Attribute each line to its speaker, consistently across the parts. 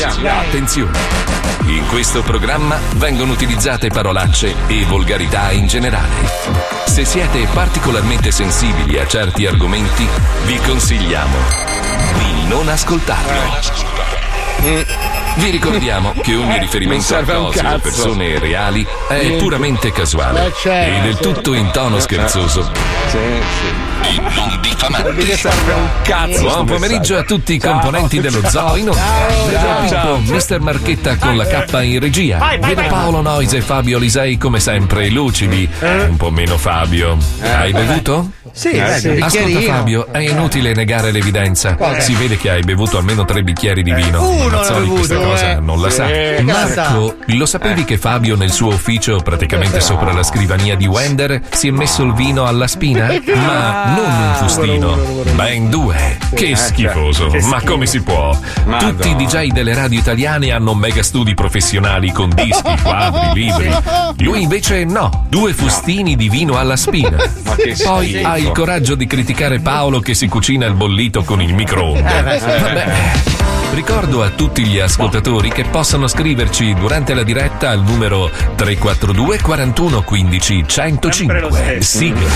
Speaker 1: Attenzione! In questo programma vengono utilizzate parolacce e volgarità in generale. Se siete particolarmente sensibili a certi argomenti, vi consigliamo di non ascoltarlo. Vi ricordiamo che ogni riferimento a cose o persone reali è puramente casuale e del tutto in tono scherzoso e non diffamante. Buon pomeriggio a tutti i componenti dello zoo in onda. Pippo, Mr. Marchetta con la K in regia. Vedo Paolo Noise e Fabio Lisei come sempre lucidi. Un po' meno Fabio. Hai bevuto?
Speaker 2: Sì.
Speaker 1: Ascolta Fabio, è inutile negare l'evidenza. Si vede che hai bevuto almeno 3 bicchieri di vino. Mazzoli questa cosa non la sa. Marco, lo sapevi che Fabio nel suo ufficio, praticamente sopra la scrivania di Wender, si è messo il vino alla spina? Ma non un fustino, ben 2. Che schifoso, ma come si può? Tutti i DJ delle radio italiane hanno mega studi professionali con dischi, quadri, libri. Lui invece no, 2 fustini di vino alla spina. Poi hai il coraggio di criticare Paolo che si cucina il bollito con il microonde. Vabbè. Ricordo a tutti gli ascoltatori che possono scriverci durante la diretta al numero 342 41 15 105. Sigla.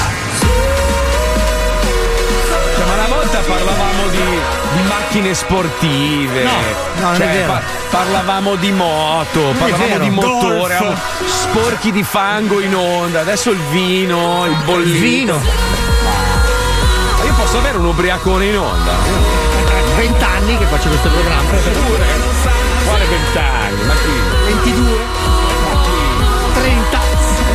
Speaker 3: Ma una volta parlavamo di macchine sportive.
Speaker 2: No, non è vero.
Speaker 3: Parlavamo di moto, parlavamo di motore, sporchi di fango in onda. Adesso il vino, il bollito.
Speaker 2: Il vino.
Speaker 3: Ma io posso avere un ubriacone in onda?
Speaker 2: 20 anni che faccio questo programma.
Speaker 3: Pure? Quale 20 anni? Ma chi?
Speaker 2: 22? 30?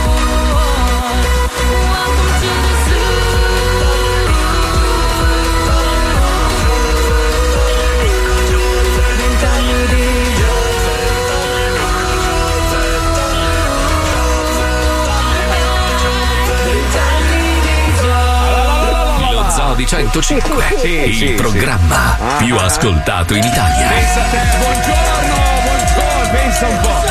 Speaker 1: Di 105, il programma più ascoltato in Italia.
Speaker 3: Pensa a te, buongiorno, pensa un po',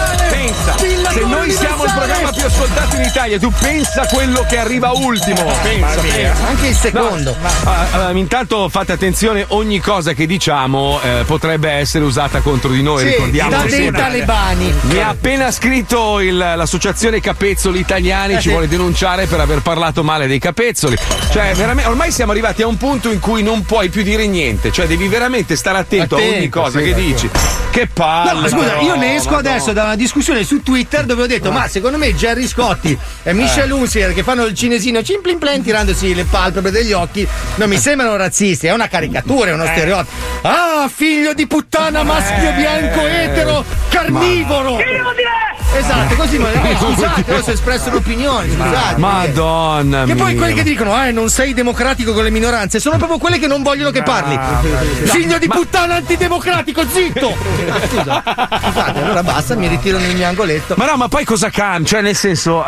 Speaker 3: se noi siamo il programma più ascoltato in Italia, tu pensa a quello che arriva ultimo, pensa.
Speaker 2: Anche il secondo.
Speaker 3: Intanto fate attenzione, ogni cosa che diciamo potrebbe essere usata contro di noi, ricordiamo.
Speaker 2: Da dei talebani.
Speaker 3: Mi ha appena scritto l'associazione Capezzoli Italiani, ci vuole denunciare per aver parlato male dei capezzoli. Cioè, veramente, ormai siamo arrivati a un punto in cui non puoi più dire niente, cioè devi veramente stare attento a ogni cosa che dici. Che palle!
Speaker 2: No, scusa, io ne esco adesso da una discussione su Twitter dove ho detto: ma secondo me Gerry Scotti e Michel Hunziker che fanno il cinesino cimplin plen tirandosi le palpebre degli occhi non mi sembrano razzisti, è una caricatura, è uno stereotipo. Ah, figlio di puttana, maschio bianco etero carnivoro! Esatto, così scusate, ho espresso un'opinione, scusate.
Speaker 3: Madonna
Speaker 2: che
Speaker 3: mia.
Speaker 2: poi quelli che dicono non sei democratico con le minoranze sono proprio quelle che non vogliono che parli. Figlio di puttana antidemocratico, zitto! Scusate, allora basta, mi ritiro nel mio angoletto.
Speaker 3: Ma no, ma poi cosa cambia? Cioè, nel senso,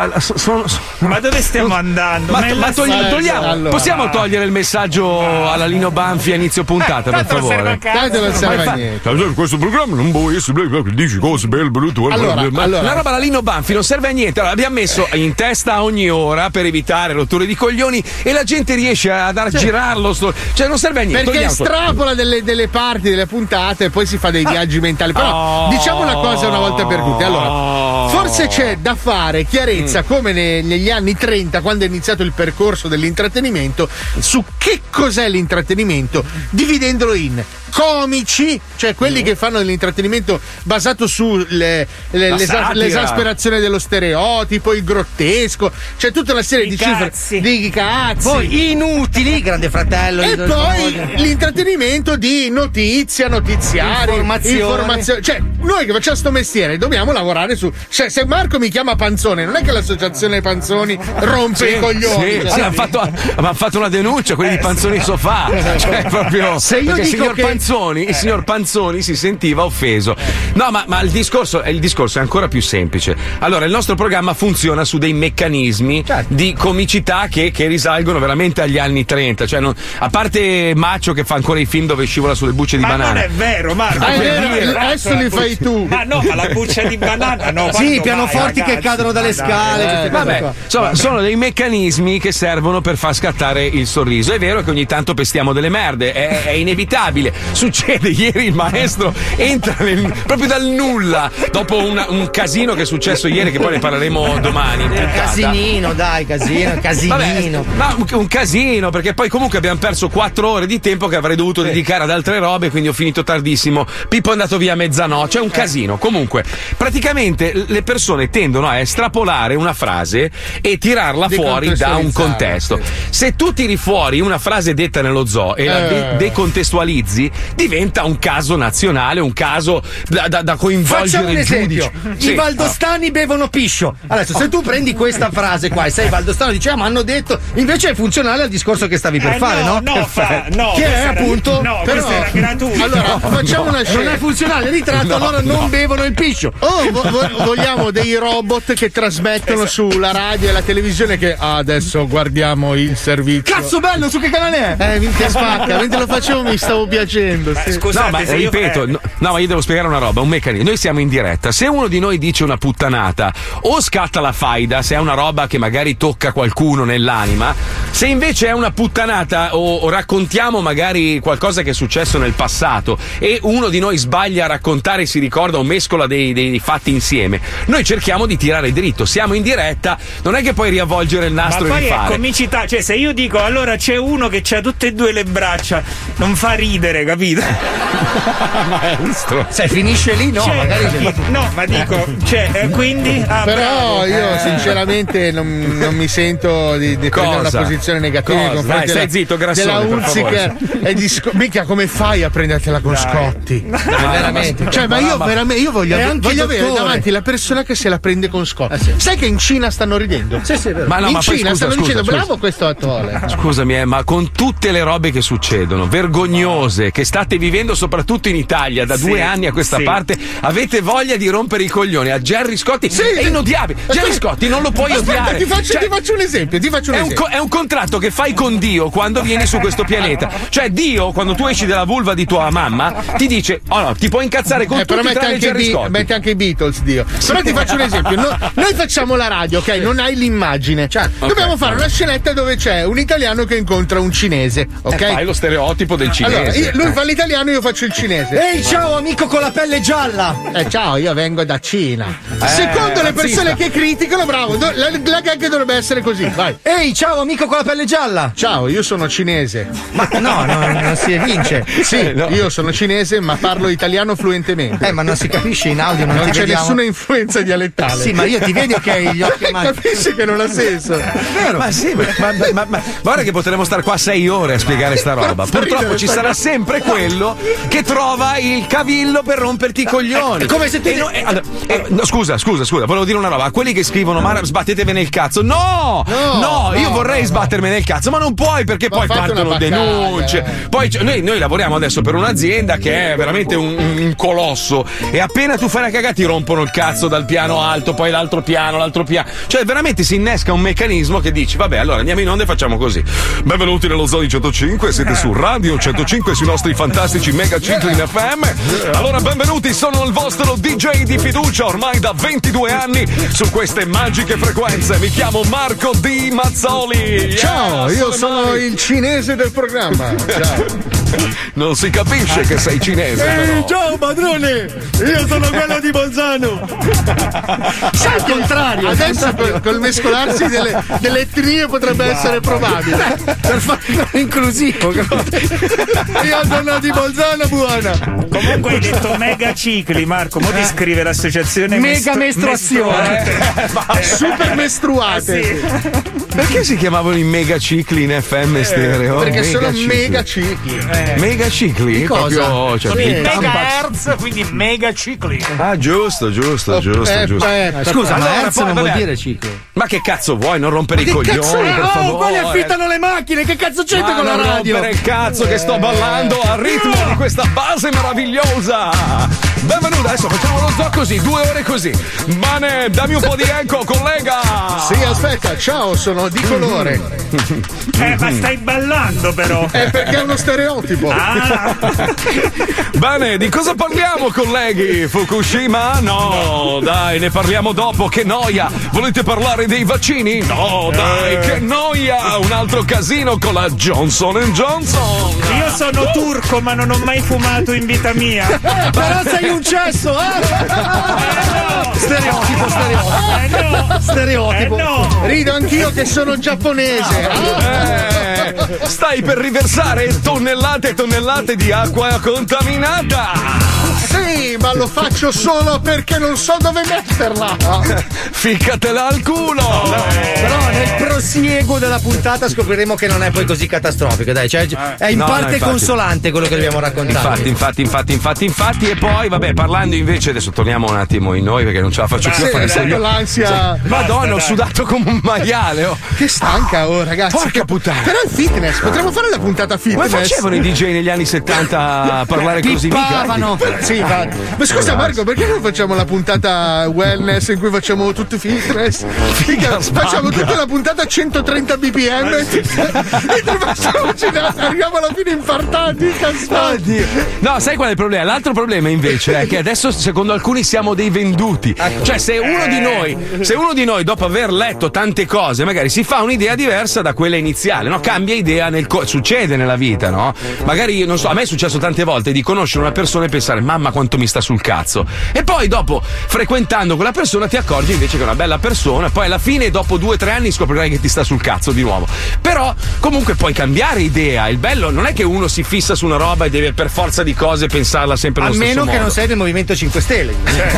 Speaker 4: ma dove stiamo andando?
Speaker 3: Ma togliamo. Allora. Possiamo togliere il messaggio alla Lino Banfi a inizio puntata, per favore?
Speaker 2: Tanto non serve a niente.
Speaker 3: Questo programma non può essere, dici cose belle, brutte.
Speaker 2: Allora.
Speaker 3: La roba alla Lino Banfi non serve a niente. Allora, l'abbiamo messo in testa a ogni ora per evitare rotture di coglioni e la gente riesce ad aggirarlo. Cioè, non serve a niente.
Speaker 2: Perché estrapola delle parti delle puntate e poi si fa dei viaggi mentali. Però diciamo una cosa una volta per tutte. Allora, forse c'è da fare chiarezza come negli anni 30, quando è iniziato il percorso dell'intrattenimento, su che cos'è l'intrattenimento, dividendolo in comici, cioè quelli che fanno dell'intrattenimento basato sull'esasperazione dello stereotipo, il grottesco, c'è tutta una serie di cifre di cazzi, poi inutili, Grande Fratello, e poi l'intrattenimento di notizia, notiziari, informazione. Cioè, noi che facciamo sto mestiere dobbiamo lavorare su. Cioè, se Marco mi chiama Panzone, non è che l'associazione Panzoni rompe i coglioni.
Speaker 3: Sì, hanno fatto una denuncia, quelli di Panzoni Sofà. Cioè, proprio.
Speaker 2: Se io dico
Speaker 3: il signor Panzoni si sentiva offeso. No, ma il discorso è ancora più semplice. Allora, il nostro programma funziona su dei meccanismi di comicità che risalgono veramente agli anni 30. Cioè, a parte Maccio che fa ancora i film dove scivola sulle bucce di banana.
Speaker 4: Ma non è vero, Marco.
Speaker 5: Adesso li fai tu.
Speaker 4: Ma no, ma la buccia di banana no.
Speaker 2: Sì, pianoforti che cadono dalle scale.
Speaker 3: Vabbè, insomma, sono dei meccanismi che servono per far scattare il sorriso. È vero che ogni tanto pestiamo delle merde, è inevitabile. Succede, ieri il maestro entra proprio dal nulla, dopo un casino che è successo ieri, che poi ne parleremo domani.
Speaker 2: Casinino, dai, casinino.
Speaker 3: Vabbè, ma un casino, perché poi comunque abbiamo perso 4 ore di tempo che avrei dovuto dedicare ad altre robe, quindi ho finito tardissimo. Pippo è andato via a mezzanotte, c'è un casino. Comunque, praticamente le persone tendono a estrapolare una frase e tirarla fuori da un contesto. Se tu tiri fuori una frase detta nello zoo e la decontestualizzi, diventa un caso nazionale, un caso da coinvolgere.
Speaker 2: Facciamo un esempio:
Speaker 3: Sì.
Speaker 2: i valdostani bevono piscio. Adesso, se tu prendi questa frase qua e sei valdostano, dici ma hanno detto, invece è funzionale al discorso che stavi per fare, no? Che è appunto.
Speaker 4: No, questo era gratuito.
Speaker 5: Allora, facciamo una scelta.
Speaker 2: Non è funzionale, ritratto, loro non bevono il piscio.
Speaker 5: Vogliamo dei robot che trasmettono sulla radio e la televisione che adesso guardiamo il servizio.
Speaker 2: Cazzo bello, su che canale è?
Speaker 5: Che spacca, mentre lo facevo mi stavo piacendo. Sì.
Speaker 4: Scusate,
Speaker 3: no, ma ripeto, ma io devo spiegare una roba, un meccanismo. Noi siamo in diretta, se uno di noi dice una puttanata o scatta la faida, se è una roba che magari tocca qualcuno nell'anima, se invece è una puttanata o raccontiamo magari qualcosa che è successo nel passato e uno di noi sbaglia a raccontare, si ricorda o mescola dei fatti insieme, noi cerchiamo di tirare dritto, siamo in diretta, non è che puoi riavvolgere il nastro
Speaker 4: ma
Speaker 3: e rifare.
Speaker 4: Ma poi è comicità, cioè se io dico allora c'è uno che c'ha tutte e due le braccia, non fa ridere, capito?
Speaker 3: Maestro,
Speaker 2: se finisce lì no, magari
Speaker 4: no, ma dico, quindi
Speaker 5: però io sinceramente non mi sento di prendere una posizione negativa nei confronti
Speaker 3: stai zitto, Grassone,
Speaker 5: della Hunziker mica come fai a prendertela con Scotti?
Speaker 2: Veramente.
Speaker 5: Cioè, ma io veramente voglio avere davanti la persona che se la prende con Scotti. Sai che in Cina stanno ridendo?
Speaker 2: Sì, è vero.
Speaker 3: Ma no,
Speaker 5: in
Speaker 3: ma
Speaker 5: Cina
Speaker 3: poi,
Speaker 5: stanno dicendo
Speaker 3: scusa.
Speaker 5: bravo questo attore.
Speaker 3: Scusami, ma con tutte le robe che succedono, vergognose, che state vivendo soprattutto in Italia da 2 anni a questa parte, avete voglia di rompere i coglioni a Gerry Scotti? È inodiabile. Gerry Scotti non lo puoi odiare.
Speaker 5: Ti faccio un esempio.
Speaker 3: È un contratto che fai con Dio quando vieni su questo pianeta. Cioè Dio, quando tu esci dalla vulva di tua mamma, ti dice ti puoi incazzare con tutti tranne Gerry Scotti.
Speaker 5: Mette anche i Beatles, Dio. Però ti faccio un esempio. Noi facciamo la radio, ok? Non hai l'immagine. Dobbiamo fare una scenetta dove c'è un italiano che incontra un cinese, ok?
Speaker 3: Fai lo stereotipo del cinese.
Speaker 5: Allora, lui fa l'italiano, io faccio il cinese.
Speaker 2: Ehi, ciao amico con la pelle gialla.
Speaker 5: Ciao, io vengo da Cina. Secondo le persone che criticano, bravo, la gag dovrebbe essere così, vai.
Speaker 2: Ehi, ciao amico con la pelle gialla.
Speaker 5: Ciao, io sono cinese.
Speaker 2: Ma no, non si evince.
Speaker 5: Sì, io sono cinese, ma parlo italiano fluentemente.
Speaker 2: Ma non si capisce in audio, non
Speaker 5: c'è nessuna influenza dialettale.
Speaker 2: Sì, ma io ti vedo che hai gli occhi
Speaker 5: capisci che non ha senso.
Speaker 2: Vero?
Speaker 3: Ma sì, ma guarda che potremmo stare qua 6 ore a spiegare sta roba. Purtroppo ci sarà sempre quello che trova il cavillo per romperti i coglioni.
Speaker 2: Come se tu
Speaker 3: scusa, volevo dire una roba. A quelli che scrivono ma sbattetevene il cazzo. No, io vorrei sbattermene il cazzo, ma non puoi perché poi partono denunce. Poi noi lavoriamo adesso per un'azienda che è veramente un colosso e appena tu fai una cagata ti rompono il cazzo dal piano alto, poi l'altro piano. Cioè veramente si innesca un meccanismo che dici vabbè, allora andiamo in onda e facciamo così. Benvenuti nello Zoo di 105, siete su Radio 105 sui nostri fantastici mega cicli in FM. Allora benvenuti, sono il vostro DJ di fiducia ormai da 22 anni su queste magiche frequenze. Mi chiamo Marco D. Mazzoli.
Speaker 5: Ciao, io sono il cinese del programma. Ciao.
Speaker 3: Non si capisce che sei cinese.
Speaker 2: Ciao padrone, io sono quello di Bolzano.
Speaker 5: Sai, al contrario, adesso col mescolarsi delle etnie potrebbe essere probabile.
Speaker 2: Per farlo inclusivo. Io sono di Bolzano, buona.
Speaker 4: Comunque hai detto mega cicli, Marco. Mo ti scrive l'associazione
Speaker 2: mega mestruazione.
Speaker 5: Super mestruate.
Speaker 4: Sì.
Speaker 3: Perché si chiamavano i mega cicli in FM stereo?
Speaker 5: Perché
Speaker 3: mega
Speaker 5: sono
Speaker 3: cicli.
Speaker 5: mega cicli.
Speaker 3: Mega cicli?
Speaker 2: Cosa?
Speaker 3: Cioè,
Speaker 4: Megahertz, quindi mega cicli.
Speaker 3: Ah, giusto.
Speaker 2: Scusa,
Speaker 3: Allora,
Speaker 2: ma Hertz
Speaker 3: poi,
Speaker 2: non vuol
Speaker 3: vabbè.
Speaker 2: dire ciclo.
Speaker 3: Ma che cazzo vuoi? Non rompere i coglioni,
Speaker 2: Cazzo,
Speaker 3: per favore.
Speaker 2: quelli affittano le macchine, che cazzo c'entra con la
Speaker 3: non
Speaker 2: radio?
Speaker 3: rompere il cazzo che sto ballando al ritmo di questa base meravigliosa. Benvenuto, adesso facciamo lo zoo così, 2 ore così. Bene, dammi un po' di eco, collega.
Speaker 5: Sì, aspetta, ciao, sono di colore.
Speaker 4: Ma stai ballando però.
Speaker 5: È perché è uno stereotipo.
Speaker 3: Bene, di cosa parliamo, colleghi? Fukushima? No, dai, ne parliamo dopo, che noia. Volete parlare dei vaccini? No, dai, che noia. Un altro casino con la Johnson & Johnson.
Speaker 4: Io sono turco, ma non ho mai fumato in vita mia.
Speaker 2: Però sei un cesso,
Speaker 4: No.
Speaker 2: Stereotipo.
Speaker 4: No.
Speaker 2: Stereotipo.
Speaker 4: No.
Speaker 5: Rido anch'io che sono giapponese.
Speaker 3: Stai per riversare tonnellate e tonnellate di acqua contaminata.
Speaker 5: Sì, ma lo faccio solo perché non so dove metterla.
Speaker 3: Ficcatela al culo.
Speaker 2: Però nel prosieguo della puntata scopriremo che non è poi così catastrofico, dai, cioè è in
Speaker 3: No,
Speaker 2: parte
Speaker 3: infatti.
Speaker 2: consolante quello che dobbiamo raccontare.
Speaker 3: Infatti, e poi, vabbè, parlando invece, adesso torniamo un attimo in noi perché non ce la faccio più a fare il segno.
Speaker 5: L'ansia.
Speaker 3: Madonna, ho sudato come un maiale. Oh.
Speaker 5: Che stanca, ragazzi.
Speaker 3: Porca puttana.
Speaker 5: Però il fitness, potremmo fare la puntata
Speaker 3: Come
Speaker 5: fitness.
Speaker 3: facevano i DJ negli anni 70 a parlare così?
Speaker 2: Pippavano.
Speaker 5: Sì, ma scusa Marco, perché non facciamo la puntata wellness in cui facciamo tutti fitness? Facciamo tutta la puntata a 130 bpm e arriviamo alla fine infartati, cazzati.
Speaker 3: No, sai qual è il problema? L'altro problema invece è che adesso secondo alcuni siamo dei venduti. Cioè se uno di noi dopo aver letto tante cose magari si fa un'idea diversa da quella iniziale, no? Cambia idea succede nella vita, no? Magari, non so, a me è successo tante volte di conoscere una persona e pensare mamma quanto mi sta sul cazzo, e poi dopo frequentando quella persona ti accorgi invece che è una bella persona, poi alla fine dopo 2 o 3 anni scoprirai che ti sta sul cazzo di nuovo. Però comunque puoi cambiare idea. Il bello non è che uno si fissa su una roba e deve per forza di cose pensarla sempre allo stesso modo.
Speaker 2: A meno che non sei del Movimento 5 Stelle.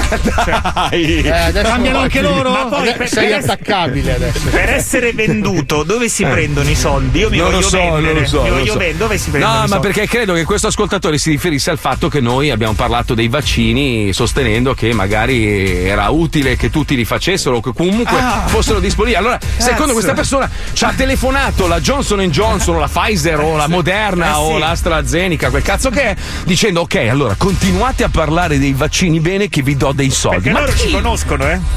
Speaker 3: Dai.
Speaker 2: Adesso cambiano anche loro.
Speaker 4: Ma poi
Speaker 5: Sei attaccabile adesso.
Speaker 4: Per essere venduto, dove si prendono i soldi? Io mi
Speaker 3: Non lo
Speaker 4: voglio
Speaker 3: so,
Speaker 4: vendere.
Speaker 3: non lo so,
Speaker 4: Mi
Speaker 3: non lo
Speaker 4: voglio
Speaker 3: so.
Speaker 4: vendere. Dove si prendono
Speaker 3: No,
Speaker 4: i
Speaker 3: ma
Speaker 4: soldi?
Speaker 3: perché credo che questo ascoltatore si riferisse al fatto che noi abbiamo parlato dei vaccini sostenendo che magari era utile che tutti li facessero o che comunque fossero disponibili. Allora, secondo questa persona ci ha telefonato la Johnson & Johnson o la Pfizer o la Moderna o la AstraZeneca, quel cazzo che è, dicendo ok, allora continuate a parlare dei vaccini bene che vi do dei soldi.
Speaker 4: Perché
Speaker 3: Ma
Speaker 4: loro
Speaker 3: chi?
Speaker 4: ci conoscono, eh?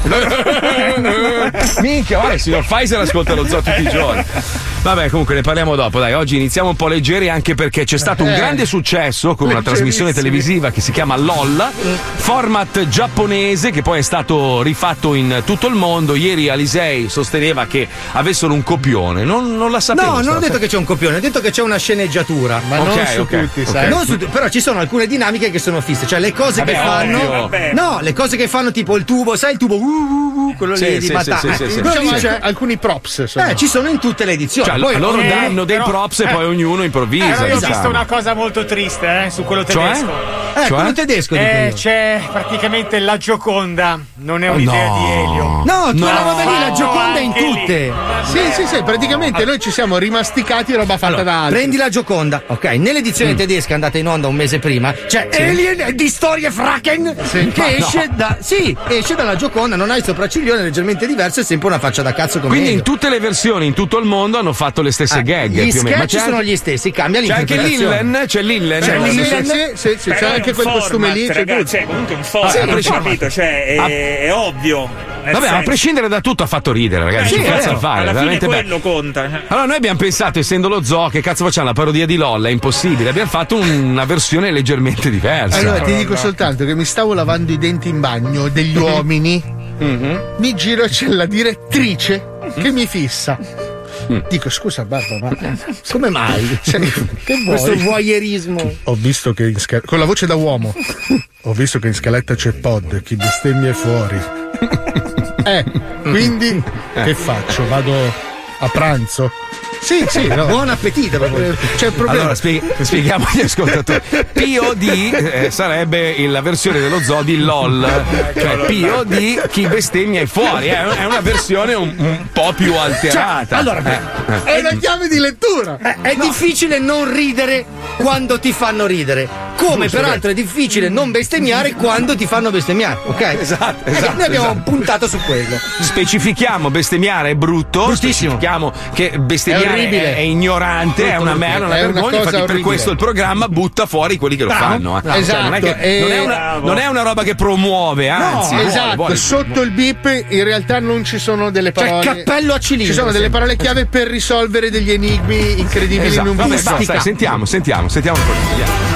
Speaker 3: Minchia, guarda, il signor Pfizer ascolta lo zoo tutti i giorni. Vabbè, comunque ne parliamo dopo. Dai, oggi iniziamo un po' leggeri anche perché c'è stato un grande successo con una trasmissione televisiva che si chiama LOL, format giapponese che poi è stato rifatto in tutto il mondo. Ieri Alisei sosteneva che avessero un copione. Non la sapevo.
Speaker 2: No, non ho detto che c'è un copione, ho detto che c'è una sceneggiatura.
Speaker 5: Ma non su tutti, sai.
Speaker 2: Non su però ci sono alcune dinamiche che sono fisse, cioè le cose che fanno.
Speaker 4: vabbè.
Speaker 2: No, le cose che fanno tipo il tubo, sai il tubo quello
Speaker 3: Sì,
Speaker 2: lì di
Speaker 3: sì,
Speaker 2: Matà.
Speaker 3: sì, sì, sì.
Speaker 2: Però lì
Speaker 5: Diciamo
Speaker 2: c'è-
Speaker 5: alcuni props sono.
Speaker 2: ci sono in tutte le edizioni.
Speaker 3: Cioè,
Speaker 2: Poi
Speaker 3: loro
Speaker 2: ognuno-
Speaker 3: danno dei props e poi ognuno improvvisa.
Speaker 6: Però io ho
Speaker 3: diciamo.
Speaker 6: visto una cosa molto triste su quello
Speaker 3: Cioè?
Speaker 6: tedesco.
Speaker 2: quello tedesco dico io.
Speaker 6: C'è praticamente la Gioconda, non è un'idea
Speaker 3: No.
Speaker 6: di Elio.
Speaker 2: No, tu la roba lì, la Gioconda in
Speaker 6: anche lì.
Speaker 2: tutte.
Speaker 5: Sì, praticamente noi ci siamo rimasticati roba fatta da altri.
Speaker 2: Prendi la Gioconda, ok? Nell'edizione tedesca andata in onda un mese prima c'è Alien di Storie Fracken che esce dalla Gioconda, non ha il sopracciglione leggermente diverso, è sempre una faccia da cazzo come
Speaker 3: Quindi in
Speaker 2: Elio.
Speaker 3: tutte le versioni, in tutto il mondo hanno fatto le stesse gag.
Speaker 2: Gli
Speaker 3: più o meno. Ma
Speaker 2: sketch sono gli stessi, cambia
Speaker 3: c'è anche
Speaker 2: l'interpretazione.
Speaker 3: Lillen? C'è Lillen?
Speaker 2: C'è
Speaker 3: No,
Speaker 2: Lillen.
Speaker 5: Sì,
Speaker 4: Però
Speaker 5: c'è
Speaker 4: è
Speaker 5: anche
Speaker 4: un
Speaker 5: quel costume
Speaker 4: format,
Speaker 5: lì. C'è
Speaker 4: ragazzi,
Speaker 5: tutto.
Speaker 4: è comunque un format, capito? Cioè, è ovvio. Nel
Speaker 3: Vabbè, a
Speaker 4: senso-
Speaker 3: prescindere da tutto ha fatto ridere, ragazzi.
Speaker 4: Sì,
Speaker 3: Che cazzo
Speaker 4: vero.
Speaker 3: a fare?
Speaker 4: Alla
Speaker 3: È
Speaker 4: fine
Speaker 3: veramente bello.
Speaker 4: quello conta.
Speaker 3: Allora noi abbiamo pensato, essendo lo zoo, che cazzo facciamo la parodia di LOL? È impossibile. Abbiamo fatto una versione leggermente diversa.
Speaker 5: Allora ti dico soltanto che mi stavo lavando i denti in bagno degli uomini. Mi giro e c'è la direttrice che mi fissa. Dico scusa Barba, ma
Speaker 2: Come mai?
Speaker 5: che
Speaker 2: Questo
Speaker 5: vuoi?
Speaker 2: voyeurismo.
Speaker 5: Ho visto che con la voce da uomo. Ho visto che in scaletta c'è pod, chi bestemmia è fuori. Quindi che faccio? Vado a pranzo? Sì, no.
Speaker 2: Buon appetito proprio.
Speaker 5: C'è il problema.
Speaker 3: Allora spieghiamo agli ascoltatori. POD sarebbe la versione dello zoo di LOL. Cioè POD chi bestemmia è fuori. È una versione un po' più alterata.
Speaker 2: Allora,
Speaker 5: È una chiave di lettura.
Speaker 2: è difficile non ridere quando ti fanno ridere. Come peraltro è difficile non bestemmiare quando ti fanno bestemmiare, ok?
Speaker 3: Esatto,
Speaker 2: Noi abbiamo puntato su quello.
Speaker 3: Specifichiamo, bestemmiare è brutto.
Speaker 2: Bruttissimo.
Speaker 3: Specifichiamo che
Speaker 5: È
Speaker 3: bestemmiare è ignorante, è una merda, una vergogna. Infatti, per questo il programma butta fuori quelli che lo fanno.
Speaker 5: Esatto.
Speaker 3: Non è una roba che promuove, anzi.
Speaker 5: No, esatto. Sotto il beep in realtà non ci sono delle parole.
Speaker 2: Cioè, cappello a cilindro.
Speaker 5: Ci sono delle parole chiave per risolvere degli enigmi incredibili in un
Speaker 3: visto. Basta, sentiamo un po'.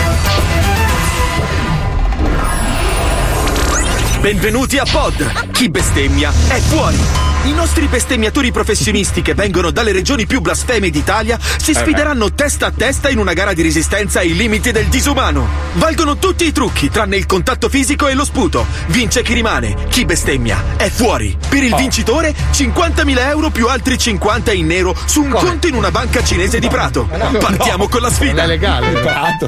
Speaker 7: Benvenuti a Pod. Chi bestemmia è fuori. I nostri bestemmiatori professionisti che vengono dalle regioni più blasfeme d'Italia si sfideranno testa a testa in una gara di resistenza ai limiti del disumano. Valgono tutti i trucchi tranne il contatto fisico e lo sputo. Vince chi rimane. Chi bestemmia è fuori. Per il vincitore 50.000 euro più altri 50 in nero su un conto in una banca cinese di Prato. Partiamo con la sfida.
Speaker 5: È legale Prato.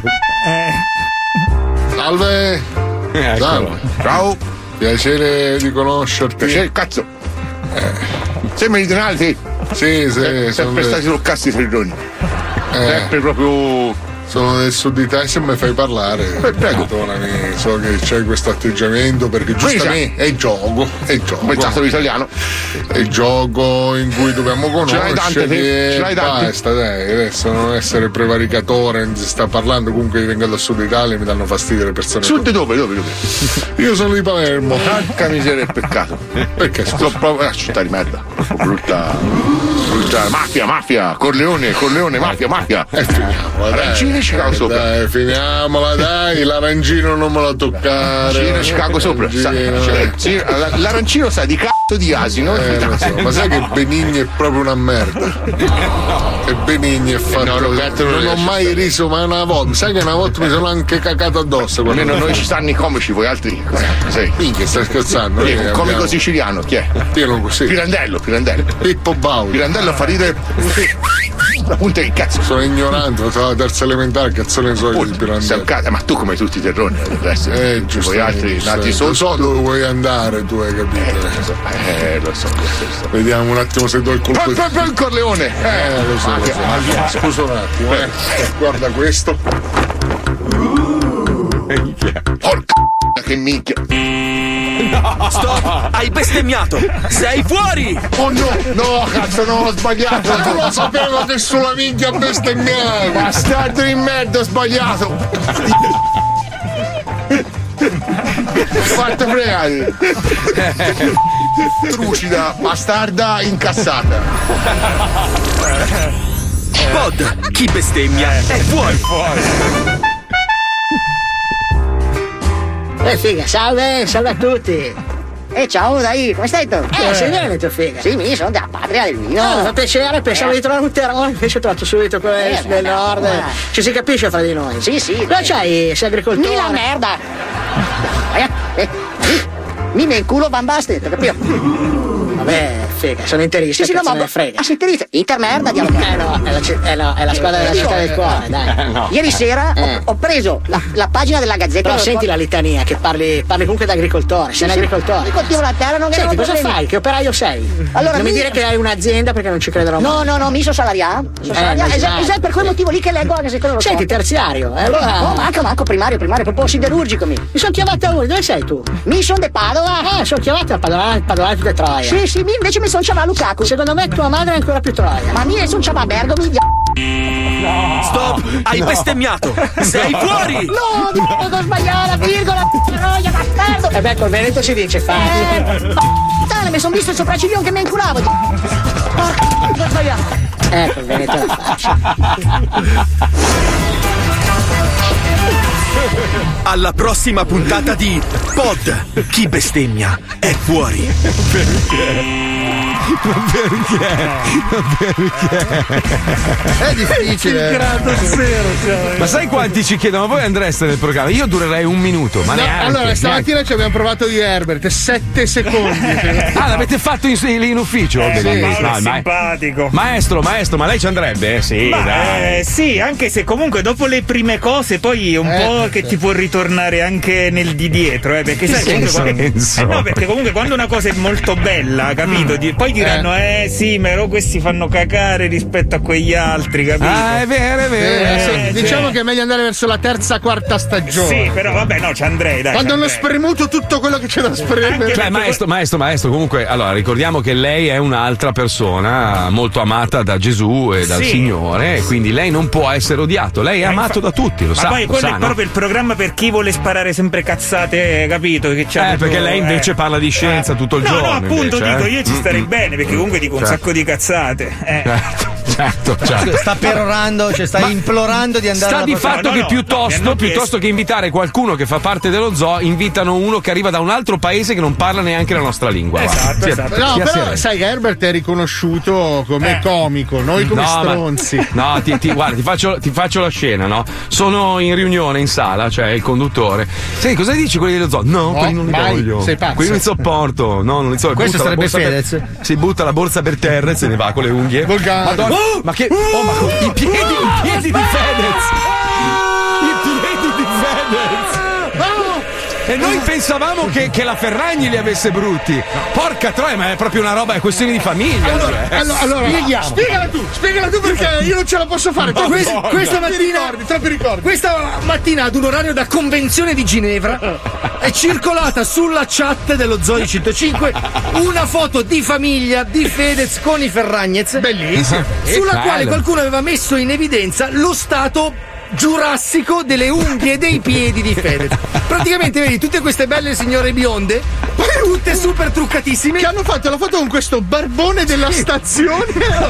Speaker 8: Salve. Salve. Ciao. Piacere di conoscerti.
Speaker 9: Piacere, cazzo. Sei meridionale, sì?
Speaker 8: Sì.
Speaker 9: Sempre stati sul cazzo di Ferroni. Sempre proprio.
Speaker 8: Sono del sud Italia, se mi fai parlare.
Speaker 9: Prego.
Speaker 8: Perdonami, so che c'è questo atteggiamento perché giustamente è gioco.
Speaker 9: Pensato l'italiano.
Speaker 8: È il gioco in cui dobbiamo conoscerti.
Speaker 9: Ce l'hai tante.
Speaker 8: Basta, dai, adesso non essere prevaricatore, non si sta parlando, comunque io vengo dal sud Italia e mi danno fastidio le persone.
Speaker 9: Sud dove?
Speaker 8: Io sono di Palermo.
Speaker 9: Porca miseria, è peccato.
Speaker 8: Perché?
Speaker 9: Sono proprio una città di merda. Brutta mafia, Corleone, mafia.
Speaker 8: Finiamola,
Speaker 9: Arancini e Chicago sopra.
Speaker 8: Dai, finiamola, dai, l'arancino non me la toccare.
Speaker 9: Arancino e Chicago sopra. L'arancino sa di cazzo di asino.
Speaker 8: Lo so, ma sai che Benigni è proprio una merda. E Benigni è fatto.
Speaker 9: No, Roberto,
Speaker 8: non ho mai riso, ma una volta. Sai che una volta mi sono anche cacato addosso.
Speaker 9: Almeno noi ci stanno i comici, voi altri. Sei.
Speaker 8: Minchia, stai scherzando?
Speaker 9: Un comico siciliano, chi è?
Speaker 8: Io non così.
Speaker 9: Pirandello.
Speaker 8: Pippo Bauli.
Speaker 9: Pirandello fa ridere. La punta che cazzo.
Speaker 8: Sono ignorante, ho fatto la terza elementare, cazzo ne so io di Pirandello.
Speaker 9: Ma tu come tutti i terroni,
Speaker 8: giusto.
Speaker 9: Voi altri nati sotto.
Speaker 8: Non so dove vuoi andare, tu hai capito.
Speaker 9: Lo so.
Speaker 8: Vediamo un attimo se do il colpo.
Speaker 9: Proprio il Corleone.
Speaker 8: Lo so. Scusa un attimo, guarda questo.
Speaker 9: Porca che minchia.
Speaker 7: Stop! Hai bestemmiato! Sei fuori!
Speaker 9: Oh no, cazzo, no, ho sbagliato!
Speaker 8: Ma tu lo sapevo che sulla minchia bestemmiavi!
Speaker 9: Bastardo di merda, ho sbagliato! Fatto fregare! Trucida, bastarda, incassata!
Speaker 7: Pod, chi bestemmia è fuori!
Speaker 10: Figa, salve a tutti. Ciao, dai, come stai tu? Sei veneto, figa? Sì, mi sono della patria del vino. Mi fa piacere, pensavo di trovare un terrone, invece ho trovato subito quello del nord. Ci si capisce fra di noi. Sì. Cosa c'hai? Sei agricoltore? Mi la merda. Mi me in culo bambaste, capito? Vabbè, figa, sono interista. Sì, no, ma frega. Sei interista? Intermerda, dialogo. No, è la squadra della città del cuore, dai. No. Ieri sera ho preso la pagina della Gazzetta. Però senti la litania, che parli comunque da agricoltore. Sei un agricoltore. Io coltivo la terra, non senti, cosa fai? Che operaio sei? Allora, non mi dire che hai un'azienda perché non ci crederò mai. No, mi sono salariato. Esatto, per quel motivo lì che leggo anche se quello lo so. Senti, terziario. Allora. No, manco primario, proprio siderurgico mi sono chiamato a uno, dove sei tu? Mi sono de Padova. Sono chiamato a Padova di Troia. Sì, invece mi sono chiamato Lukaku. Secondo me tua madre è ancora più Troia. Ma mi sono chiamato Bergomi.
Speaker 7: No. Stop! Hai bestemmiato! Sei fuori!
Speaker 10: No, devo sbagliare la virgola, troia, bastardo! Col Veneto si vince, facile. Mi sono visto il sopracciglio che mi inculavo. Ho sbagliato. Il Veneto la faccia.
Speaker 7: Alla prossima puntata di Pod, chi bestemmia è fuori.
Speaker 3: Perché?
Speaker 2: È difficile.
Speaker 3: Il grado zero. Ma sai quanti ci chiedono? Voi andreste nel programma? Io durerei un minuto. Ma neanche.
Speaker 5: Allora, stamattina ci abbiamo provato io e Herbert, 7 secondi.
Speaker 3: L'avete fatto in ufficio?
Speaker 4: Paolo è simpatico.
Speaker 3: Maestro, ma lei ci andrebbe? Sì, dai.
Speaker 4: Sì, anche se comunque dopo le prime cose poi un po' che ti può ritornare anche nel di dietro, perché sai comunque perché comunque quando una cosa è molto bella, capito? Poi diranno sì, però questi fanno cacare rispetto a quegli altri, capito?
Speaker 3: È vero.
Speaker 5: Diciamo che è meglio andare verso la terza, quarta stagione.
Speaker 4: Sì, però vabbè, no, ci andrei, dai.
Speaker 5: Quando hanno spremuto tutto quello che c'è da spremere.
Speaker 3: Cioè, maestro, comunque, allora, ricordiamo che lei è un'altra persona molto amata da Gesù e dal Signore, e quindi lei non può essere odiato, lei è amato da tutti, lo sa.
Speaker 4: Ma poi quello è proprio il programma per chi vuole sparare sempre cazzate, capito? Che
Speaker 3: perché lei invece parla di scienza tutto il giorno.
Speaker 4: No, appunto,
Speaker 3: invece,
Speaker 4: dico, io ci starei bene, perché comunque dico un sacco di cazzate.
Speaker 3: Certo.
Speaker 2: Sta perorando, cioè sta implorando di andare
Speaker 3: sta di fatto che piuttosto che invitare qualcuno che fa parte dello zoo, invitano uno che arriva da un altro paese che non parla neanche la nostra lingua.
Speaker 5: Esatto. No, però sai che Herbert è riconosciuto come comico, noi come stronzi.
Speaker 3: Guarda, ti faccio la scena, no? Sono in riunione in sala, cioè il conduttore. Sai, cosa dici quelli dello zoo? No, quelli non li voglio.
Speaker 5: Sei pazzo.
Speaker 3: Quelli non li sopporto. No, non li sopporto.
Speaker 2: Questo sarebbe Fedez.
Speaker 3: Si butta la borsa per terra e se ne va con le unghie. Madonna, ma che. Ma i piedi di Fedez! I piedi di Fedez! E noi pensavamo che la Ferragni li avesse brutti. Porca troia, ma è proprio una roba, è questione di famiglia.
Speaker 5: Allora spiegala tu perché io non ce la posso fare.
Speaker 2: Questa mattina,
Speaker 5: troppi ricordi.
Speaker 2: Questa mattina ad un orario da convenzione di Ginevra è circolata sulla chat dello Zoo di 105 una foto di famiglia di Fedez con i Ferragnez.
Speaker 5: Bellissima.
Speaker 2: Sulla quale qualcuno aveva messo in evidenza lo stato giurassico delle unghie e dei piedi di Fedez. Praticamente vedi tutte queste belle signore bionde, tutte super truccatissime,
Speaker 5: che hanno fatto la foto con questo barbone della stazione,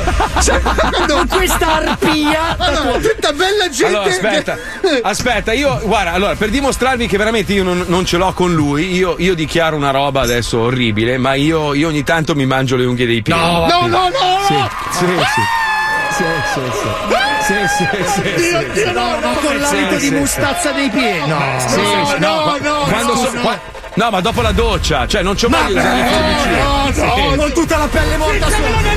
Speaker 2: con questa arpia,
Speaker 5: tutta bella gente.
Speaker 3: Allora, aspetta, io guarda, allora, per dimostrarvi che veramente io non ce l'ho con lui, io dichiaro una roba adesso orribile, ma io ogni tanto mi mangio le unghie dei piedi.
Speaker 5: No.
Speaker 2: Sì. No, con l'alito di mustazza dei piedi.
Speaker 3: No, ma dopo la doccia, cioè non c'ho mai di usare le forbicine.
Speaker 2: Con tutta la pelle morta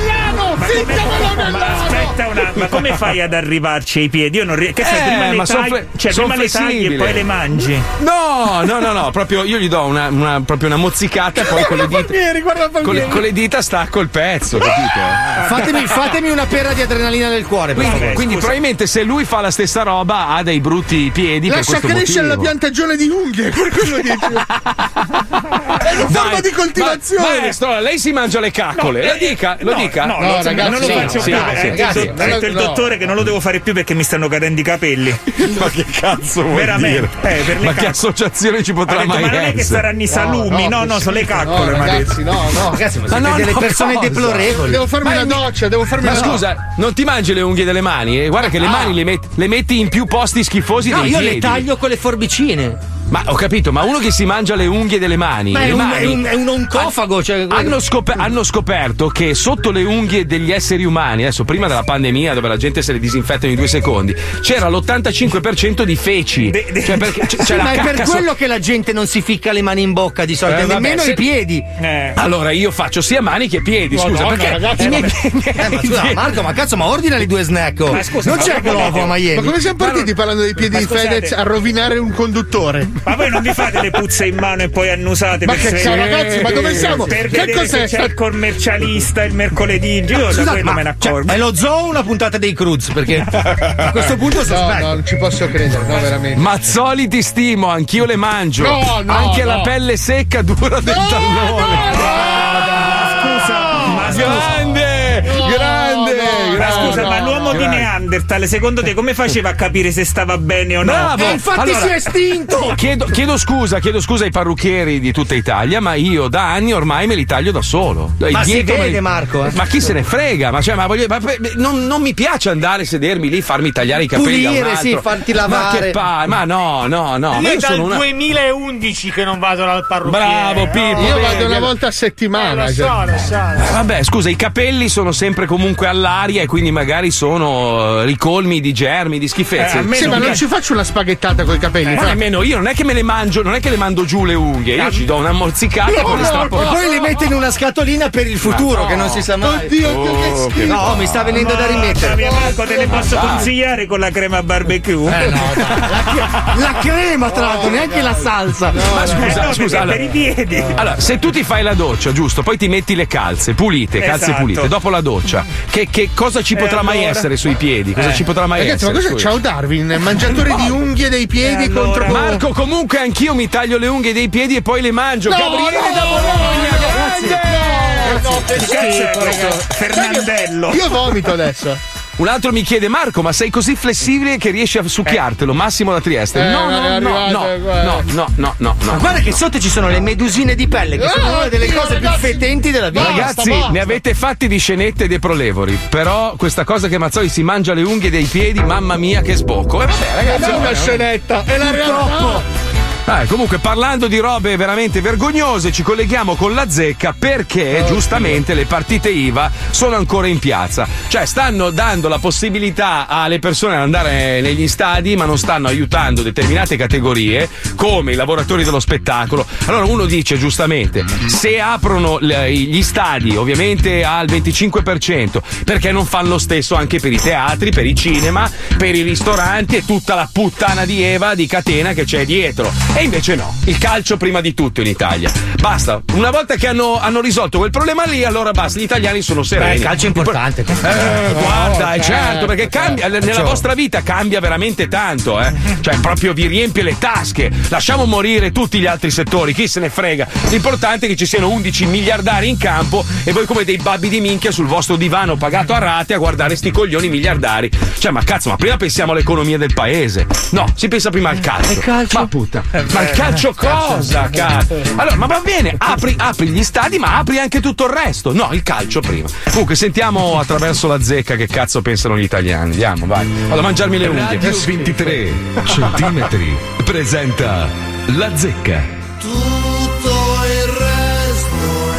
Speaker 4: Ma come fai ad arrivarci ai piedi? Io non riesco. Prima le tagli e poi le mangi.
Speaker 3: No, proprio io gli do proprio una mozzicata e poi con le dita stacco il pezzo, capito?
Speaker 2: Fatemi una perra di adrenalina nel cuore, per favore.
Speaker 3: Quindi probabilmente se lui fa la stessa roba ha dei brutti piedi.
Speaker 5: Lascia crescere la piantagione di unghie, per quello dico. È una forma di coltivazione.
Speaker 3: Maestro, lei si mangia le caccole. Lo dica.
Speaker 4: No, ragazzi, non lo faccio più. Ha detto il dottore che non lo devo fare più perché mi stanno cadendo i capelli.
Speaker 3: Ma che cazzo vuoi
Speaker 4: veramente
Speaker 3: dire? Ma che associazione ci potrà mai essere?
Speaker 4: Ma non è che saranno i salumi, no, sono le caccole.
Speaker 5: Ragazzi,
Speaker 2: ragazzi, ma siete delle persone deplorevoli.
Speaker 5: Devo farmi la doccia,
Speaker 3: Ma scusa, non ti mangi le unghie delle mani? Guarda che le mani le metti in più posti schifosi dei piedi.
Speaker 2: Io le taglio con le forbicine.
Speaker 3: Ma ho capito, ma uno che si mangia le unghie delle mani.
Speaker 2: Ma è un oncofago.
Speaker 3: Hanno scoperto che sotto le unghie degli esseri umani, adesso prima della pandemia, dove la gente se le disinfetta in 2 secondi, c'era l'85% di feci.
Speaker 2: Cioè ma è per quello che la gente non si ficca le mani in bocca di solito, nemmeno i piedi.
Speaker 3: Allora io faccio sia mani che piedi, scusa, perché
Speaker 2: ragazzi, scusa, Marco, ma cazzo, ma ordinali 2 snack. Non c'è che l'uovo a Miami.
Speaker 5: Ma come siamo partiti parlando dei piedi di Fedez a rovinare un conduttore?
Speaker 4: Ma voi non vi fate le puzze in mano e poi annusate?
Speaker 5: Ma che c'è, ragazzi? Ma dove siamo?
Speaker 4: Per che cos'è? Se c'è il commercialista il mercoledì. Io da quello me ne accorgo.
Speaker 2: È lo zoo una puntata dei Cruz? Perché a questo punto sospetto.
Speaker 5: No, non ci posso credere, no, veramente.
Speaker 3: Mazzoli ti stimo, anch'io le mangio. Anche la pelle secca dura del tallone. Grande!
Speaker 4: Scusa, ma l'uomo di Neanderthal, secondo te come faceva a capire se stava bene o no?
Speaker 3: Bravo.
Speaker 2: Infatti si è estinto!
Speaker 3: Chiedo scusa ai parrucchieri di tutta Italia, ma io da anni ormai me li taglio da solo.
Speaker 2: Ma si vede, Marco.
Speaker 3: Ma chi se ne frega? Non mi piace andare a sedermi lì, farmi tagliare i capelli da un altro.
Speaker 2: Sì, farti lavare.
Speaker 3: Ma no.
Speaker 6: Io dal 2011 che non vado dal parrucchiere.
Speaker 3: Bravo, Pippo.
Speaker 5: Io vado una volta a settimana.
Speaker 6: Lo so.
Speaker 3: Vabbè, scusa, i capelli sono sempre comunque all'aria e quindi magari sono ricolmi di germi, di schifezze.
Speaker 5: Sì, ma non ci faccio una spaghettata coi capelli.
Speaker 3: Almeno io non è che me le mangio, non è che le mando giù le unghie, io ci do una morzicata e poi le strappo.
Speaker 2: E poi li metto in una scatolina per il futuro, che non si sa mai.
Speaker 5: Oddio, che schifo.
Speaker 2: No, mi sta venendo da rimettere.
Speaker 4: Mia Marco, te le posso consigliare con la crema barbecue?
Speaker 2: No, la crema, tra l'altro, neanche la salsa.
Speaker 3: Ma scusa,
Speaker 4: per i piedi.
Speaker 3: Allora, se tu ti fai la doccia, giusto, poi ti metti le calze pulite, dopo la doccia, che cosa ci potrà mai essere sui piedi? Cosa ci potrà mai
Speaker 5: ragazzi,
Speaker 3: essere?
Speaker 5: Ma cos'è? Ciao Darwin, mangiatore di unghie dei piedi contro
Speaker 3: Marco, comunque anch'io mi taglio le unghie dei piedi e poi le mangio. Gabriele da Bologna,
Speaker 4: grande! Fernandello.
Speaker 5: Io vomito adesso.
Speaker 3: Un altro mi chiede: Marco, ma sei così flessibile che riesci a succhiartelo? Massimo da Trieste. No.
Speaker 2: Ma guarda che sotto ci sono le medusine di pelle, che sono una delle cose più fetenti della vita.
Speaker 3: Ragazzi, ne avete fatti di scenette deplorevoli. Però questa cosa che Mazzoli si mangia le unghie dei piedi, mamma mia, che sbocco. E vabbè, ragazzi.
Speaker 5: È una scenetta, è la realtà.
Speaker 3: Comunque, parlando di robe veramente vergognose, ci colleghiamo con la Zecca perché giustamente le partite IVA sono ancora in piazza. Cioè, stanno dando la possibilità alle persone di andare negli stadi, ma non stanno aiutando determinate categorie come i lavoratori dello spettacolo. Allora uno dice giustamente: se aprono gli stadi ovviamente al 25%, perché non fanno lo stesso anche per i teatri, per i cinema, per i ristoranti e tutta la puttana di Eva di catena che c'è dietro? E invece no, il calcio prima di tutto in Italia. Basta, una volta che hanno risolto quel problema lì, allora basta, gli italiani sono sereni.
Speaker 2: Il calcio è importante.
Speaker 3: Guarda, è certo, perché cambia nella vostra vita, cambia veramente tanto, Cioè proprio vi riempie le tasche. Lasciamo morire tutti gli altri settori, chi se ne frega. L'importante è che ci siano 11 miliardari in campo e voi come dei babbi di minchia sul vostro divano pagato a rate a guardare sti coglioni miliardari. Cioè, ma cazzo, ma prima pensiamo all'economia del paese. No, si pensa prima al calcio. Ma puttana. Ma il calcio cosa, cazzo? Allora, ma va bene, apri gli stadi, ma apri anche tutto il resto. No, il calcio prima. Comunque, sentiamo attraverso la Zecca che cazzo pensano gli italiani. Andiamo, vai. Vado a mangiarmi le unghie.
Speaker 1: Radio 23 centimetri presenta la Zecca.
Speaker 11: Tutto il resto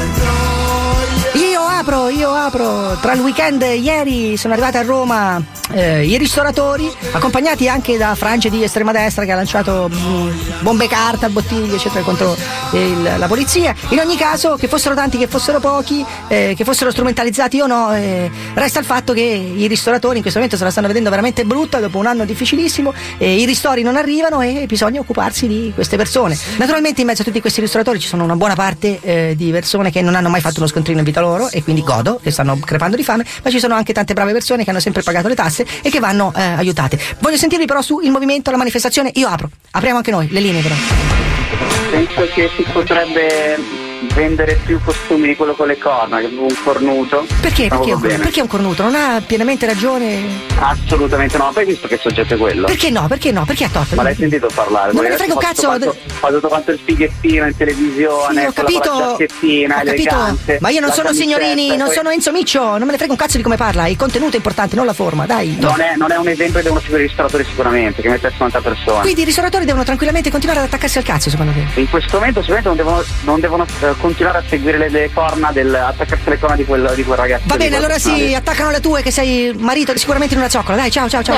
Speaker 11: è gioia.
Speaker 10: Io apro. Tra il weekend ieri sono arrivati a Roma i ristoratori, accompagnati anche da frange di estrema destra che ha lanciato bombe carta, bottiglie eccetera contro la polizia. In ogni caso, che fossero tanti, che fossero pochi, che fossero strumentalizzati o no, resta il fatto che i ristoratori in questo momento se la stanno vedendo veramente brutta dopo un anno difficilissimo, i ristori non arrivano e bisogna occuparsi di queste persone. Naturalmente in mezzo a tutti questi ristoratori ci sono una buona parte di persone che non hanno mai fatto uno scontrino in vita loro e quindi godo, che stanno crepando di fame, ma ci sono anche tante brave persone che hanno sempre pagato le tasse e che vanno aiutate. Voglio sentirvi però su il movimento, la manifestazione. Io apriamo anche noi le linee però.
Speaker 12: Penso che si potrebbe vendere più costumi di quello con le corna, che un cornuto.
Speaker 10: Perché un cornuto? Non ha pienamente ragione?
Speaker 12: Assolutamente no, poi visto che il soggetto è quello.
Speaker 10: Perché no? Perché ha torto?
Speaker 12: Ma l'hai sentito parlare?
Speaker 10: Non me ne frega un cazzo.
Speaker 12: Fa tutto quanto il fighettino in televisione,
Speaker 10: sì, ho capito,
Speaker 12: con la giacchettina elegante.
Speaker 10: Ma io non sono Signorini, non sono Enzo Miccio, non me ne frega un cazzo di come parla, il contenuto è importante, non la forma, dai.
Speaker 12: Non è un esempio che devono seguire i ristoratori sicuramente, che mette a 60 persone.
Speaker 10: Quindi i ristoratori devono tranquillamente continuare ad attaccarsi al cazzo, secondo te?
Speaker 12: In questo momento sicuramente non devono continuare a seguire le corna attaccarsi alle corna di quel ragazzo.
Speaker 10: Va bene, allora sì, attaccano le tue che sei marito sicuramente in una zoccola. Dai, ciao. Ciao,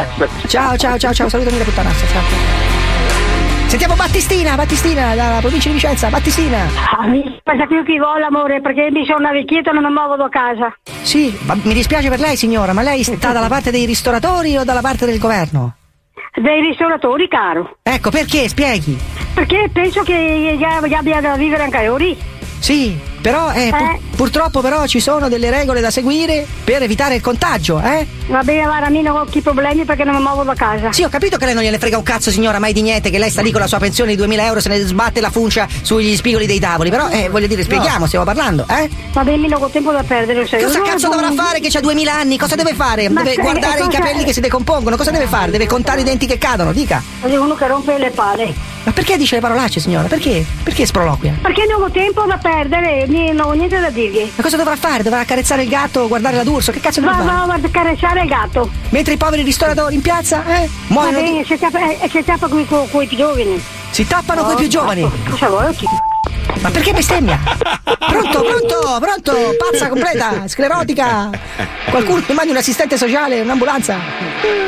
Speaker 10: salutami la puttanassa, ciao. Sentiamo Battistina dalla provincia di Vicenza. Battistina.
Speaker 13: Mi dispiace più chi vuole, amore, perché mi sono una vecchietta e non mi muovo da casa.
Speaker 10: Sì, mi dispiace per lei, signora, ma lei sta dalla parte dei ristoratori o dalla parte del governo?
Speaker 13: Dei ristoratori, caro.
Speaker 10: Ecco, perché? Spieghi.
Speaker 13: Perché penso che abbia da vivere anche ora.
Speaker 10: Sì, però purtroppo però ci sono delle regole da seguire per evitare il contagio,
Speaker 13: Va bene, guarda, a me non ho chi problemi perché non mi muovo da casa.
Speaker 10: Sì, ho capito che lei non gliene frega un cazzo, signora, mai di niente, che lei sta lì con la sua pensione di 2000 euro, se ne sbatte la funcia sugli spigoli dei tavoli, però voglio dire, spieghiamo, stiamo parlando,
Speaker 13: Va bene, non ho tempo da perdere, sai.
Speaker 10: Cosa cazzo dovrà fare che c'ha 2000 anni? Cosa deve fare? Deve guardare i capelli che si decompongono, cosa deve fare? Deve contare i denti che cadono, dica.
Speaker 13: È uno che rompe le palle.
Speaker 10: Ma perché dice le parolacce, signora? Perché? Perché sproloquia?
Speaker 13: Perché non ho tempo da perdere, non ho niente da dirgli.
Speaker 10: Ma cosa dovrà fare? Dovrà accarezzare il gatto, guardare la D'Urso? Che cazzo deve fare?
Speaker 13: Va a accarezzare il gatto.
Speaker 10: Mentre i poveri ristoratori in piazza, muoiono.
Speaker 13: Va bene, si tappa con i più giovani.
Speaker 10: Si tappano con i più giovani?
Speaker 13: Cosa vuoi?
Speaker 14: Ma perché bestemmia? Pronto, pazza completa, sclerotica. Qualcuno mi mandi un assistente sociale, un'ambulanza.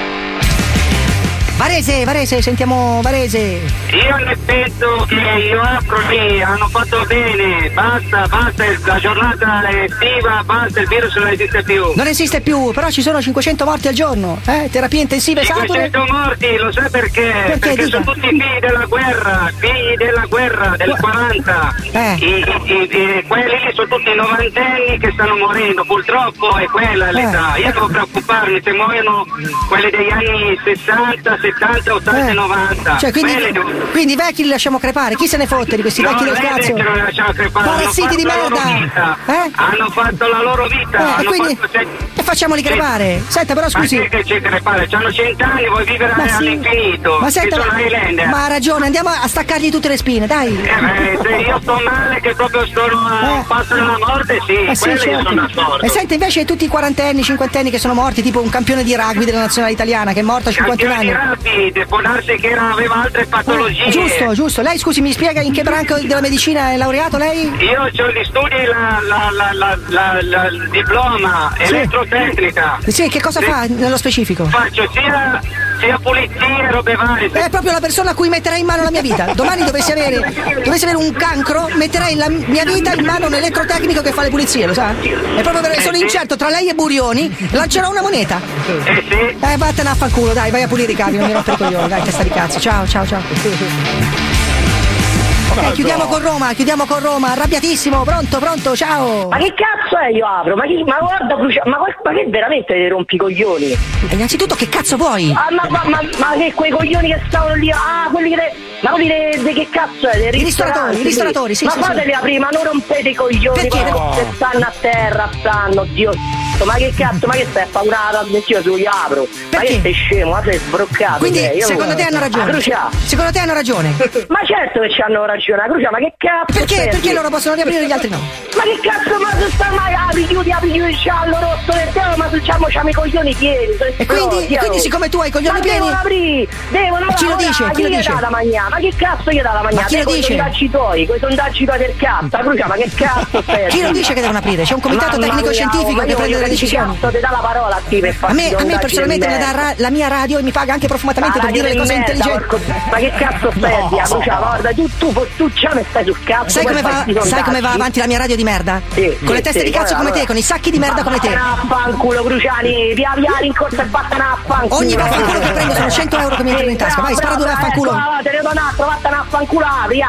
Speaker 14: Varese, sentiamo Varese.
Speaker 15: Io ne penso che io apro lì, hanno fatto bene, basta, la giornata è estiva, basta, il virus non esiste più.
Speaker 14: Non esiste più, però ci sono 500 morti al giorno, terapie intensive sature.
Speaker 15: 500 morti, lo sai perché? Perché sono tutti figli della guerra, del 40. Quelli sono tutti novantenni che stanno morendo, purtroppo è quella l'età. Io devo preoccuparmi se muoiono quelli degli anni 60, 70, 80 e 90.
Speaker 14: Cioè, quindi i vecchi li lasciamo crepare, chi se ne fotte di questi vecchi del cazzo?
Speaker 15: Non li lasciamo crepare,
Speaker 14: parassiti di merda!
Speaker 15: Hanno fatto la loro vita.
Speaker 14: E facciamoli crepare. Senta, però scusi.
Speaker 15: Ma che c'è crepare? C'hanno 100 anni, vuoi vivere all'infinito?
Speaker 14: Ma senta, ma ha ragione, andiamo a staccargli tutte le spine, dai.
Speaker 15: Se io sto male, che proprio sono a un passo dalla morte, io sono d'accordo.
Speaker 14: E senta, invece tutti i quarantenni, cinquantenni che sono morti, tipo un campione di rugby della nazionale italiana che è morto a 51 anni.
Speaker 15: Può darsi che aveva altre patologie.
Speaker 14: Giusto. Lei, scusi, mi spiega in che branco della medicina è laureato lei?
Speaker 15: Io ho gli studi, il diploma, elettrotecnica.
Speaker 14: Sì, che cosa fa nello specifico?
Speaker 15: Faccio sia pulizie, robe varie.
Speaker 14: È proprio la persona a cui metterei in mano la mia vita. Domani dovessi avere un cancro, metterei la mia vita in mano a un elettrotecnico che fa le pulizie, lo sa? È proprio vero, sono incerto tra lei e Burioni, lancerò una moneta.
Speaker 15: Sì.
Speaker 14: Vattene a fanculo, dai, vai a pulire i cavi, non mi rompere i coglioni, dai, testa di cazzo. Ciao. Ok, chiudiamo con Roma, arrabbiatissimo, pronto, ciao.
Speaker 16: Ma che cazzo è? Io apro, ma guarda, ma che veramente ti rompi i coglioni?
Speaker 14: E innanzitutto che cazzo vuoi?
Speaker 16: Ma che quei coglioni che stavano lì, quelli che ma vuol dire di che cazzo è?
Speaker 14: I ristoratori, sì.
Speaker 16: Ma fateli la prima, non rompete i coglioni.
Speaker 14: Perché?
Speaker 16: Stanno a terra, Dio. Ma che cazzo, ma che stai a fare una trasmissione su Iapro? Ma che sei scemo, ma sei sbroccato?
Speaker 14: Quindi secondo te hanno ragione? Secondo te hanno ragione?
Speaker 16: Ma certo che ci hanno ragione, Crucia, ma che cazzo?
Speaker 14: Perché loro possono riaprire e gli altri no?
Speaker 16: Ma che cazzo, ma se sta mai apri, chiudi, giallo, rotto del telo, ma c'hanno i coglioni pieni.
Speaker 14: E quindi siccome tu hai i coglioni pieni.
Speaker 16: Devono
Speaker 14: chi lo dice?
Speaker 16: Chi lo dice? Ma che cazzo gli dà da mangiare?
Speaker 14: Ma chi lo dice?
Speaker 16: Quei sondaggi tuoi del cazzo, Crucia, ma che cazzo stai?
Speaker 14: Chi lo dice che devono aprire? C'è un comitato tecnico scientifico che prende le decisioni.
Speaker 16: Ti dà la parola a te per fare.
Speaker 14: A me personalmente me la dà la mia radio e mi paga anche profumatamente per dire le cose intelligenti.
Speaker 16: Ma che cazzo stai a dire? Guarda, tu già mi stai sul cazzo.
Speaker 14: Sai come va avanti la mia radio di merda? Con le teste di cazzo come te, con i sacchi di merda come te.
Speaker 16: Vaffanculo, Cruciani, via in corsa e vattene a fanculo.
Speaker 14: Ogni vaffanculo che prendo sono 100 euro che mi entrano in tasca. Vai, spara due vaffanculo.
Speaker 16: Te ne do un altro, vattene a fanculo, apri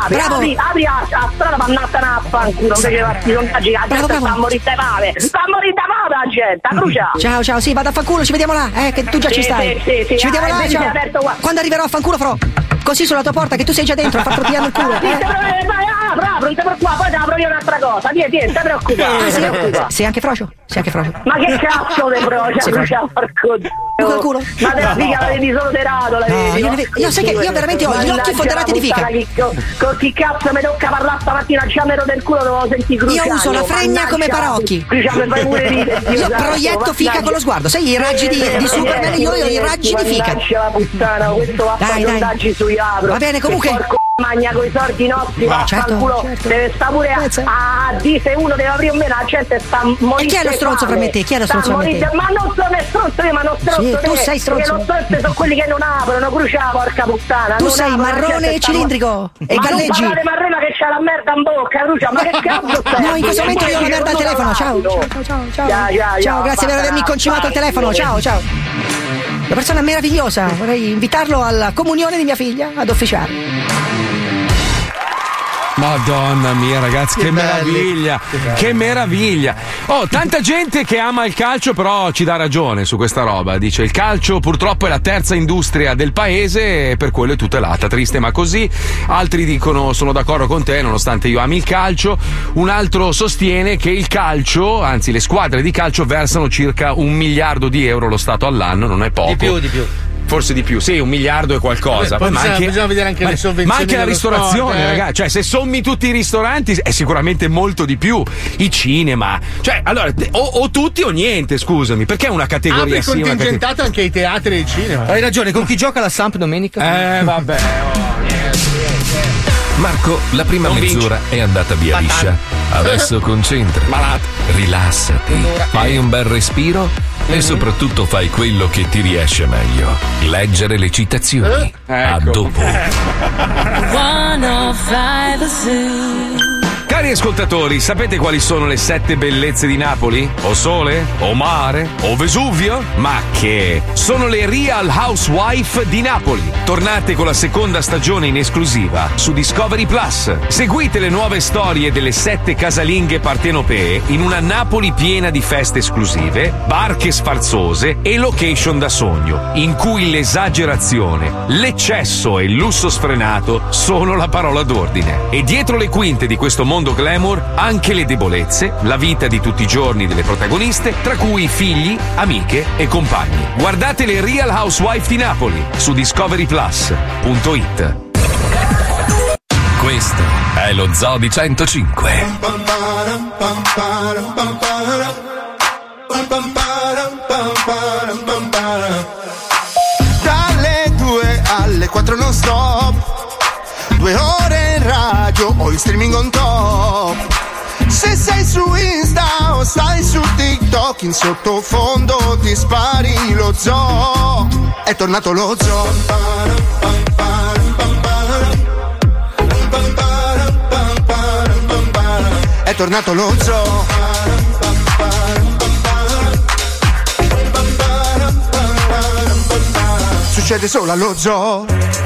Speaker 16: a strada, ma vattene a fanculo. Invece fatti sondaggi, la gente sta a morire di fame. Sta a morire di fame la gente, Crucia.
Speaker 14: Ciao, sì, vado a fanculo, ci vediamo là, che tu già ci stai.
Speaker 16: Sì.
Speaker 14: Ci vediamo là, ciao. Quando arriverò a fanculo farò così sulla tua porta che tu sei già dentro, a far troppiare il culo.
Speaker 16: Bravo, non ti preoccupare, poi te apro io un'altra cosa. Vieni, non ti preoccupare.
Speaker 14: Sei anche frocio?
Speaker 16: Ma che cazzo di frocio? Crucia, porco Dio.
Speaker 14: Col culo?
Speaker 16: Ma te figa, la vedi solo terato, la vedi?
Speaker 14: Io sai che io veramente ho gli occhi foderati di fica.
Speaker 16: Con chi cazzo mi tocca parlare stamattina al ciamero del culo, devo sentire Cruciani.
Speaker 14: Io uso la fregna come Parocchi. Io proietto fica con lo sguardo, sai i raggi di Superman, io ho i raggi di fica.
Speaker 16: La puttana, questo va a fare sondaggi su Iapro.
Speaker 14: Va bene, comunque.
Speaker 16: Magna coi soldi nostri, vaffanculo, deve sta pure a dire se uno deve aprire o meno, la gente sta morendo.
Speaker 14: E chi è lo stronzo fra me e te? Chi è lo stronzo fra me e te?
Speaker 16: Ma non sono stronzo io, ma non stronzo te.
Speaker 14: Tu sei stronzo.
Speaker 16: Perché lo stronzo sono quelli che non aprono, Crucia, porca puttana.
Speaker 14: Tu sei marrone e cilindrico e galleggi. Ma
Speaker 16: non parlare marrone che c'ha la merda in bocca, Crucia, ma che cazzo stai?
Speaker 14: No, in questo momento io ho la merda al telefono, ciao, grazie per avermi concimato il telefono, ciao. Una persona meravigliosa, vorrei invitarlo alla comunione di mia figlia ad officiare.
Speaker 3: Madonna mia, ragazzi, che meraviglia! Che meraviglia! Oh, tanta gente che ama il calcio, però ci dà ragione su questa roba. Dice: il calcio purtroppo è la terza industria del paese e per quello è tutelata. Triste, ma così. Altri dicono: sono d'accordo con te, nonostante io ami il calcio. Un altro sostiene che il calcio, anzi, le squadre di calcio versano circa 1 miliardo di euro lo Stato all'anno, non è poco.
Speaker 2: Di più.
Speaker 3: Forse di più, sì, 1 miliardo e qualcosa.
Speaker 5: Poi bisogna vedere anche le sovvenzioni.
Speaker 3: Ma anche la ristorazione, ragazzi. Cioè, se sommi tutti i ristoranti è sicuramente molto di più. I cinema. Cioè, allora, o tutti o niente, scusami. Perché è una categoria
Speaker 5: sì? Contingentato anche i teatri e i cinema.
Speaker 2: Hai ragione, con chi gioca la Samp domenica?
Speaker 3: Vabbè.
Speaker 1: Ma Marco, la prima mezz'ora è andata via liscia. Adesso concentrati, rilassati, fai un bel respiro e soprattutto fai quello che ti riesce meglio: leggere le citazioni. A dopo.
Speaker 3: Cari ascoltatori, sapete quali sono le 7 bellezze di Napoli? O sole? O mare? O Vesuvio? Ma che? Sono le Real Housewife di Napoli. Tornate con la seconda stagione in esclusiva su Discovery Plus. Seguite le nuove storie delle 7 casalinghe partenopee in una Napoli piena di feste esclusive, barche sfarzose e location da sogno, in cui l'esagerazione, l'eccesso e il lusso sfrenato sono la parola d'ordine. E dietro le quinte di questo mondo glamour anche le debolezze, la vita di tutti i giorni delle protagoniste, tra cui figli, amiche e compagni. Guardate le Real Housewife di Napoli su discoveryplus.it.
Speaker 1: Questo è lo Zoo di 105.
Speaker 11: Dalle 2 alle 4 non stop, 2 ore in radio o in streaming on top. Se sei su Insta o stai su TikTok, in sottofondo ti spari lo zoo. È tornato lo zoo. È tornato lo zoo. Succede solo allo zoo.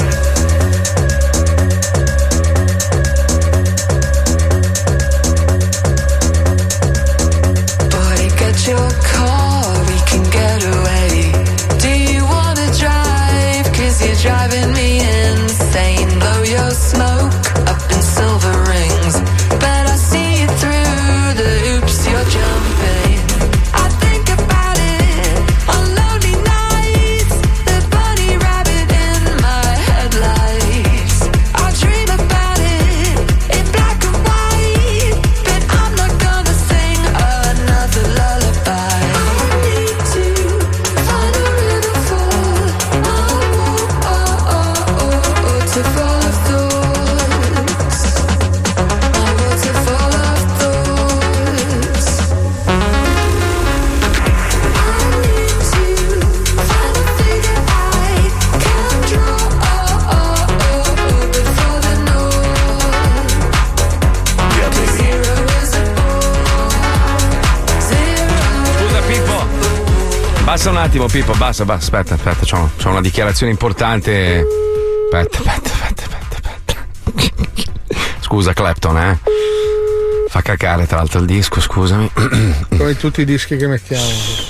Speaker 17: Your car, we can get away. Do you wanna drive? 'Cause you're driving me insane. Blow your smoke up in silver rings, but I see you through the hoops you're jumping. I think about it on lonely nights, the bunny rabbit in my headlights. I dream about it in black and white, but I'm not gonna sing another lullaby.
Speaker 3: Basta un attimo, Pippo, basta, aspetta, c'ho una dichiarazione importante. Aspetta. Scusa, Clapton, fa cacare tra l'altro il disco, scusami.
Speaker 5: Come tutti i dischi che mettiamo.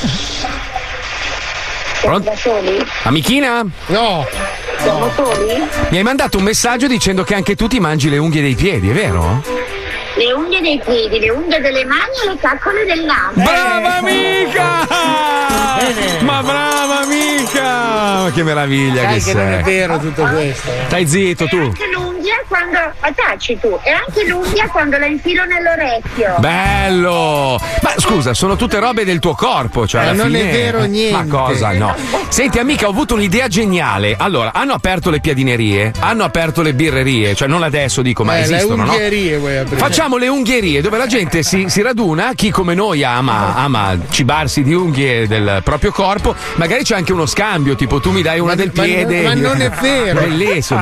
Speaker 3: Pronto? Amichina?
Speaker 5: No.
Speaker 16: Siamo soli?
Speaker 3: Mi hai mandato un messaggio dicendo che anche tu ti mangi le unghie dei piedi, è vero?
Speaker 16: Le unghie dei piedi, le unghie delle mani e le caccole del naso.
Speaker 3: Brava amica! Ma brava amica! Ma che meraviglia
Speaker 5: sai
Speaker 3: che sei!
Speaker 5: Non è vero tutto questo.
Speaker 3: Stai zitto tu.
Speaker 16: E anche l'unghia quando taci tu. E anche l'unghia quando la infilo nell'orecchio.
Speaker 3: Bello! Ma scusa, sono tutte robe del tuo corpo, cioè alla
Speaker 5: non
Speaker 3: fine...
Speaker 5: è vero niente.
Speaker 3: Ma cosa? No. Senti amica, ho avuto un'idea geniale. Allora, hanno aperto le piadinerie, hanno aperto le birrerie, cioè non adesso dico, ma esistono,
Speaker 5: le unghierie,
Speaker 3: no?
Speaker 5: Vuoi aprire?
Speaker 3: Facciamo le unghierie dove la gente si raduna, chi come noi ama cibarsi di unghie del proprio corpo, magari c'è anche uno scambio, tipo tu mi dai una del piede.
Speaker 5: Ma non è vero.
Speaker 3: Bellissimo.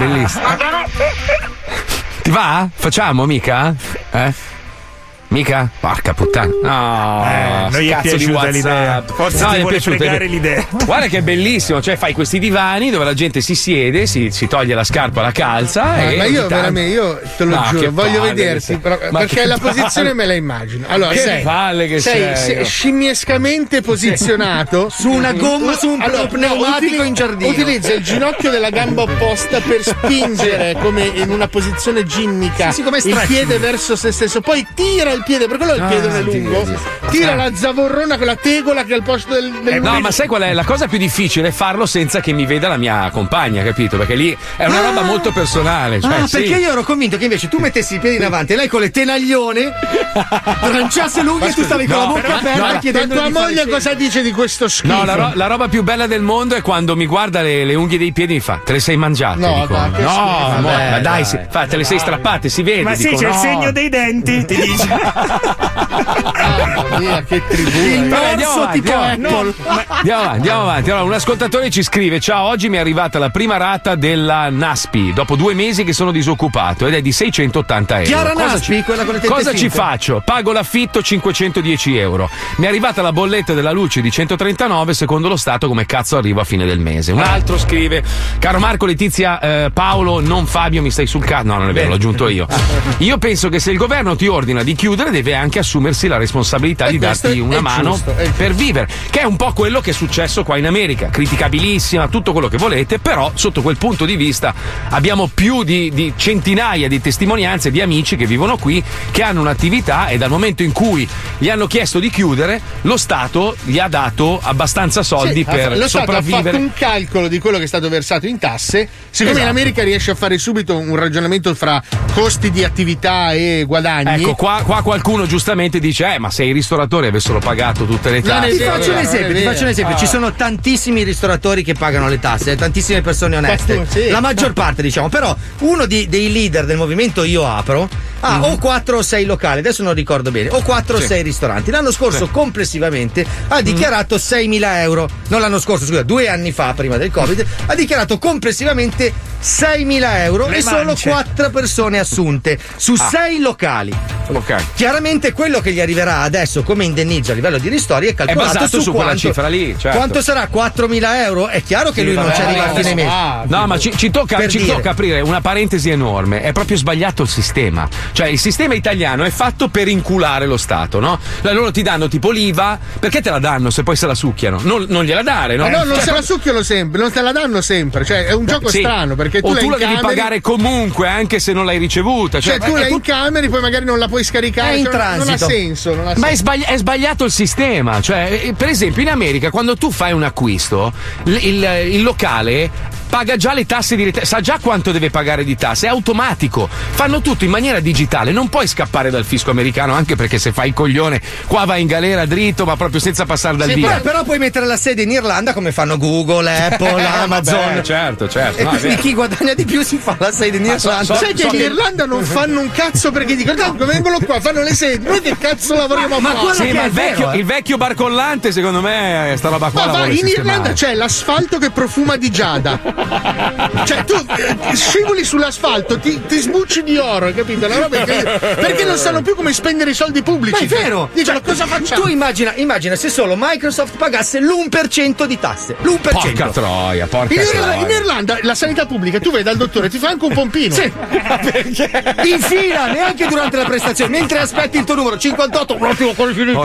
Speaker 3: Ti va? Facciamo, mica? Mica? Porca puttana. No,
Speaker 4: non gli è piaciuta l'idea. Forse
Speaker 3: no,
Speaker 4: ti vuole fregare l'idea.
Speaker 3: Guarda che è bellissimo, cioè fai questi divani dove la gente si siede, si toglie la scarpa, la calza.
Speaker 5: Ma io veramente, io te lo giuro, voglio vederti, perché la posizione me la immagino. Allora,
Speaker 3: che palle che sei
Speaker 5: scimmiescamente posizionato
Speaker 2: su una gomma, su un pneumatico in giardino.
Speaker 5: Utilizza il ginocchio della gamba opposta per spingere come in una posizione ginnica
Speaker 2: come
Speaker 5: il piede verso se stesso, poi tira il il piede, perché quello è il piede lungo. Tira la zavorrona con la tegola che è al posto del
Speaker 3: No, ma sai qual è? La cosa più difficile è farlo senza che mi veda la mia compagna, capito? Perché lì è una roba molto personale. Cioè, sì.
Speaker 2: Perché io ero convinto che invece tu mettessi i piedi in avanti e lei con le tenaglione tranciasse l'unghia e tu stavi con la bocca aperta chiedendo.
Speaker 5: Tua moglie cosa dice di questo schifo?
Speaker 3: No, la roba più bella del mondo è quando mi guarda le unghie dei piedi e mi fa: te le sei mangiate?
Speaker 5: No,
Speaker 3: dico,
Speaker 5: dai,
Speaker 3: ma dai, te le sei strappate, si vede.
Speaker 4: Ma
Speaker 3: dico,
Speaker 4: sì, c'è il segno dei denti, ti dice.
Speaker 5: Che tribù.
Speaker 2: Il morso tipo Apple.
Speaker 3: Andiamo avanti. Allora, un ascoltatore ci scrive: ciao, oggi mi è arrivata la prima rata della Naspi dopo 2 mesi che sono disoccupato ed è di 680 euro.
Speaker 2: Chiara Naspi, quella con le tette
Speaker 3: cosa ci
Speaker 2: finte.
Speaker 3: faccio? Pago l'affitto 510 euro. Mi è arrivata la bolletta della luce di 139, secondo lo Stato come cazzo arrivo a fine del mese. Un altro scrive: caro Marco, Letizia, Paolo, non Fabio, mi stai sul cazzo. No, non è vero, l'ho aggiunto io. Io penso che se il governo ti ordina di chiudere deve anche assumersi la responsabilità di darti una mano per vivere, che è un po' quello che è successo qua in America. Criticabilissima, tutto quello che volete, però sotto quel punto di vista abbiamo più di centinaia di testimonianze di amici che vivono qui, che hanno un'attività e dal momento in cui gli hanno chiesto di chiudere, lo Stato gli ha dato abbastanza soldi per
Speaker 5: lo Stato
Speaker 3: sopravvivere.
Speaker 5: ha fatto un calcolo di quello che è stato versato in tasse. Siccome in America riesce a fare subito un ragionamento fra costi di attività e guadagni.
Speaker 3: Ecco, qua qualcuno giustamente dice: ma se i ristoratori avessero pagato tutte le tasse.
Speaker 2: Ti faccio un esempio. Ci sono tantissimi ristoratori che pagano le tasse, tantissime persone oneste.
Speaker 5: Sì.
Speaker 2: La maggior parte, diciamo. Però uno dei leader del movimento Io Apro ha o 4 o 6 locali, adesso non ricordo bene, o 4 o 6 ristoranti. L'anno scorso complessivamente ha dichiarato 6.000 euro. Non l'anno scorso, scusa, 2 anni fa, prima del Covid, ha dichiarato complessivamente 6.000 euro e solo 4 persone assunte su 6 locali.
Speaker 3: Okay.
Speaker 2: Chiaramente quello che gli arriverà adesso come indennizzo a livello di ristori è calcolato
Speaker 3: basato su quella
Speaker 2: quanto,
Speaker 3: cifra lì, certo.
Speaker 2: Quanto sarà? 4.000 euro? È chiaro che lui non ci arriva a fine mese.
Speaker 3: No, ma ci tocca aprire una parentesi enorme. È proprio sbagliato il sistema. Cioè, il sistema italiano è fatto per inculare lo Stato, no? Loro ti danno tipo l'IVA, perché te la danno se poi se la succhiano? Non gliela dare, no?
Speaker 5: No, non se la succhiano sempre, non te la danno sempre. Cioè, è un gioco strano perché tu
Speaker 3: la devi pagare comunque, anche se non l'hai ricevuta.
Speaker 5: Cioè tu la incameri, poi magari non la puoi scaricare.
Speaker 2: È in transito.
Speaker 5: Non ha senso.
Speaker 3: Ma è sbagliato il sistema. Cioè, per esempio, in America, quando tu fai un acquisto, il locale paga già le tasse dirette, sa già quanto deve pagare di tasse, è automatico. Fanno tutto in maniera digitale, non puoi scappare dal fisco americano, anche perché se fai il coglione qua vai in galera dritto, ma proprio senza passare dal via.
Speaker 2: Però puoi mettere la sede in Irlanda come fanno Google, Apple, Amazon.
Speaker 3: Vabbè, certo.
Speaker 2: E quindi chi guadagna di più si fa la sede in Irlanda.
Speaker 5: Sai che in Irlanda non fanno un cazzo perché dicono tanto vengono qua, fanno le sedi, noi che cazzo lavoriamo qua?
Speaker 3: Sì, ma il vecchio barcollante secondo me sta roba qua.
Speaker 5: Ma in Irlanda c'è l'asfalto che profuma di giada. Cioè tu scivoli sull'asfalto, ti sbucci di oro, capito? La roba perché non sanno più come spendere i soldi pubblici.
Speaker 2: Ma è vero!
Speaker 5: Dicono cosa facciamo?
Speaker 2: Tu immagina se solo Microsoft pagasse l'1% di tasse. L'1%.
Speaker 3: Porca troia.
Speaker 5: In Irlanda la sanità pubblica, tu vai dal dottore, ti fa anche un pompino.
Speaker 2: Sì. Perché? In fila, neanche durante la prestazione, mentre aspetti il tuo numero 58, un attimo con il finito.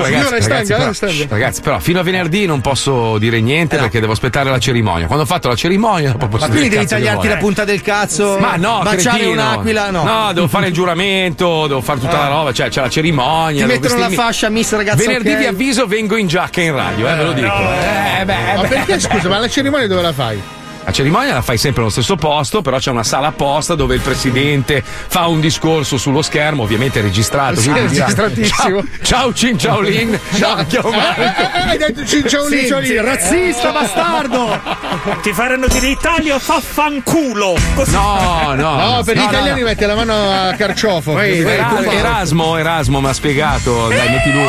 Speaker 3: Ragazzi, però fino a venerdì non posso dire niente perché devo aspettare la cerimonia. Quando ho fatto la cerimonia, dopo posso dire.
Speaker 2: Quindi devi tagliarti la punta del cazzo?
Speaker 3: Ma no,
Speaker 2: baciare
Speaker 3: cretino.
Speaker 2: un'aquila? No,
Speaker 3: devo fare il giuramento, devo fare tutta la roba, cioè c'è la cerimonia.
Speaker 2: Ti mettono la fascia, miss ragazza.
Speaker 3: Venerdì vi avviso, vengo in giacca in radio, ve lo dico.
Speaker 5: Ma perché scusa, ma la cerimonia dove la fai?
Speaker 3: La cerimonia la fai sempre allo stesso posto, però c'è una sala apposta dove il presidente fa un discorso sullo schermo, ovviamente registrato.
Speaker 5: Sì, registratissimo.
Speaker 3: Ciao Cin Ciao Lin. Ciao
Speaker 5: hai detto Cin Ciao Lin.
Speaker 2: Sì, razzista bastardo.
Speaker 4: Ti faranno dire Italia fa fanculo.
Speaker 3: No,
Speaker 5: per gli italiani mette la mano a carciofo.
Speaker 3: Erasmo mi ha spiegato, dai, metti lui.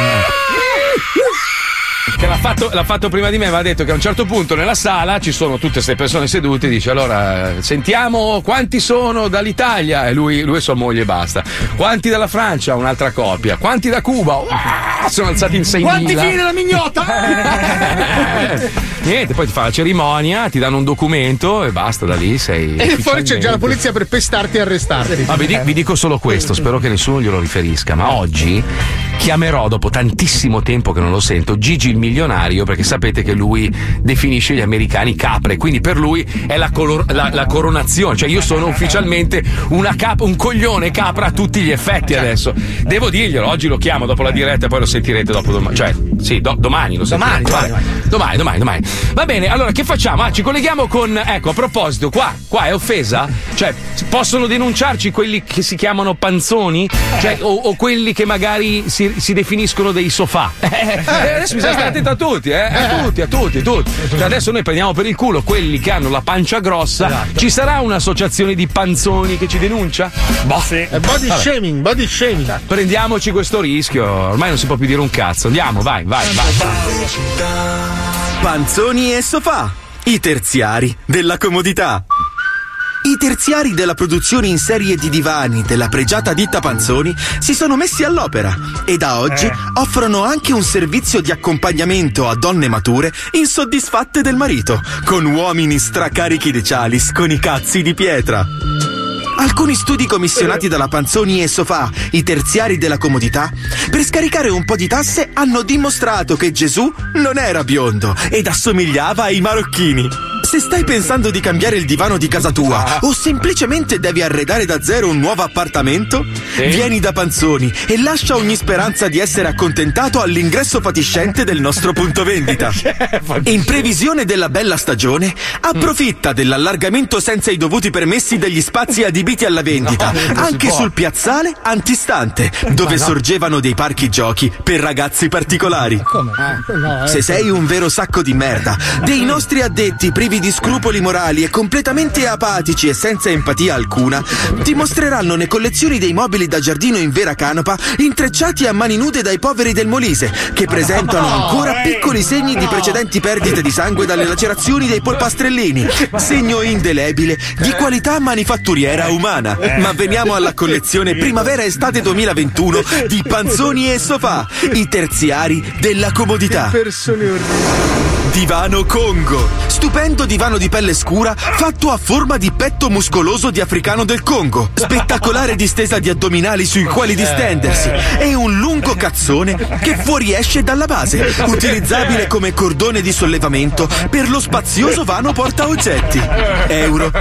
Speaker 3: Che l'ha fatto prima di me, mi ha detto che a un certo punto nella sala ci sono tutte queste persone sedute, dice allora sentiamo quanti sono dall'Italia, e lui e sua moglie basta, quanti dalla Francia, un'altra coppia, quanti da Cuba, sono alzati in 6.000,
Speaker 2: quanti figli della mignota.
Speaker 3: Niente, poi ti fa la cerimonia, ti danno un documento e basta, da lì sei
Speaker 5: e fuori c'è già la polizia per pestarti e arrestarti.
Speaker 3: Vi dico solo questo, spero che nessuno glielo riferisca, ma oggi chiamerò dopo tantissimo tempo che non lo sento Gigi il milionario, perché sapete che lui definisce gli americani capre, quindi per lui è la coronazione, cioè io sono ufficialmente un coglione capra a tutti gli effetti adesso. Devo dirglielo, oggi lo chiamo dopo la diretta, poi lo sentirete dopo domani, cioè sì, domani lo sentirete. Domani. Va bene, allora che facciamo? Ci colleghiamo con, ecco, a proposito, qua è offesa? Cioè, possono denunciarci quelli che si chiamano panzoni? Cioè, o quelli che magari si definiscono dei sofà? Adesso bisogna stare attento a tutti, a tutti. Cioè, adesso noi prendiamo per il culo quelli che hanno la pancia grossa. Esatto. Ci sarà un'associazione di panzoni che ci denuncia?
Speaker 5: Sì. Body shaming.
Speaker 3: Prendiamoci questo rischio, ormai non si può più dire un cazzo. Andiamo, vai.
Speaker 7: Panzoni e sofà, i terziari della comodità. I terziari della produzione in serie di divani della pregiata ditta Panzoni si sono messi all'opera e da oggi offrono anche un servizio di accompagnamento a donne mature insoddisfatte del marito, con uomini stracarichi di Cialis con i cazzi di pietra. Alcuni studi commissionati dalla Panzoni e Sofà, i terziari della comodità, per scaricare un po' di tasse hanno dimostrato che Gesù non era biondo ed assomigliava ai marocchini. Se stai pensando di cambiare il divano di casa tua o semplicemente devi arredare da zero un nuovo appartamento, vieni da Panzoni e lascia ogni speranza di essere accontentato all'ingresso fatiscente del nostro punto vendita. In previsione della bella stagione, approfitta dell'allargamento senza i dovuti permessi degli spazi adibiti alla vendita, anche sul piazzale antistante, dove sorgevano dei parchi giochi per ragazzi particolari. Se sei un vero sacco di merda, dei nostri addetti privi di scrupoli morali e completamente apatici e senza empatia alcuna, ti mostreranno le collezioni dei mobili da giardino in vera canapa intrecciati a mani nude dai poveri del Molise, che presentano ancora piccoli segni di precedenti perdite di sangue dalle lacerazioni dei polpastrellini, segno indelebile di qualità manifatturiera umana. Ma veniamo alla collezione primavera-estate 2021 di Panzoni e Sofà, i terziari della comodità.
Speaker 5: Persone orribili.
Speaker 7: Divano Congo, stupendo divano di pelle scura fatto a forma di petto muscoloso di africano del Congo, spettacolare distesa di addominali sui quali distendersi e un lungo cazzone che fuoriesce dalla base, utilizzabile come cordone di sollevamento per lo spazioso vano porta oggetti. Euro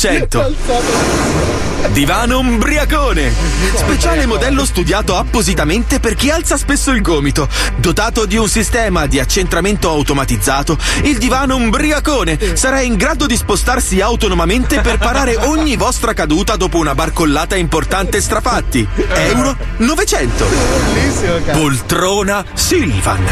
Speaker 7: 800. Divano Umbriacone, speciale modello studiato appositamente per chi alza spesso il gomito, dotato di un sistema di accentramento automatizzato. Il divano Umbriacone sarà in grado di spostarsi autonomamente per parare ogni vostra caduta dopo una barcollata importante strafatti. Euro 900. Poltrona Silvan,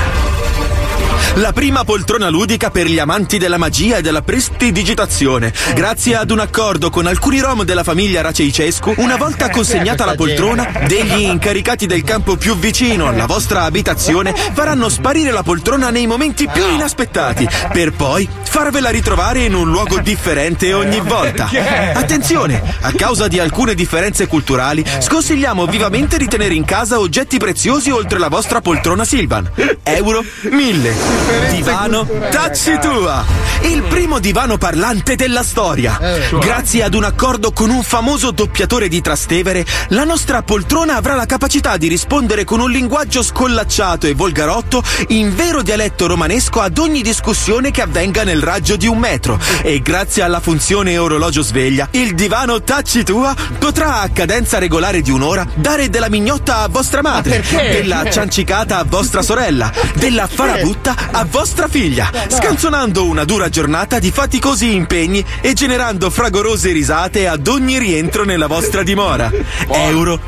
Speaker 7: la prima poltrona ludica per gli amanti della magia e della prestidigitazione. Grazie ad un accordo con alcuni rom della famiglia Raceicescu, una volta consegnata la poltrona, degli incaricati del campo più vicino alla vostra abitazione faranno sparire la poltrona nei momenti più inaspettati, per poi farvela ritrovare in un luogo differente ogni volta. Attenzione, a causa di alcune differenze culturali, sconsigliamo vivamente di tenere in casa oggetti preziosi oltre la vostra poltrona Silvan. Euro 1000. Divano Tacitua, il primo divano parlante della storia. Grazie ad un accordo con un famoso doppiatore di Trastevere, la nostra poltrona avrà la capacità di rispondere con un linguaggio scollacciato e volgarotto in vero dialetto romanesco ad ogni discussione che avvenga nel raggio di 1 metro. E grazie alla funzione orologio sveglia, il divano Tacitua potrà a cadenza regolare di 1 ora dare della mignotta a vostra madre, della ciancicata a vostra sorella, della farabutta a vostra figlia, scanzonando una dura giornata di faticosi impegni e generando fragorose risate ad ogni rientro nella vostra dimora. Euro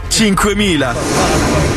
Speaker 7: 5000.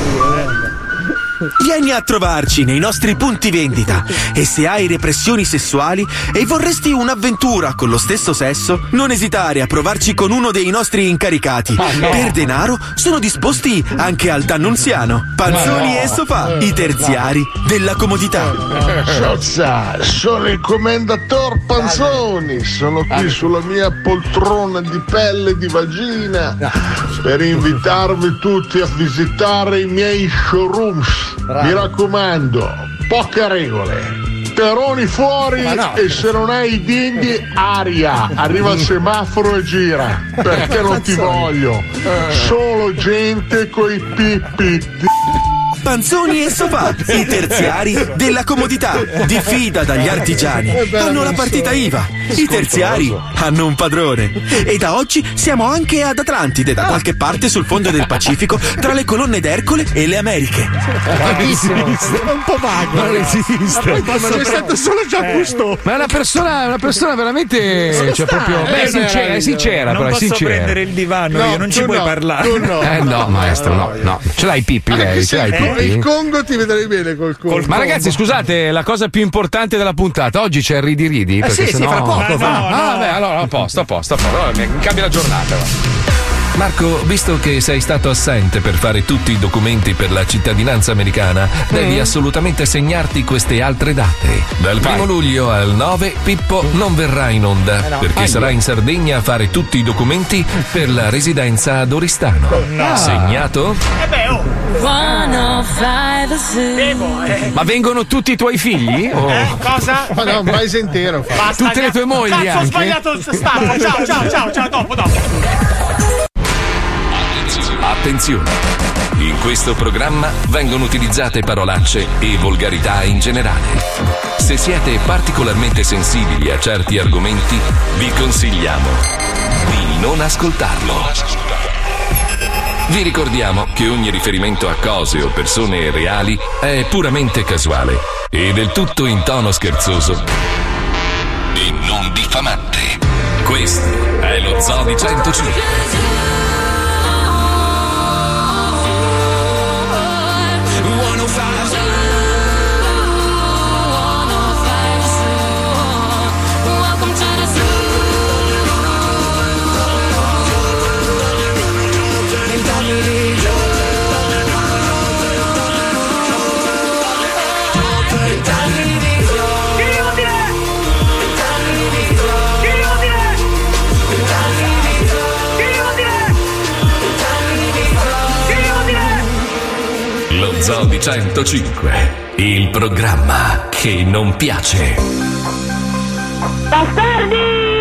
Speaker 7: Vieni a trovarci nei nostri punti vendita e se hai repressioni sessuali e vorresti un'avventura con lo stesso sesso, non esitare a provarci con uno dei nostri incaricati. Per denaro sono disposti anche al D'Annunziano. Panzoni e Sofà, i terziari della comodità.
Speaker 8: Sozza, sono il commendator Panzoni, sono qui sulla mia poltrona di pelle di vagina per invitarvi tutti a visitare i miei showrooms. Mi raccomando, poche regole. Teroni fuori e se non hai i dindi, aria. Arriva il semaforo e gira. Perché non ti voglio. Solo gente coi pippi.
Speaker 7: Panzoni e Sofà, i terziari della comodità. Diffida dagli artigiani. Hanno la partita IVA. I terziari hanno un padrone. E da oggi siamo anche ad Atlantide, da qualche parte sul fondo del Pacifico, tra le colonne d'Ercole e le Americhe.
Speaker 5: È un po' vago.
Speaker 3: Non esiste.
Speaker 5: C'è stato solo Giangusto.
Speaker 3: Ma è una persona veramente. Cioè, proprio. Beh, è sincera,
Speaker 4: non
Speaker 3: però è
Speaker 4: posso
Speaker 3: sincera.
Speaker 4: prendere il divano, io non ci puoi parlare.
Speaker 3: No, maestro, no. Ce l'hai Pippi lei? Ce l'hai Pippi?
Speaker 5: Il Congo ti vedrei bene col Congo.
Speaker 3: Ma ragazzi, scusate, la cosa più importante della puntata, oggi c'è il ridi, perché sennò...
Speaker 2: fra poco.
Speaker 3: Vabbè, allora a posto. Allora, mi cambia la giornata. Va.
Speaker 1: Marco, visto che sei stato assente per fare tutti i documenti per la cittadinanza americana, devi assolutamente segnarti queste altre date. Dal 1 luglio al 9 Pippo non verrà in onda, perché sarà in Sardegna a fare tutti i documenti per la residenza ad Oristano. Segnato?
Speaker 3: Ma vengono tutti i tuoi figli?
Speaker 6: Cosa?
Speaker 5: Ma no, un paese intero.
Speaker 6: Basta,
Speaker 3: tutte le tue mogli
Speaker 6: cazzo,
Speaker 3: anche?
Speaker 6: ho sbagliato staffa. Ciao, dopo.
Speaker 1: Attenzione! In questo programma vengono utilizzate parolacce e volgarità in generale. Se siete particolarmente sensibili a certi argomenti, vi consigliamo di non ascoltarlo. Vi ricordiamo che ogni riferimento a cose o persone reali è puramente casuale e del tutto in tono scherzoso e non diffamante. Questo è lo Zoo di 105. Lo Zoo di 105, il programma che non piace.
Speaker 16: Bastardi!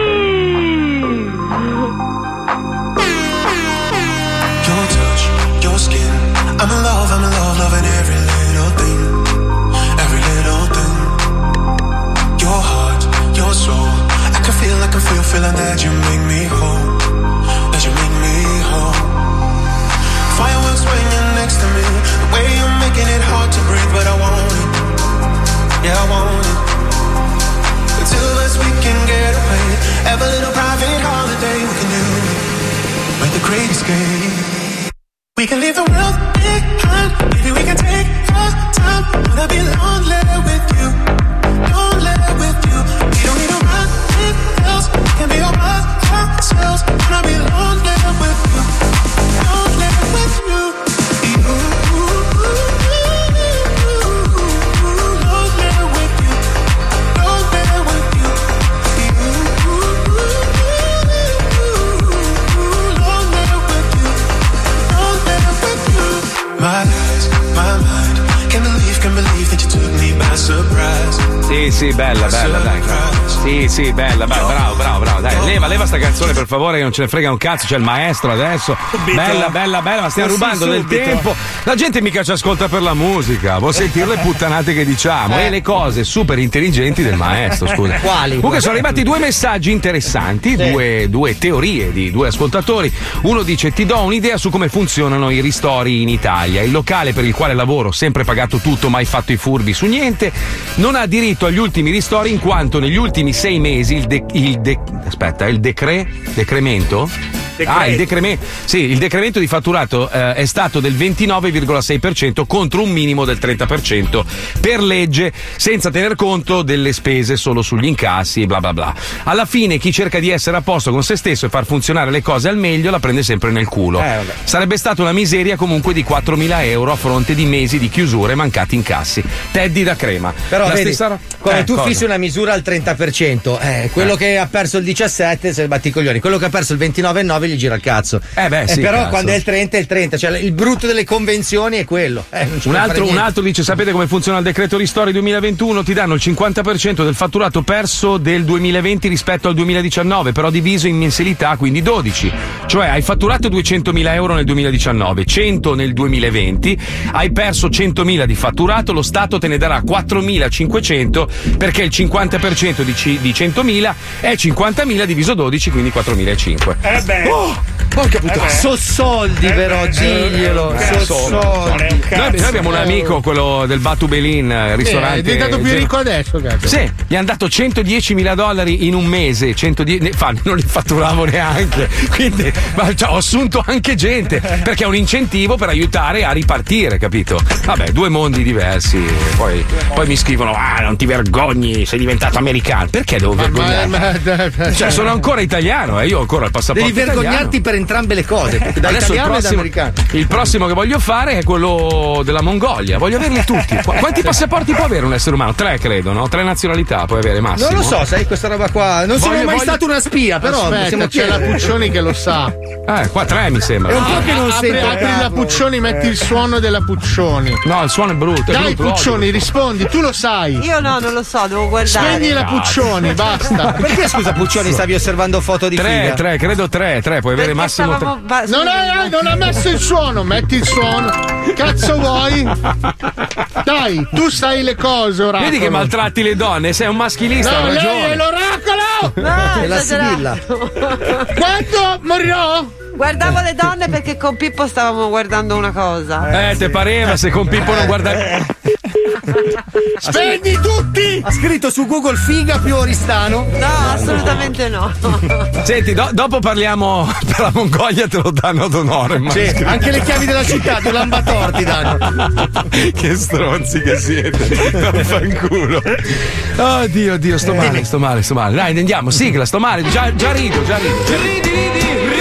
Speaker 11: Your touch, your skin. I'm in love, loving every little thing. Every little thing. Your heart, your soul. I can feel, feeling that you make me whole. That you make me whole. Fireworks when you're next to me. The way you're making it hard to breathe, but I want it. Yeah, I want it. Until us we can get away. Have a little private holiday. We can do it. With the great escape. We can leave the world behind. Maybe we can take our time. Wanna be lonely with you. Lonely with you. We don't need nothing else. We can be all by ourselves. Wanna be lonely with you. Lonely with you. My eyes, my mind, can believe that you took me by surprise.
Speaker 3: Sì, bella, dai. Sì, bella, bravo, dai. Leva sta canzone per favore, che non ce ne frega un cazzo, c'è il maestro adesso. Bella, ma stiamo rubando del tempo. La gente mica ci ascolta per la musica, vuol sentire le puttanate che diciamo e le cose super intelligenti del maestro, scusa.
Speaker 2: Quali?
Speaker 3: Comunque sono arrivati due messaggi interessanti, due teorie di due ascoltatori. Uno dice: ti do un'idea su come funzionano i ristori in Italia. Il locale per il quale lavoro, sempre pagato tutto, mai fatto i furbi su niente, non ha diritto agli ultimi ristori in quanto negli ultimi 6 mesi il decremento? Il decremento di fatturato è stato del 29,6% contro un minimo del 30% per legge, senza tener conto delle spese solo sugli incassi e bla bla bla. Alla fine chi cerca di essere a posto con se stesso e far funzionare le cose al meglio la prende sempre nel culo. Sarebbe stata una miseria comunque di 4.000 euro a fronte di mesi di chiusure e mancati incassi. Teddy da crema.
Speaker 2: Però vedi,
Speaker 3: stessa...
Speaker 2: quando tu fissi una misura al 30%, quello che ha perso il 17 se batti i coglioni, quello che ha perso il 29,9 29 gli gira il cazzo.
Speaker 3: Sì,
Speaker 2: però
Speaker 3: cazzo.
Speaker 2: quando è il 30 è il 30, cioè il brutto delle convenzioni è quello. Non ci
Speaker 3: Un
Speaker 2: puoi fare niente.
Speaker 3: altro dice: sapete come funziona il decreto ristori 2021? Ti danno il 50% del fatturato perso del 2020 rispetto al 2019, però diviso in mensilità, quindi 12. Cioè hai fatturato 200.000 euro nel 2019, 100 nel 2020, hai perso 100.000 di fatturato, lo Stato te ne darà 4.500 perché il 50% di 100.000 è 50.000 diviso 12, quindi 4.500.
Speaker 2: Porca puttana. So soldi però, diglielo. Soldi.
Speaker 3: Noi abbiamo un amico, quello del Batu Belin, ristorante.
Speaker 5: È diventato più ricco adesso, cazzo.
Speaker 3: Sì, gli hanno dato $110.000 in un mese. 110, non li fatturavo neanche. Quindi ho assunto anche gente perché è un incentivo per aiutare a ripartire, capito? Vabbè, due mondi diversi. Poi mi scrivono: non ti vergogni, sei diventato americano. Perché devo vergognarmi? Cioè, sono ancora italiano, io ho ancora il passaporto.
Speaker 2: Devi vergognarti per entrambe le cose, da
Speaker 3: adesso
Speaker 2: italiano e da americano.
Speaker 3: Il prossimo che voglio fare è quello della Mongolia. Voglio averli tutti. Quanti passaporti può avere un essere umano? 3, credo, no? 3 nazionalità puoi avere massimo.
Speaker 2: Non lo so, sai questa roba qua. Non sono mai stato una spia, però
Speaker 5: aspetta, c'è la Puccioni che lo sa.
Speaker 3: Qua 3 mi sembra.
Speaker 2: È un po' che non sento.
Speaker 5: Apri la Puccioni, metti il suono della Puccioni.
Speaker 3: No, il suono è brutto.
Speaker 5: Dai, Puccioni, rispondi, tu lo sai.
Speaker 18: Io no, non lo so, devo guardare.
Speaker 5: Spegni la Puccioni, basta.
Speaker 2: Perché scusa Puccioni stavi osservando foto di figa?
Speaker 3: 3, credo 3, puoi avere massimo 3.
Speaker 5: Non ha messo il suono, metti il suono. Cazzo vuoi? Dai, tu sai le cose, oracolo.
Speaker 3: Vedi che maltratti le donne, sei un maschilista,
Speaker 5: no,
Speaker 3: hai ragione.
Speaker 5: lei è l'oracolo!
Speaker 18: No,
Speaker 2: è la Sibilla.
Speaker 5: Quando morirò?
Speaker 18: Guardavo le donne perché con Pippo stavamo guardando una cosa.
Speaker 3: Te pareva se con Pippo non guardavi.
Speaker 5: Spegni tutti!
Speaker 2: Ha scritto su Google figa più Oristano.
Speaker 18: No, assolutamente no.
Speaker 3: Senti, dopo parliamo per la Mongolia, te lo danno ad onore.
Speaker 2: Sì, anche le chiavi della città di Lambator ti danno.
Speaker 3: Che stronzi che siete. Vaffanculo. Oh Dio, sto male. Dai, andiamo, sigla, sto male. Già rido. Ridi.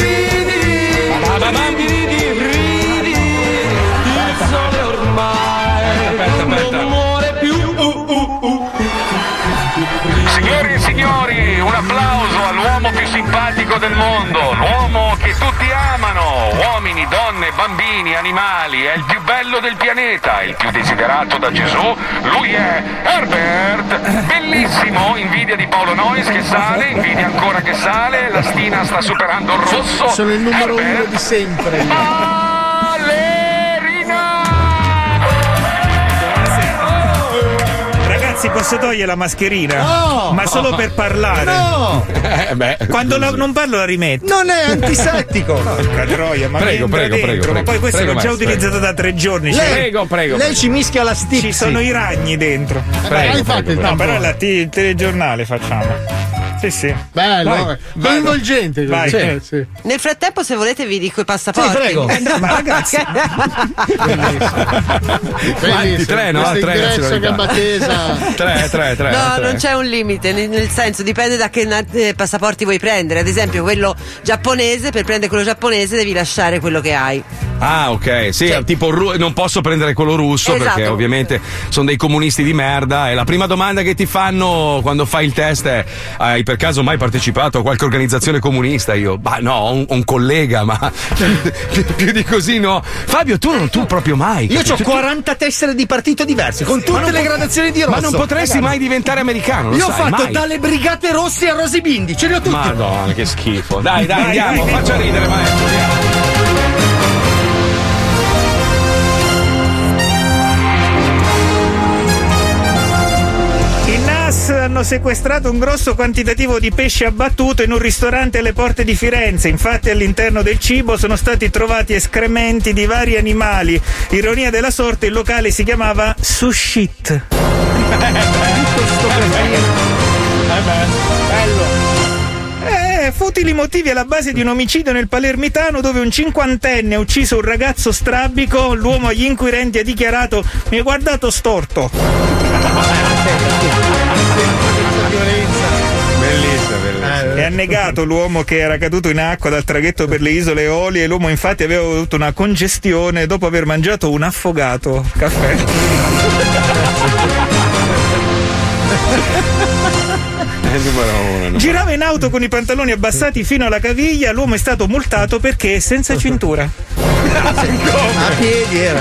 Speaker 3: Il sole ormai non muore più.
Speaker 1: Signori e signori, un applauso all'uomo più simpatico del mondo, l'uomo che tutti amano, uomini, donne, bambini, animali, è il più bello del pianeta, il più desiderato da Gesù, lui è Herbert, bellissimo, invidia di Paolo Noyes che sale, invidia ancora che sale, la stina sta superando il rosso.
Speaker 5: Sono il numero 1 di sempre.
Speaker 4: Ragazzi, posso togliere la mascherina?
Speaker 2: No!
Speaker 4: Ma solo per parlare.
Speaker 2: No!
Speaker 4: Quando non parlo la rimetto.
Speaker 2: Non è antisettico.
Speaker 4: Porca troia, ma
Speaker 3: prego.
Speaker 4: Ma poi questo l'ho già utilizzato da 3 giorni.
Speaker 3: Prego.
Speaker 2: Lei ci mischia la stipsi.
Speaker 4: Ci sono i ragni dentro. No, però il telegiornale facciamo. Sì.
Speaker 5: Bello, coinvolgente.
Speaker 2: Sì.
Speaker 18: Nel frattempo, se volete, vi dico i passaporti.
Speaker 2: Sì, prego.
Speaker 4: No, ma ragazzi.
Speaker 3: Quanti? 3, no? 3
Speaker 5: ingresso gamba tesa.
Speaker 3: 3.
Speaker 18: No, non c'è un limite, nel senso dipende da che passaporti vuoi prendere. Ad esempio, quello giapponese, per prendere quello giapponese devi lasciare quello che hai.
Speaker 3: Ah, ok, sì. Tipo non posso prendere quello russo,
Speaker 18: esatto,
Speaker 3: perché ovviamente sono dei comunisti di merda. E la prima domanda che ti fanno quando fai il test è: hai per caso mai partecipato a qualche organizzazione comunista? Io, ho un collega, ma più di così no. Fabio, tu proprio mai.
Speaker 2: Io ho 40 tessere di partito diverse, con tutte le gradazioni di rosso.
Speaker 3: Ma non potresti mai diventare americano?
Speaker 2: Io ho fatto dalle brigate rosse a Rosy Bindi, ce li ho tutti.
Speaker 3: Madonna, che schifo. Dai, andiamo, faccia ridere, maestro, andiamo.
Speaker 4: Hanno sequestrato un grosso quantitativo di pesce abbattuto in un ristorante alle porte di Firenze. Infatti all'interno del cibo sono stati trovati escrementi di vari animali. Ironia della sorte, il locale si chiamava Sushit. Futili motivi alla base di un omicidio nel Palermitano, dove un 50enne ha ucciso un ragazzo strabico. L'uomo agli inquirenti ha dichiarato: mi ha guardato storto.
Speaker 3: Bellissimo.
Speaker 4: E ha negato l'uomo che era caduto in acqua dal traghetto per le isole Eolie. L'uomo infatti aveva avuto una congestione dopo aver mangiato un affogato caffè.
Speaker 3: numero 1.
Speaker 4: Girava in auto con i pantaloni abbassati fino alla caviglia, l'uomo è stato multato perché è senza cintura.
Speaker 2: A piedi era.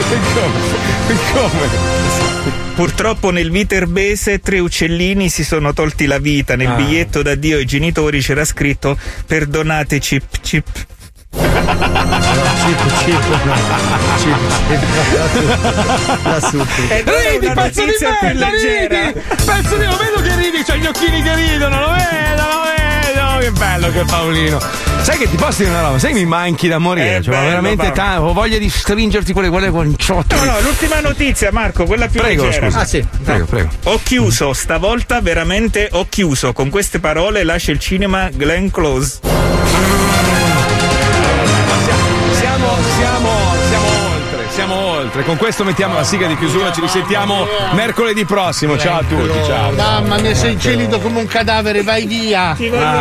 Speaker 3: Come?
Speaker 4: Purtroppo nel Viterbese 3 uccellini si sono tolti la vita. Nel biglietto d'addio ai genitori c'era scritto: perdonate Chip Chip.
Speaker 3: Ridi, pezzo di merda, ridi! Pezzo di, lo vedo che ridi, c'ha gli occhini che ridono, lo vedo! Che bello che è Paolino. Sai che ti posso dire una roba? Sai che mi manchi da morire, cioè, bello, veramente tanto, ho voglia di stringerti quelle guanciotte.
Speaker 4: No, l'ultima notizia, Marco, quella più leggera.
Speaker 3: Scusa.
Speaker 2: Sì.
Speaker 3: Prego.
Speaker 4: Ho chiuso, stavolta veramente ho chiuso. Con queste parole lascia il cinema Glenn Close.
Speaker 3: Siamo oltre. Con questo mettiamo la sigla di chiusura. Ci risentiamo mercoledì prossimo. Ciao a tutti. Ciao.
Speaker 5: Mamma mia, sei gelido come un cadavere, vai via.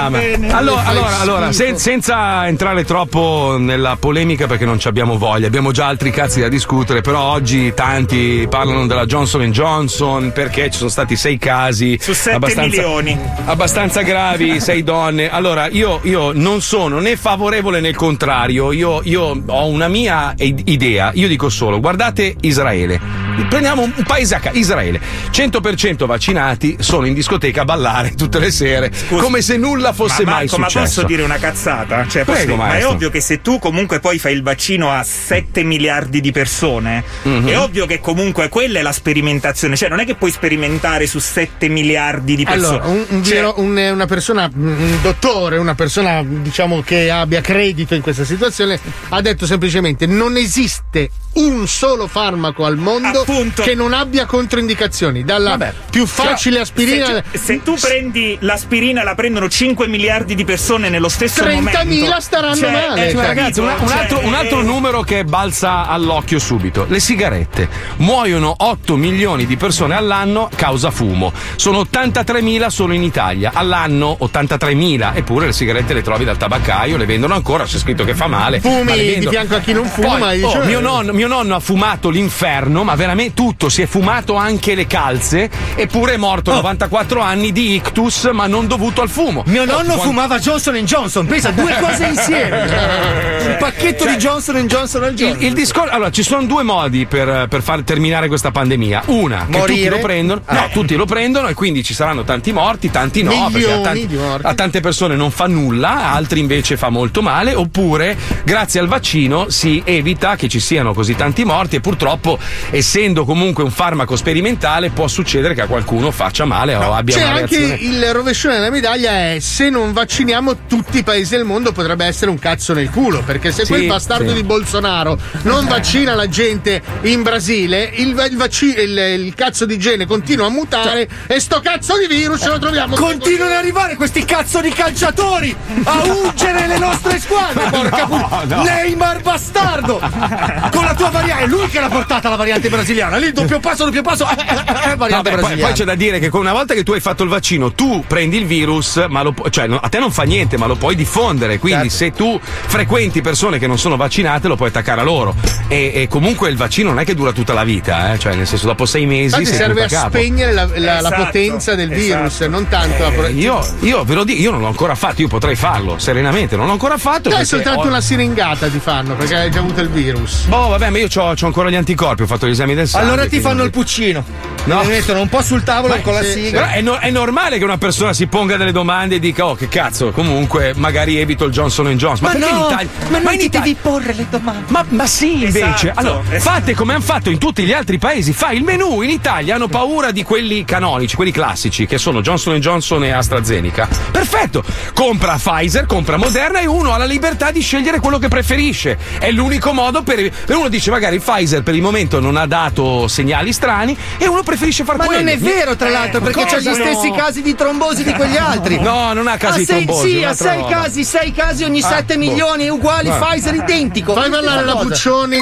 Speaker 3: Allora, senza entrare troppo nella polemica, perché non ci abbiamo voglia, abbiamo già altri cazzi da discutere. Però oggi tanti parlano della Johnson & Johnson perché ci sono stati 6 casi
Speaker 4: su 7 milioni
Speaker 3: abbastanza gravi, 6 donne. Allora, io non sono né favorevole né il contrario. Io ho una mia idea. Io dico solo, guardate Israele, prendiamo un paese a caso, Israele, 100% vaccinati, sono in discoteca a ballare tutte le sere. Scusi, come se nulla fosse mai successo.
Speaker 4: Ma posso dire una cazzata? Cioè,
Speaker 3: prego,
Speaker 4: ma è ovvio che se tu comunque poi fai il vaccino a 7 miliardi di persone, è ovvio che comunque quella è la sperimentazione, cioè non è che puoi sperimentare su 7 miliardi di persone.
Speaker 5: Allora, una persona, un dottore, una persona diciamo che abbia credito in questa situazione, ha detto semplicemente: non esiste un solo farmaco al mondo che non abbia controindicazioni, dalla più facile aspirina.
Speaker 4: Se tu prendi l'aspirina, la prendono 5 miliardi di persone nello stesso
Speaker 5: 30.000
Speaker 4: momento.
Speaker 5: 30.000 staranno male.
Speaker 3: Ragazzi, un altro numero che balza all'occhio subito: le sigarette. Muoiono 8 milioni di persone all'anno causa fumo. Sono 83.000 solo in Italia. All'anno 83.000. Eppure le sigarette le trovi dal tabaccaio, le vendono ancora, c'è scritto che fa male.
Speaker 5: Fumi di fianco a chi non fuma.
Speaker 3: Poi, mio nonno ha fumato l'inferno, ma veramente tutto, si è fumato anche le calze, eppure è morto a 94 anni di ictus, ma non dovuto al fumo.
Speaker 2: Mio nonno fumava Johnson & Johnson, pensa, 2 cose insieme. Un pacchetto di Johnson & Johnson al giorno.
Speaker 3: Il discorso, allora, ci sono 2 modi per far terminare questa pandemia. Una, che tutti lo prendono, tutti lo prendono e quindi ci saranno tanti morti, tanti no, perché a tante persone non fa nulla, a altri invece fa molto male. Oppure, grazie al vaccino si evita che ci siano così tanti morti, e purtroppo, essendo comunque un farmaco sperimentale, può succedere che a qualcuno faccia male o abbia una reazione.
Speaker 5: Anche il rovescione della medaglia è: se non vacciniamo tutti i paesi del mondo potrebbe essere un cazzo nel culo, perché se quel bastardo di Bolsonaro non vaccina la gente in Brasile, il cazzo di gene continua a mutare, e sto cazzo di virus lo troviamo.
Speaker 2: Continuano ad arrivare questi cazzo di calciatori a uggere le nostre squadre, porca puttana. Neymar bastardo, con la tua variante, è lui che l'ha portata la variante brasiliana, lì doppio passo variante brasiliana.
Speaker 3: Poi c'è da dire che una volta che tu hai fatto il vaccino, tu prendi il virus, ma a te non fa niente, ma lo puoi diffondere, quindi se tu frequenti persone che non sono vaccinate lo puoi attaccare a loro, e comunque il vaccino non è che dura tutta la vita, cioè nel senso, dopo 6 mesi
Speaker 5: infatti serve a spegnere la potenza del virus, non tanto
Speaker 3: io ve lo dico, io non l'ho ancora fatto, io potrei farlo serenamente, non l'ho ancora fatto.
Speaker 5: È soltanto una siringata ti fanno, perché hai già avuto il virus.
Speaker 3: Vabbè, ma io c'ho ancora gli anticorpi, ho fatto gli esami del sangue.
Speaker 2: Allora ti fanno il puccino,
Speaker 3: no?
Speaker 2: Mi mettono un po' sul tavolo con la sigla.
Speaker 3: Però è normale che una persona si ponga delle domande e dica: oh, che cazzo, comunque magari evito il Johnson & Johnson.
Speaker 14: Ma no, ma non ti devi porre le domande.
Speaker 3: Ma sì, invece. Allora, fate come hanno fatto in tutti gli altri paesi. Fai il menù. In Italia hanno paura di quelli canonici, quelli classici, che sono Johnson & Johnson e AstraZeneca. Perfetto. Compra Pfizer, compra Moderna, e uno ha la libertà di scegliere quello che preferisce. È l'unico modo per uno dice: magari Pfizer per il momento non ha dato segnali strani, e uno preferisce far quello.
Speaker 2: Ma non è vero, tra l'altro, perché c'ha gli stessi casi di trombosi di quegli altri.
Speaker 3: No, non ha casi di trombosi.
Speaker 2: Sì, ha 6 casi ogni 7 milioni uguali, Pfizer identico.
Speaker 5: Fai parlare la Puccioni.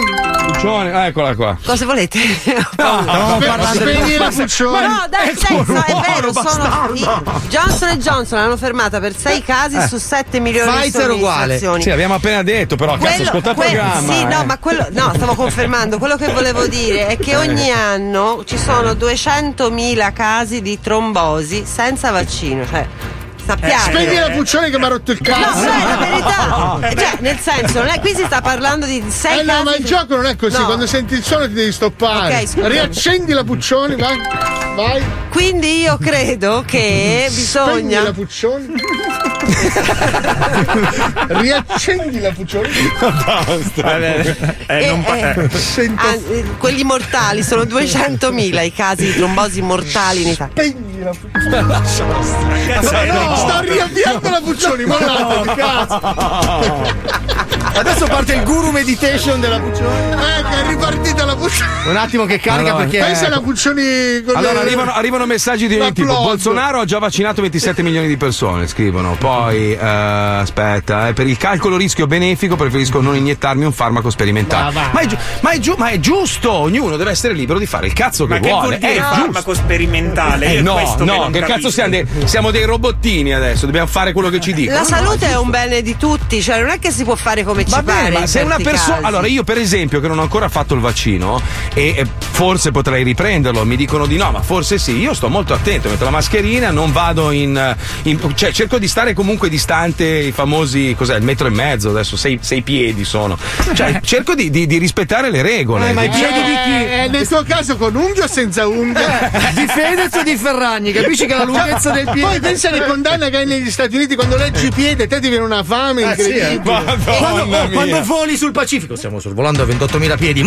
Speaker 3: Puccione, eccola qua.
Speaker 18: Cosa volete?
Speaker 5: Spegni la Puccioni.
Speaker 18: No, dai, è vero, Johnson & Johnson l'hanno fermata per 6 casi su 7 milioni di somministrazioni.
Speaker 3: Sì, abbiamo appena detto, però cazzo, ascolta il programma.
Speaker 18: Sì, no, ma stavo confermando. Quello che volevo dire è che ogni anno ci sono 200.000 casi di trombosi senza vaccino, cioè sappiamo.
Speaker 5: Spegni la Puccioni che mi ha rotto il cazzo.
Speaker 18: No, è la verità. Cioè, nel senso, non è, qui si sta parlando di 6 casi.
Speaker 5: No, ma il gioco non è così.
Speaker 18: No.
Speaker 5: Quando senti il suono ti devi stoppare.
Speaker 18: Okay, scusa.
Speaker 5: Riaccendi la Puccioni, vai.
Speaker 18: Quindi io credo che bisogna.
Speaker 5: Spegni la Puccioni. Riaccendi la Puccioni.
Speaker 18: Quelli mortali sono 200.000 i casi di trombosi mortali in Italia.
Speaker 5: Spegni la Puccioni. No, sto riavviando la Puccioni, mollate, cazzo.
Speaker 2: Adesso parte il guru meditation della Puccioni.
Speaker 5: È ripartita la Puccioni.
Speaker 2: Un attimo che carica perché.
Speaker 5: Pensa alla Puccioni con
Speaker 3: allora arrivano messaggi di tipo Bolsonaro ha già vaccinato 27 milioni di persone, scrivono. Poi aspetta, per il calcolo rischio benefico preferisco non iniettarmi un farmaco sperimentale. Ma è giusto, ognuno deve essere libero di fare il cazzo che vuole.
Speaker 4: È un farmaco sperimentale.
Speaker 3: No, che cazzo siamo dei robottini adesso, dobbiamo fare quello che ci dicono.
Speaker 18: La salute è un bene di tutti, cioè non è che si può fare come ci pare.
Speaker 3: Ma se una persona. Allora, io per esempio, che non ho ancora fatto il vaccino e forse potrei riprenderlo, mi dicono di no, ma forse sì. Io sto molto attento, metto la mascherina, non vado cioè cerco di stare comunque distante, i famosi, cos'è, il metro e mezzo, adesso 6 piedi sono. Cioè cerco di rispettare le regole.
Speaker 2: Ma i piedi di chi?
Speaker 5: Nel tuo caso con unghie o senza unghie?
Speaker 2: Di Fedez o di Ferragni? Capisci che la lunghezza del piede.
Speaker 5: Poi pensa alle condanne che hai negli Stati Uniti quando leggi i piedi, te ti viene una fame incredibile.
Speaker 2: Quando voli sul Pacifico, stiamo sorvolando a 28.000 piedi.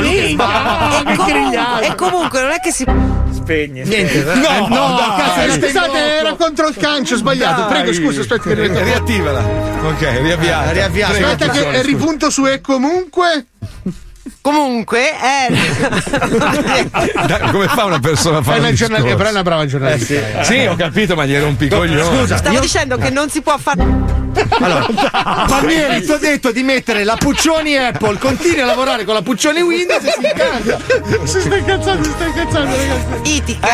Speaker 18: E comunque non è che si
Speaker 4: spegne.
Speaker 5: Niente. No, scusate, era contro il cancio, sbagliato.
Speaker 3: Dai.
Speaker 5: Prego, scusa, aspetta che
Speaker 3: riattivala. Ok, riavviata.
Speaker 5: Aspetta che ripunto su e comunque.
Speaker 18: Comunque
Speaker 3: come fa una persona a fare un discorso?
Speaker 5: Però è una brava giornalista.
Speaker 3: Sì, ho capito, ma gli era un picoglione.
Speaker 18: Scusa, stavo dicendo che non si può fare.
Speaker 2: Allora, Palmieri, ti ho detto di mettere la Puccioni Apple, continui a lavorare con la Puccioni Windows e si incanta.
Speaker 5: Si sta incazzando, ragazzi.
Speaker 18: Itica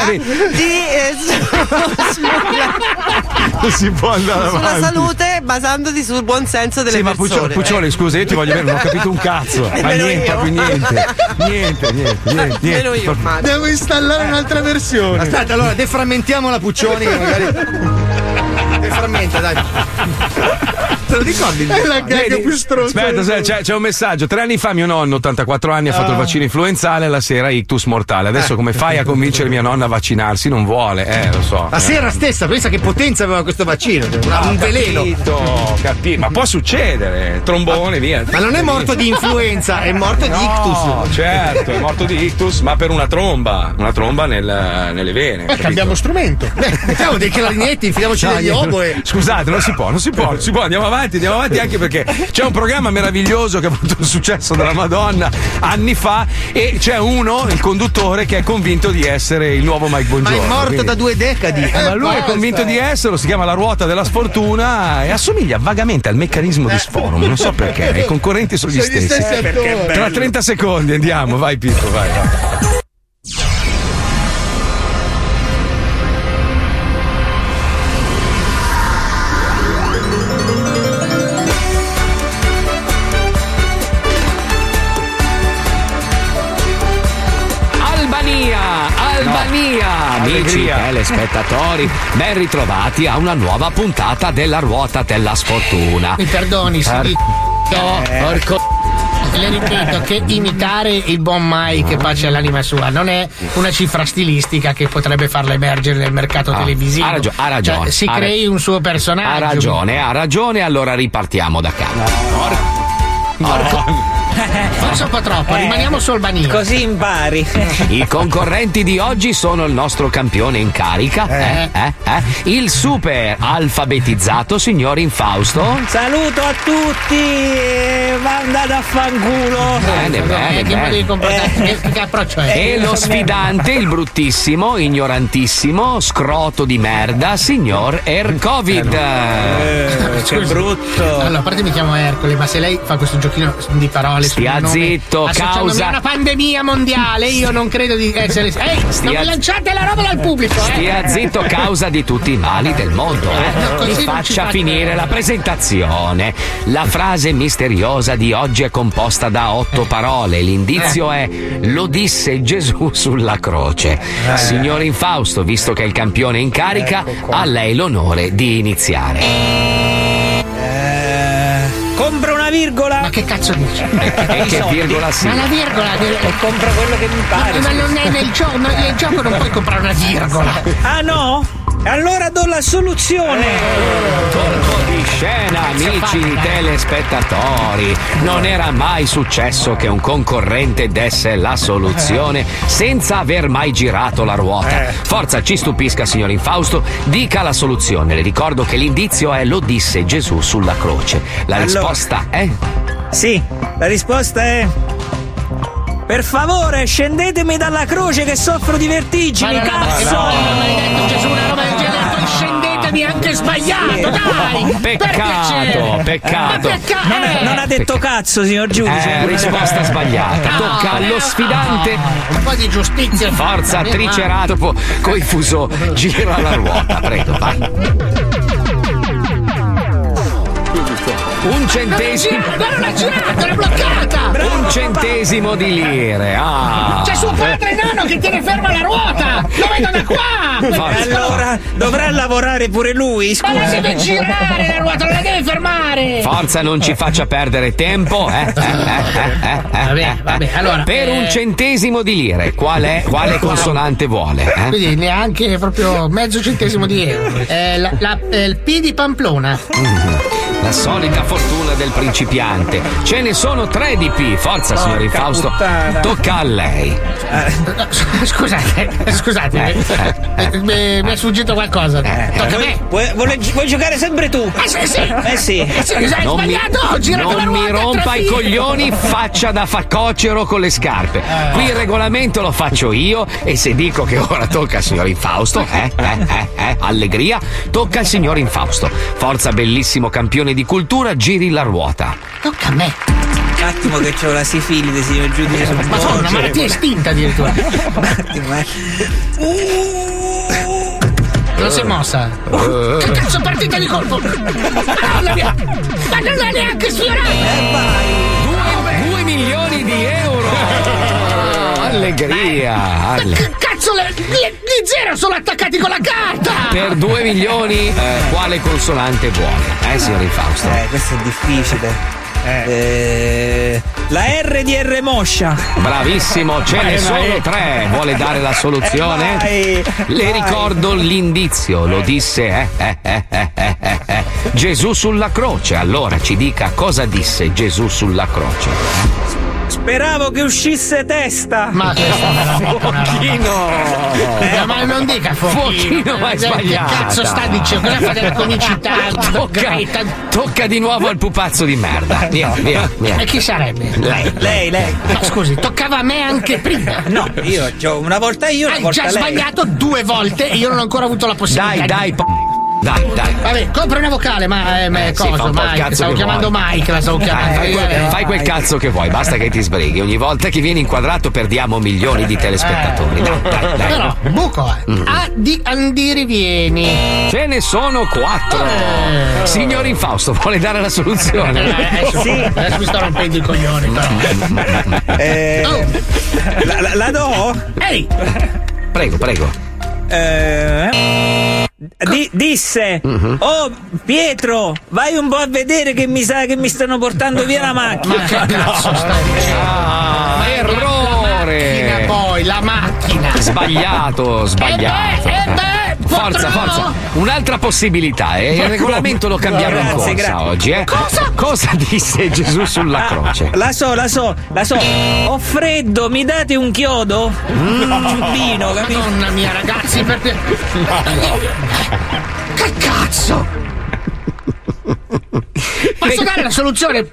Speaker 3: non si può andare avanti.
Speaker 18: Sulla salute basandoti sul buon senso delle persone.
Speaker 3: Ma Puccioni, scusa, io ti voglio bene, non ho capito un cazzo. Ma niente.
Speaker 18: Nemmeno io,
Speaker 5: devo installare un'altra versione.
Speaker 2: Aspetta, allora deframmentiamo la Puccioni che magari deframmenta, dai. Te lo ricordi?
Speaker 5: È la gag più stronza.
Speaker 3: Aspetta, c'è un messaggio. 3 anni fa mio nonno, 84 anni, ha fatto il vaccino influenzale, la sera ictus mortale. Adesso come fai a convincere mia nonna a vaccinarsi? Non vuole, lo so.
Speaker 2: La sera stessa, pensa che potenza aveva questo vaccino, un veleno.
Speaker 3: Capito, ma può succedere, trombone, via.
Speaker 2: Ma non è morto di influenza, è morto di ictus.
Speaker 3: Certo, è morto di ictus, ma per una tromba nelle vene.
Speaker 5: Cambiamo strumento.
Speaker 2: Mettiamo dei clarinetti, infiliamoci degli oboe.
Speaker 3: Scusate, non si può, andiamo avanti anche perché c'è un programma meraviglioso che ha avuto un successo della Madonna anni fa e c'è il conduttore che è convinto di essere il nuovo Mike Bongiorno.
Speaker 2: Ma è morto da 2 decadi.
Speaker 3: Ma lui è convinto di esserlo, si chiama La Ruota della Sfortuna e assomiglia vagamente al meccanismo di Sforum, non so perché, i concorrenti sono gli stessi. Tra 30 secondi andiamo, vai Pippo, vai.
Speaker 19: Amici telespettatori, ben ritrovati a una nuova puntata della Ruota della Sfortuna.
Speaker 10: Mi perdoni, porco. Le ripeto che imitare il buon Mike, pace all'anima sua, non è una cifra stilistica che potrebbe farla emergere nel mercato televisivo.
Speaker 19: Ha ragione.
Speaker 10: Cioè, si crei un suo personaggio.
Speaker 19: Ha ragione, allora ripartiamo da capo.
Speaker 10: Forse un po' troppo, rimaniamo su Albania.
Speaker 4: Così impari.
Speaker 19: I concorrenti di oggi sono il nostro campione in carica, il super alfabetizzato signor Infausto.
Speaker 4: Saluto a tutti, andate a fanculo.
Speaker 19: Bene.
Speaker 10: Che approccio è?
Speaker 19: E lo sfidante, il bruttissimo, ignorantissimo, scroto di merda, signor Ercovid.
Speaker 4: Che brutto.
Speaker 10: Allora, a parte mi chiamo Ercole, ma se lei fa questo giochino di parole
Speaker 19: Stia zitto,
Speaker 5: associandomi a una pandemia mondiale, io non credo di essere. Non mi lanciate la roba dal pubblico!
Speaker 19: Stia zitto, causa di tutti i mali del mondo. Mi faccia finire la presentazione. La frase misteriosa di oggi è composta da 8 parole. L'indizio è: lo disse Gesù sulla croce. Signor Infausto, visto che è il campione in carica, a lei l'onore di iniziare.
Speaker 20: Compra una virgola.
Speaker 5: Ma che cazzo dici?
Speaker 19: E che virgola sì?
Speaker 5: Ma la virgola
Speaker 20: e compra quello che mi pare.
Speaker 5: Ma non è nel gioco, nel gioco non puoi comprare una virgola.
Speaker 20: Ah no? Allora do la soluzione.
Speaker 19: Colpo di scena, amici telespettatori. Non era mai successo che un concorrente desse la soluzione senza aver mai girato la ruota. Forza, ci stupisca, signor Infausto, dica la soluzione. Le ricordo che l'indizio è: lo disse Gesù sulla croce. La risposta è?
Speaker 20: Sì, la risposta è: per favore, scendetemi dalla croce che soffro di vertigini, cazzo!
Speaker 5: Non hai detto Gesù una roba del genere, poi scendetemi anche sbagliato, dai!
Speaker 19: Peccato.
Speaker 20: Non ha detto cazzo, signor giudice.
Speaker 19: Risposta sbagliata. Tocca allo sfidante.
Speaker 5: Un po' di giustizia.
Speaker 19: Forza, Triceratopo, coi fuso, gira la ruota, prego, vai. Un centesimo.
Speaker 5: Non l'ha girata, l'ha bloccata!
Speaker 19: Un centesimo di lire.
Speaker 5: C'è suo padre nano che tiene ferma la ruota! Lo vedo da qua!
Speaker 20: Allora dovrà lavorare pure lui, scusa.
Speaker 5: Ma la deve girare la ruota, non la deve fermare!
Speaker 19: Forza, non ci faccia perdere tempo,
Speaker 5: Vabbè, allora.
Speaker 19: Per un centesimo di lire, quale consonante vuole?
Speaker 5: Quindi neanche proprio mezzo centesimo di euro. Il P di Pamplona.
Speaker 19: La solita fortuna del principiante. Ce ne sono 3 di P. Forza, signor Infausto. Tocca a lei.
Speaker 5: Scusate. Mi è sfuggito qualcosa. Tocca a me.
Speaker 20: Vuoi giocare sempre tu? Sì.
Speaker 5: Hai sbagliato.
Speaker 19: Non mi rompa i coglioni, faccia da facocero con le scarpe. Qui il regolamento lo faccio io, e se dico che ora tocca al signor Infausto, allegria, tocca al signor Infausto. Forza, bellissimo campione di cultura, giri la ruota.
Speaker 5: Tocca a me.
Speaker 20: Un attimo che c'ho la sifilide, signor giudice.
Speaker 5: Ma sono una malattia estinta addirittura. Non si è mossa. Che cazzo è partita di colpo? Ma non l'ha neanche sfiorato.
Speaker 19: 2 milioni di euro. Allegria.
Speaker 5: Cazzo, gli zero sono attaccati con la carta.
Speaker 19: Per 2 milioni, quale consonante vuole? Signor Infausto?
Speaker 20: Questo è difficile. La R di R Moscia.
Speaker 19: Bravissimo, ce ne sono 3. Vuole dare la soluzione? Le ricordo l'indizio, lo disse Gesù sulla croce. Allora ci dica cosa disse Gesù sulla croce.
Speaker 20: Speravo che uscisse testa.
Speaker 5: Ma
Speaker 19: Fuochino.
Speaker 5: Ma non dica Fuochino,
Speaker 19: ma è sbagliato.
Speaker 5: Che cazzo sta dicendo? Cosa fa della comicità?
Speaker 19: Tocca di nuovo al pupazzo di merda. Via.
Speaker 5: E chi sarebbe?
Speaker 20: Lei.
Speaker 5: Ma scusi, toccava a me anche prima.
Speaker 20: No, una volta io, una volta
Speaker 5: lei. Hai già sbagliato 2 volte e io non ho ancora avuto la possibilità.
Speaker 19: Dai.
Speaker 5: Vabbè, compra una vocale, cosa? Mike, stavo chiamando Mike, la stavo chiamando.
Speaker 19: Fai quel cazzo che vuoi, basta che ti sbrighi. Ogni volta che vieni inquadrato perdiamo milioni di telespettatori. Dai.
Speaker 5: Però, buco, A di Andiri vieni.
Speaker 19: Ce ne sono 4. Signor Infausto, vuole dare la soluzione?
Speaker 5: Sì. Adesso mi sto rompendo i coglioni, però.
Speaker 20: La do?
Speaker 5: Ehi!
Speaker 19: Prego.
Speaker 20: Disse: oh Pietro, vai un po' a vedere che mi sa che mi stanno portando via la macchina.
Speaker 5: Ma che cazzo stai dicendo?
Speaker 19: Errore!
Speaker 5: La macchina.
Speaker 19: Sbagliato. Forza. Un'altra possibilità. Il regolamento lo cambiamo in corsa oggi. Cosa disse Gesù sulla croce?
Speaker 20: La so. Ho freddo, mi date un chiodo? Un giubbino, capito?
Speaker 5: Madonna mia, ragazzi, perché. Che cazzo? Posso dare la soluzione?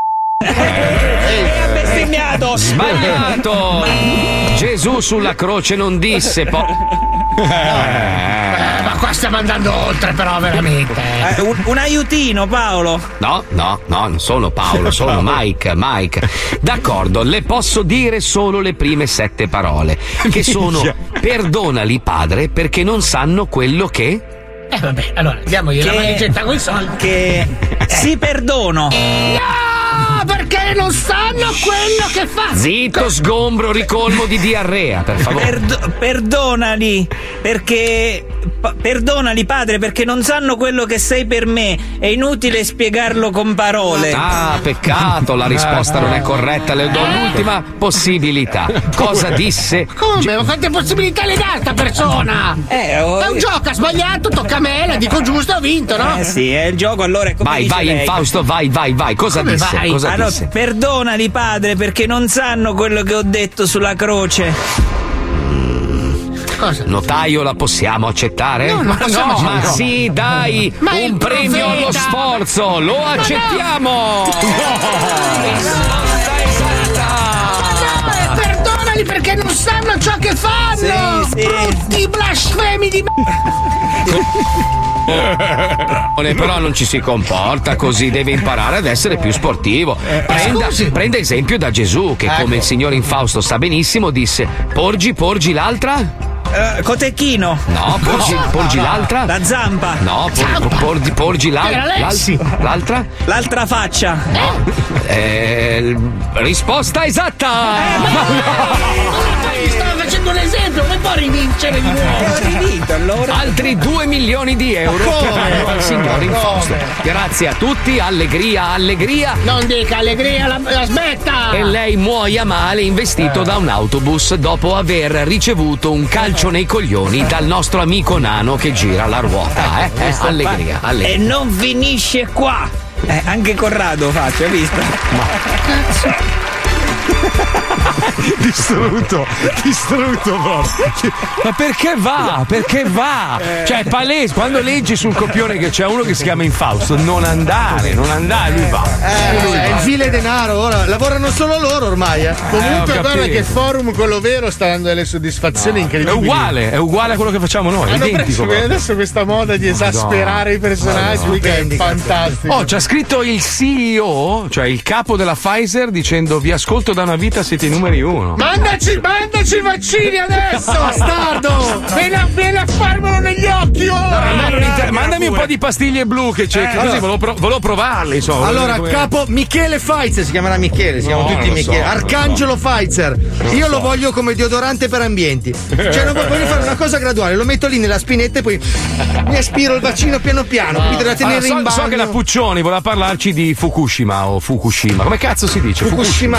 Speaker 20: Ha bestemmiato.
Speaker 19: Sbagliato. Gesù sulla croce non disse
Speaker 5: Ma qua stiamo andando oltre, però, veramente.
Speaker 20: Un aiutino, Paolo.
Speaker 19: No, non sono Paolo, sono Mike. D'accordo, le posso dire solo le prime 7 parole, che sono: perdonali padre perché non sanno quello che...
Speaker 5: Vabbè, allora, diamogli la valigetta con i soldi.
Speaker 20: Che si perdono.
Speaker 5: No, perché non sanno quello che fa.
Speaker 19: Zitto, sgombro, ricolmo di diarrea, per favore.
Speaker 20: Perdonali, perché... Perdonali padre perché non sanno quello che sei per me. È inutile spiegarlo con parole.
Speaker 19: Ah, peccato, la risposta non è corretta. Le do l'ultima possibilità. Cosa disse?
Speaker 5: Come? Ma quante possibilità le dà sta persona? È un gioco, ha sbagliato, tocca a me, la dico giusto, ho vinto, no?
Speaker 20: Sì, è il gioco, allora è come
Speaker 19: vai,
Speaker 20: lei.
Speaker 19: Fausto, vai. Cosa
Speaker 20: come
Speaker 19: disse?
Speaker 20: Vai?
Speaker 19: Cosa
Speaker 20: allora,
Speaker 19: disse?
Speaker 20: Perdonali padre perché non sanno quello che ho detto sulla croce.
Speaker 5: Cosa?
Speaker 19: Notaio, la possiamo accettare?
Speaker 5: No,
Speaker 19: ma sì, dai,
Speaker 5: ma
Speaker 19: un premio allo sforzo, lo accettiamo!
Speaker 5: Perdonali perché non sanno ciò che fanno!
Speaker 20: Sì.
Speaker 5: Brutti blasfemi di
Speaker 19: Però non ci si comporta così, deve imparare ad essere più sportivo. Prenda esempio da Gesù, che come il signor Infausto sa benissimo disse: porgi l'altra?
Speaker 20: Cotechino.
Speaker 19: No, porgi l'altra?
Speaker 20: La zampa.
Speaker 19: No, porgi l'altra?
Speaker 20: L'altra faccia.
Speaker 19: Risposta esatta!
Speaker 5: Stavo facendo un esempio, come può rivincere di nuovo?
Speaker 20: Allora.
Speaker 19: Altri 2 milioni di euro al signor Infausto. Grazie a tutti, allegria.
Speaker 5: Non dica allegria, la smetta!
Speaker 19: E lei muoia male investito da un autobus dopo aver ricevuto un calcio nei coglioni dal nostro amico nano che gira la ruota. Allegria.
Speaker 20: E non finisce qua. Anche Corrado faccio, hai visto?
Speaker 3: Distrutto proprio. Ma perché va? Cioè, è palese, quando leggi sul copione che c'è uno che si chiama Infausto, non andare, lui va.
Speaker 2: È il file denaro, ora lavorano solo loro ormai.
Speaker 5: Comunque guarda che Forum, quello vero, sta dando delle soddisfazioni incredibili.
Speaker 3: È uguale a quello che facciamo noi, è identico.
Speaker 5: Adesso questa moda di esasperare i personaggi che è fantastico.
Speaker 3: C'ha scritto il CEO, cioè il capo della Pfizer, dicendo: vi ascolto da una vita, siete i numeri 1.
Speaker 5: Mandaci i vaccini adesso, bastardo! Vieni a farmelo negli occhi ora!
Speaker 3: Mandami un po' di pastiglie blu che c'è, così volevo provarle, insomma.
Speaker 2: Allora, capo Michele Pfizer, si chiamerà Michele, si chiamano tutti Michele. Arcangelo Pfizer. Io lo voglio come deodorante per ambienti. Cioè, non voglio fare una cosa graduale, lo metto lì nella spinetta e poi mi aspiro il vaccino piano piano. Quindi da tenere in bagno.
Speaker 3: So che la Puccioni voleva parlarci di Fukushima o Fukushima. Come cazzo si dice?
Speaker 18: Fukushima.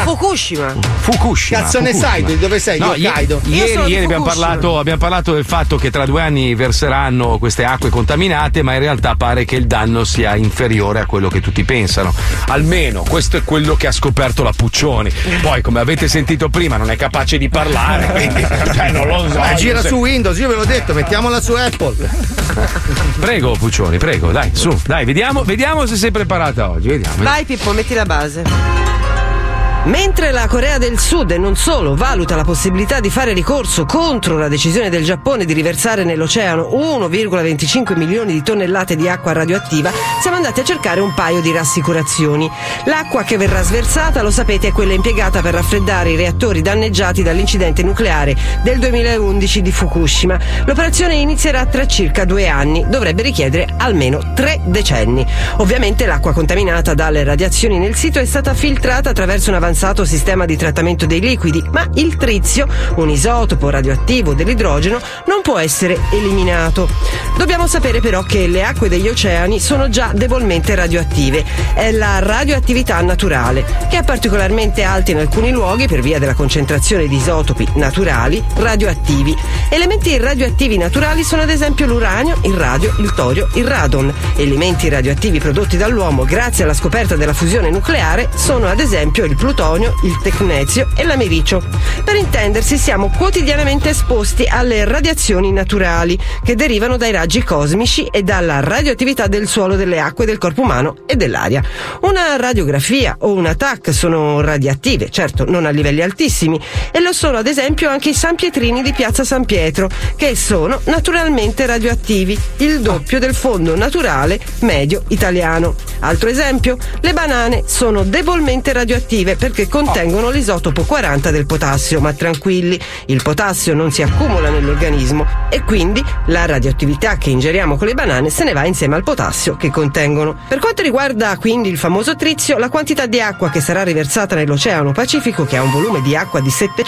Speaker 2: Cazzo ne sai? Dove sei?
Speaker 3: No,
Speaker 2: Hokkaido.
Speaker 3: Ieri abbiamo parlato del fatto che tra 2 anni verseranno queste acque contaminate, ma in realtà pare che il danno sia inferiore a quello che tutti pensano. Almeno questo è quello che ha scoperto la Puccioni. Poi, come avete sentito prima, non è capace di parlare, quindi non lo so.
Speaker 2: Gira su Windows, io ve l'ho detto, mettiamola su Apple.
Speaker 3: Prego, Puccioni, prego, dai, su, dai, vediamo se sei preparata oggi. Vediamo.
Speaker 18: Vai, Pippo, metti la base. Mentre la Corea del Sud, e non solo, valuta la possibilità di fare ricorso contro la decisione del Giappone di riversare nell'oceano 1,25 milioni di tonnellate di acqua radioattiva, siamo andati a cercare un paio di rassicurazioni. L'acqua che verrà sversata, lo sapete, è quella impiegata per raffreddare i reattori danneggiati dall'incidente nucleare del 2011 di Fukushima. L'operazione inizierà tra circa 2 anni, dovrebbe richiedere almeno 3 decenni. Ovviamente l'acqua contaminata dalle radiazioni nel sito è stata filtrata attraverso un avanzato sistema di trattamento dei liquidi, ma il trizio, un isotopo radioattivo dell'idrogeno, non può essere eliminato. Dobbiamo sapere però che le acque degli oceani sono già debolmente radioattive. È la radioattività naturale, che è particolarmente alta in alcuni luoghi per via della concentrazione di isotopi naturali radioattivi. Elementi radioattivi naturali sono ad esempio l'uranio, il radio, il torio, il radon. Elementi radioattivi prodotti dall'uomo grazie alla scoperta della fusione nucleare sono ad esempio il plutonio plutonio, il tecnezio e l'americio. Per intendersi, siamo quotidianamente esposti alle radiazioni naturali che derivano dai raggi cosmici e dalla radioattività del suolo, delle acque, del corpo umano e dell'aria. Una radiografia o una TAC sono radioattive, certo non a livelli altissimi, e lo sono ad esempio anche i San Pietrini di Piazza San Pietro, che sono naturalmente radioattivi, il doppio del fondo naturale medio italiano. Altro esempio, le banane sono debolmente radioattive perché contengono l'isotopo 40 del potassio, ma tranquilli, il potassio non si accumula nell'organismo e quindi la radioattività che ingeriamo con le banane se ne va insieme al potassio che contengono. Per quanto riguarda quindi il famoso trizio, la quantità di acqua che sarà riversata nell'Oceano Pacifico, che ha un volume di acqua di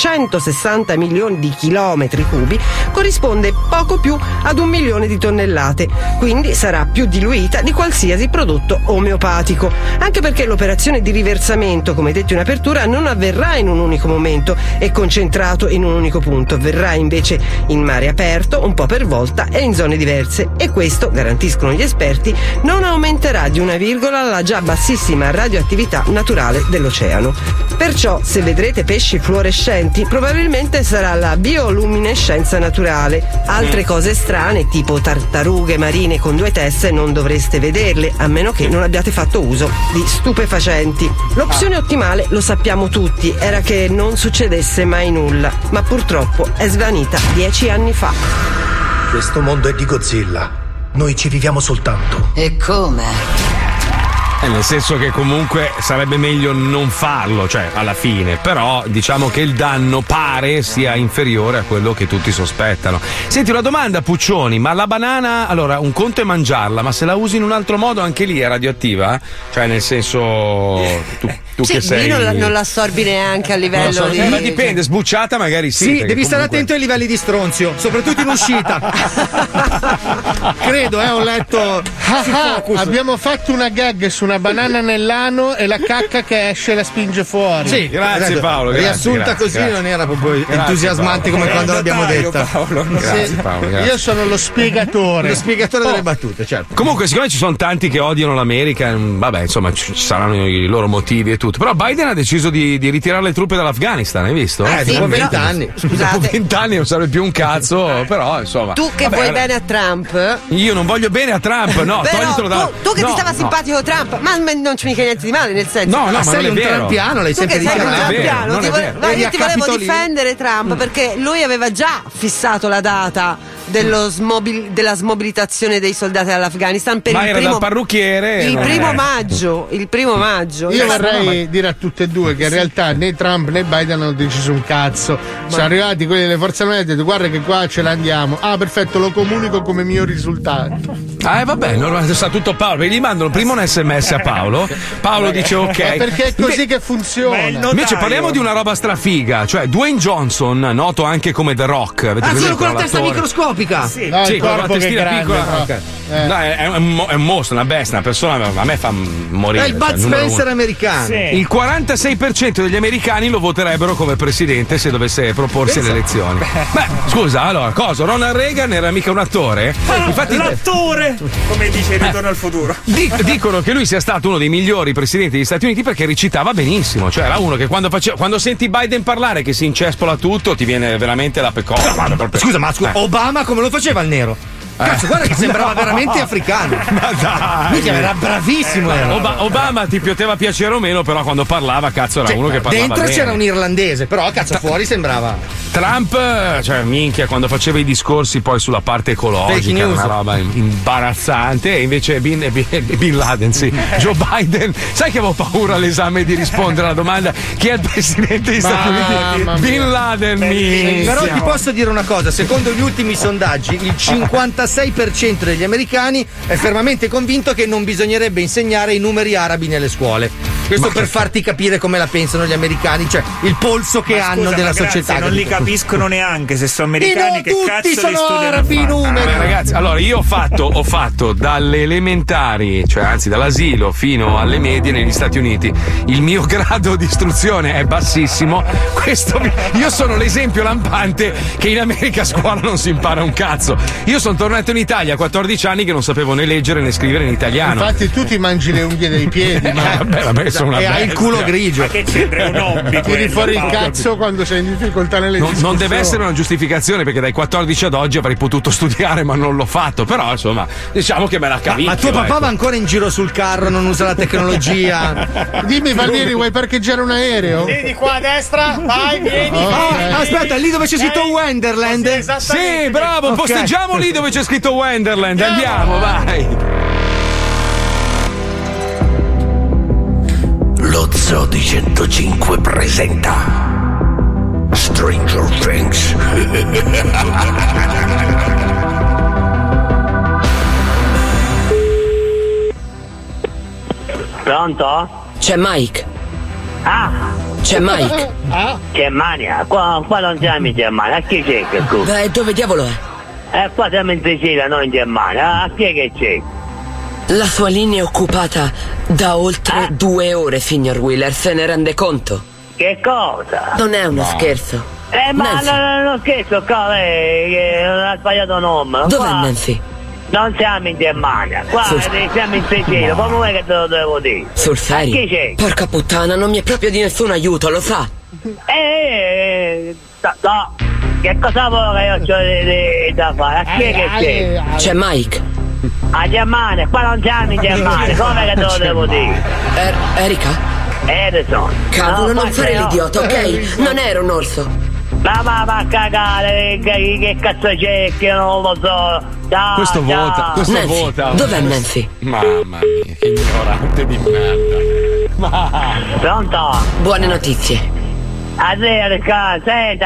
Speaker 18: 760 milioni di chilometri cubi, corrisponde poco più ad 1 milione di tonnellate, quindi sarà più diluita di qualsiasi prodotto omeopatico, anche perché l'operazione di riversamento, come detto in apertura, non avverrà in un unico momento e concentrato in un unico punto, avverrà invece in mare aperto, un po' per volta e in zone diverse, e questo, garantiscono gli esperti, non aumenterà di una virgola la già bassissima radioattività naturale dell'oceano. Perciò, se vedrete pesci fluorescenti, probabilmente sarà la bioluminescenza naturale. Altre cose strane, tipo tartarughe marine con 2 teste, non dovreste vederle, a meno che non abbiate fatto uso di stupefacenti. L'opzione ottimale, lo sappiamo tutti, era che non succedesse mai nulla, ma purtroppo è svanita 10 anni fa.
Speaker 21: Questo mondo è di Godzilla. Noi ci viviamo soltanto.
Speaker 18: E come?
Speaker 3: Nel senso che comunque sarebbe meglio non farlo, cioè alla fine, però diciamo che il danno pare sia inferiore a quello che tutti sospettano. Senti, una domanda, Puccioni, ma la banana, allora un conto è mangiarla, ma se la usi in un altro modo anche lì è radioattiva? Cioè nel senso tu
Speaker 18: sì,
Speaker 3: che sei...
Speaker 18: non l'assorbi neanche a livello di...
Speaker 3: Ma dipende, sbucciata magari sì.
Speaker 2: Sì, devi stare attento ai livelli di stronzio, soprattutto in uscita. Credo, ho letto.
Speaker 5: Abbiamo fatto una gag su una banana nell'ano e la cacca che esce la spinge fuori.
Speaker 2: Sì,
Speaker 3: grazie Paolo.
Speaker 2: Riassunta così non era proprio entusiasmante come quando l'abbiamo detta.
Speaker 3: Grazie Paolo. Grazie.
Speaker 5: Io sono lo spiegatore.
Speaker 2: Lo spiegatore delle battute, certo.
Speaker 3: Comunque, siccome ci sono tanti che odiano l'America, vabbè, insomma, ci saranno i loro motivi e tutto. Però Biden ha deciso di ritirare le truppe dall'Afghanistan, hai visto?
Speaker 2: Dopo 20 anni.
Speaker 3: Dopo 20 anni non serve più un cazzo, però insomma.
Speaker 18: Tu che vuoi bene a Trump?
Speaker 3: Io non voglio bene a Trump, no, toglitelo da.
Speaker 18: Tu che ti stava simpatico Trump, ma non c'è mica niente di male, nel senso.
Speaker 3: No, ma
Speaker 2: sei
Speaker 3: non è
Speaker 2: un
Speaker 3: vero.
Speaker 2: Trampiano, l'hai sempre dichiarato.
Speaker 18: Io ti volevo difendere Trump perché lui aveva già fissato la data della smobilitazione dei soldati dall'Afghanistan per
Speaker 3: ma
Speaker 18: il
Speaker 3: era
Speaker 18: primo
Speaker 3: dal parrucchiere.
Speaker 18: Il primo maggio.
Speaker 5: Io vorrei dire a tutte e due che in realtà né Trump né Biden hanno deciso un cazzo. Sono arrivati quelli delle forze armate e hanno detto guarda che qua ce l'andiamo. Ah, perfetto, lo comunico come mio risultato.
Speaker 3: Vabbè, sa tutto Paolo, perché gli mandano prima un SMS a Paolo. Paolo dice ok.
Speaker 5: Perché è così che funziona.
Speaker 3: Invece parliamo di una roba strafiga, cioè Dwayne Johnson, noto anche come The Rock. Avete
Speaker 2: solo con la testa microscopica.
Speaker 5: Sì, con la testina piccola.
Speaker 3: No, è un mostro, una bestia, una persona, a me fa morire.
Speaker 2: È il Bud Spencer americano.
Speaker 3: Sì. Il 46% degli americani lo voterebbero come presidente se dovesse proporsi alle elezioni. Beh, scusa, allora, cosa? Ronald Reagan era mica un attore?
Speaker 4: Infatti, l'attore! Come dice Ritorno al futuro.
Speaker 3: Dicono che lui sia stato uno dei migliori presidenti degli Stati Uniti perché recitava benissimo. Cioè, era uno che quando senti Biden parlare che si incespola tutto, ti viene veramente la pecora.
Speaker 2: Scusa, Obama come lo faceva il nero? Cazzo, guarda che sembrava veramente africano.
Speaker 3: Ma dai!
Speaker 2: Minchia, era bravissimo.
Speaker 3: Obama ti poteva piacere o meno, però quando parlava, cazzo, era uno che parlava
Speaker 2: dentro
Speaker 3: bene.
Speaker 2: C'era un irlandese, però cazzo fuori sembrava.
Speaker 3: Trump, cioè minchia, quando faceva i discorsi poi sulla parte ecologica, era una roba imbarazzante, e invece Bin Laden, sì. Joe Biden, sai che avevo paura all'esame di rispondere alla domanda chi è il presidente degli Stati Uniti? Bin Laden,
Speaker 2: però ti posso dire una cosa, secondo gli ultimi sondaggi, il 56% degli americani è fermamente convinto che non bisognerebbe insegnare i numeri arabi nelle scuole. Questo per farti capire come la pensano gli americani, cioè il polso che hanno della società.
Speaker 4: Non li capiscono neanche se sono americani, che cazzo li studiano.
Speaker 2: Sono arabi i numeri.
Speaker 3: Ragazzi, allora io ho fatto dalle elementari, cioè anzi dall'asilo fino alle medie negli Stati Uniti. Il mio grado di istruzione è bassissimo. Io sono l'esempio lampante che in America a scuola non si impara un cazzo. Io sono tornato in Italia a 14 anni che non sapevo né leggere né scrivere in italiano.
Speaker 5: Infatti tu ti mangi le unghie dei piedi, ma
Speaker 3: vabbè, sono una
Speaker 2: e hai il
Speaker 3: bestia.
Speaker 2: culo grigio.
Speaker 4: Ma che c'entra? È un hobby.
Speaker 5: Tiri fuori il
Speaker 4: Paolo.
Speaker 5: cazzo quando sei in difficoltà nelle discussioni.
Speaker 3: Non deve essere una giustificazione perché dai 14 ad oggi avrei potuto studiare ma non l'ho fatto, però insomma diciamo che me la cavicchio.
Speaker 2: Ma tuo papà
Speaker 3: ecco.
Speaker 2: va ancora in giro sul carro, non usa la tecnologia.
Speaker 5: Dimmi Palmieri, vuoi parcheggiare un aereo?
Speaker 6: Vieni qua a destra, vai, vieni.
Speaker 2: Aspetta, lì dove c'è scritto Wonderland.
Speaker 3: Sì, bravo,
Speaker 2: Ok.
Speaker 3: posteggiamo lì dove c'è scritto Wonderland. Andiamo, vai.
Speaker 9: Lo Zoo di 105 presenta Stranger Things.
Speaker 15: Pronto?
Speaker 18: C'è Mike.
Speaker 15: Ah!
Speaker 18: C'è Mike.
Speaker 15: Germania? Qua non siamo in Germania, a chi c'è che tu?
Speaker 18: Beh, dove diavolo è?
Speaker 15: Qua siamo in Sicilia, non in Germania, a chi è che c'è?
Speaker 18: La sua linea è occupata da oltre 2 ore, signor Wheeler, se ne rende conto?
Speaker 15: Che cosa?
Speaker 18: Non è uno scherzo.
Speaker 15: Ma
Speaker 18: Nancy.
Speaker 15: non scherzo, qua che non ha sbagliato nome.
Speaker 18: Dov'è
Speaker 15: Qua
Speaker 18: Nancy?
Speaker 15: non siamo in Germania, qua siamo in Sicilia, come vuoi che te lo devo dire?
Speaker 18: Sul serio?
Speaker 15: A chi c'è?
Speaker 18: Porca puttana, non mi è proprio di nessun aiuto, lo sa?
Speaker 15: No, che cosa vuoi che io c'ho da fare? A chi è che c'è?
Speaker 18: C'è Mike.
Speaker 15: A Germania, qua non siamo in Germania, come che te lo devo dire?
Speaker 18: Erika?
Speaker 15: Edison.
Speaker 18: Cavolo, non
Speaker 15: qua
Speaker 18: fare
Speaker 15: c'è, no.
Speaker 18: l'idiota, ok? Non ero un orso.
Speaker 15: Ma va a cagare, che cazzo c'è che non lo so. Ciao,
Speaker 3: Questo
Speaker 15: ciao.
Speaker 3: vota, questo
Speaker 18: Nancy,
Speaker 3: vota.
Speaker 18: dov'è Nancy?
Speaker 3: Mamma mia, che ignorante di merda.
Speaker 15: Pronto?
Speaker 18: Buone notizie.
Speaker 15: Senta,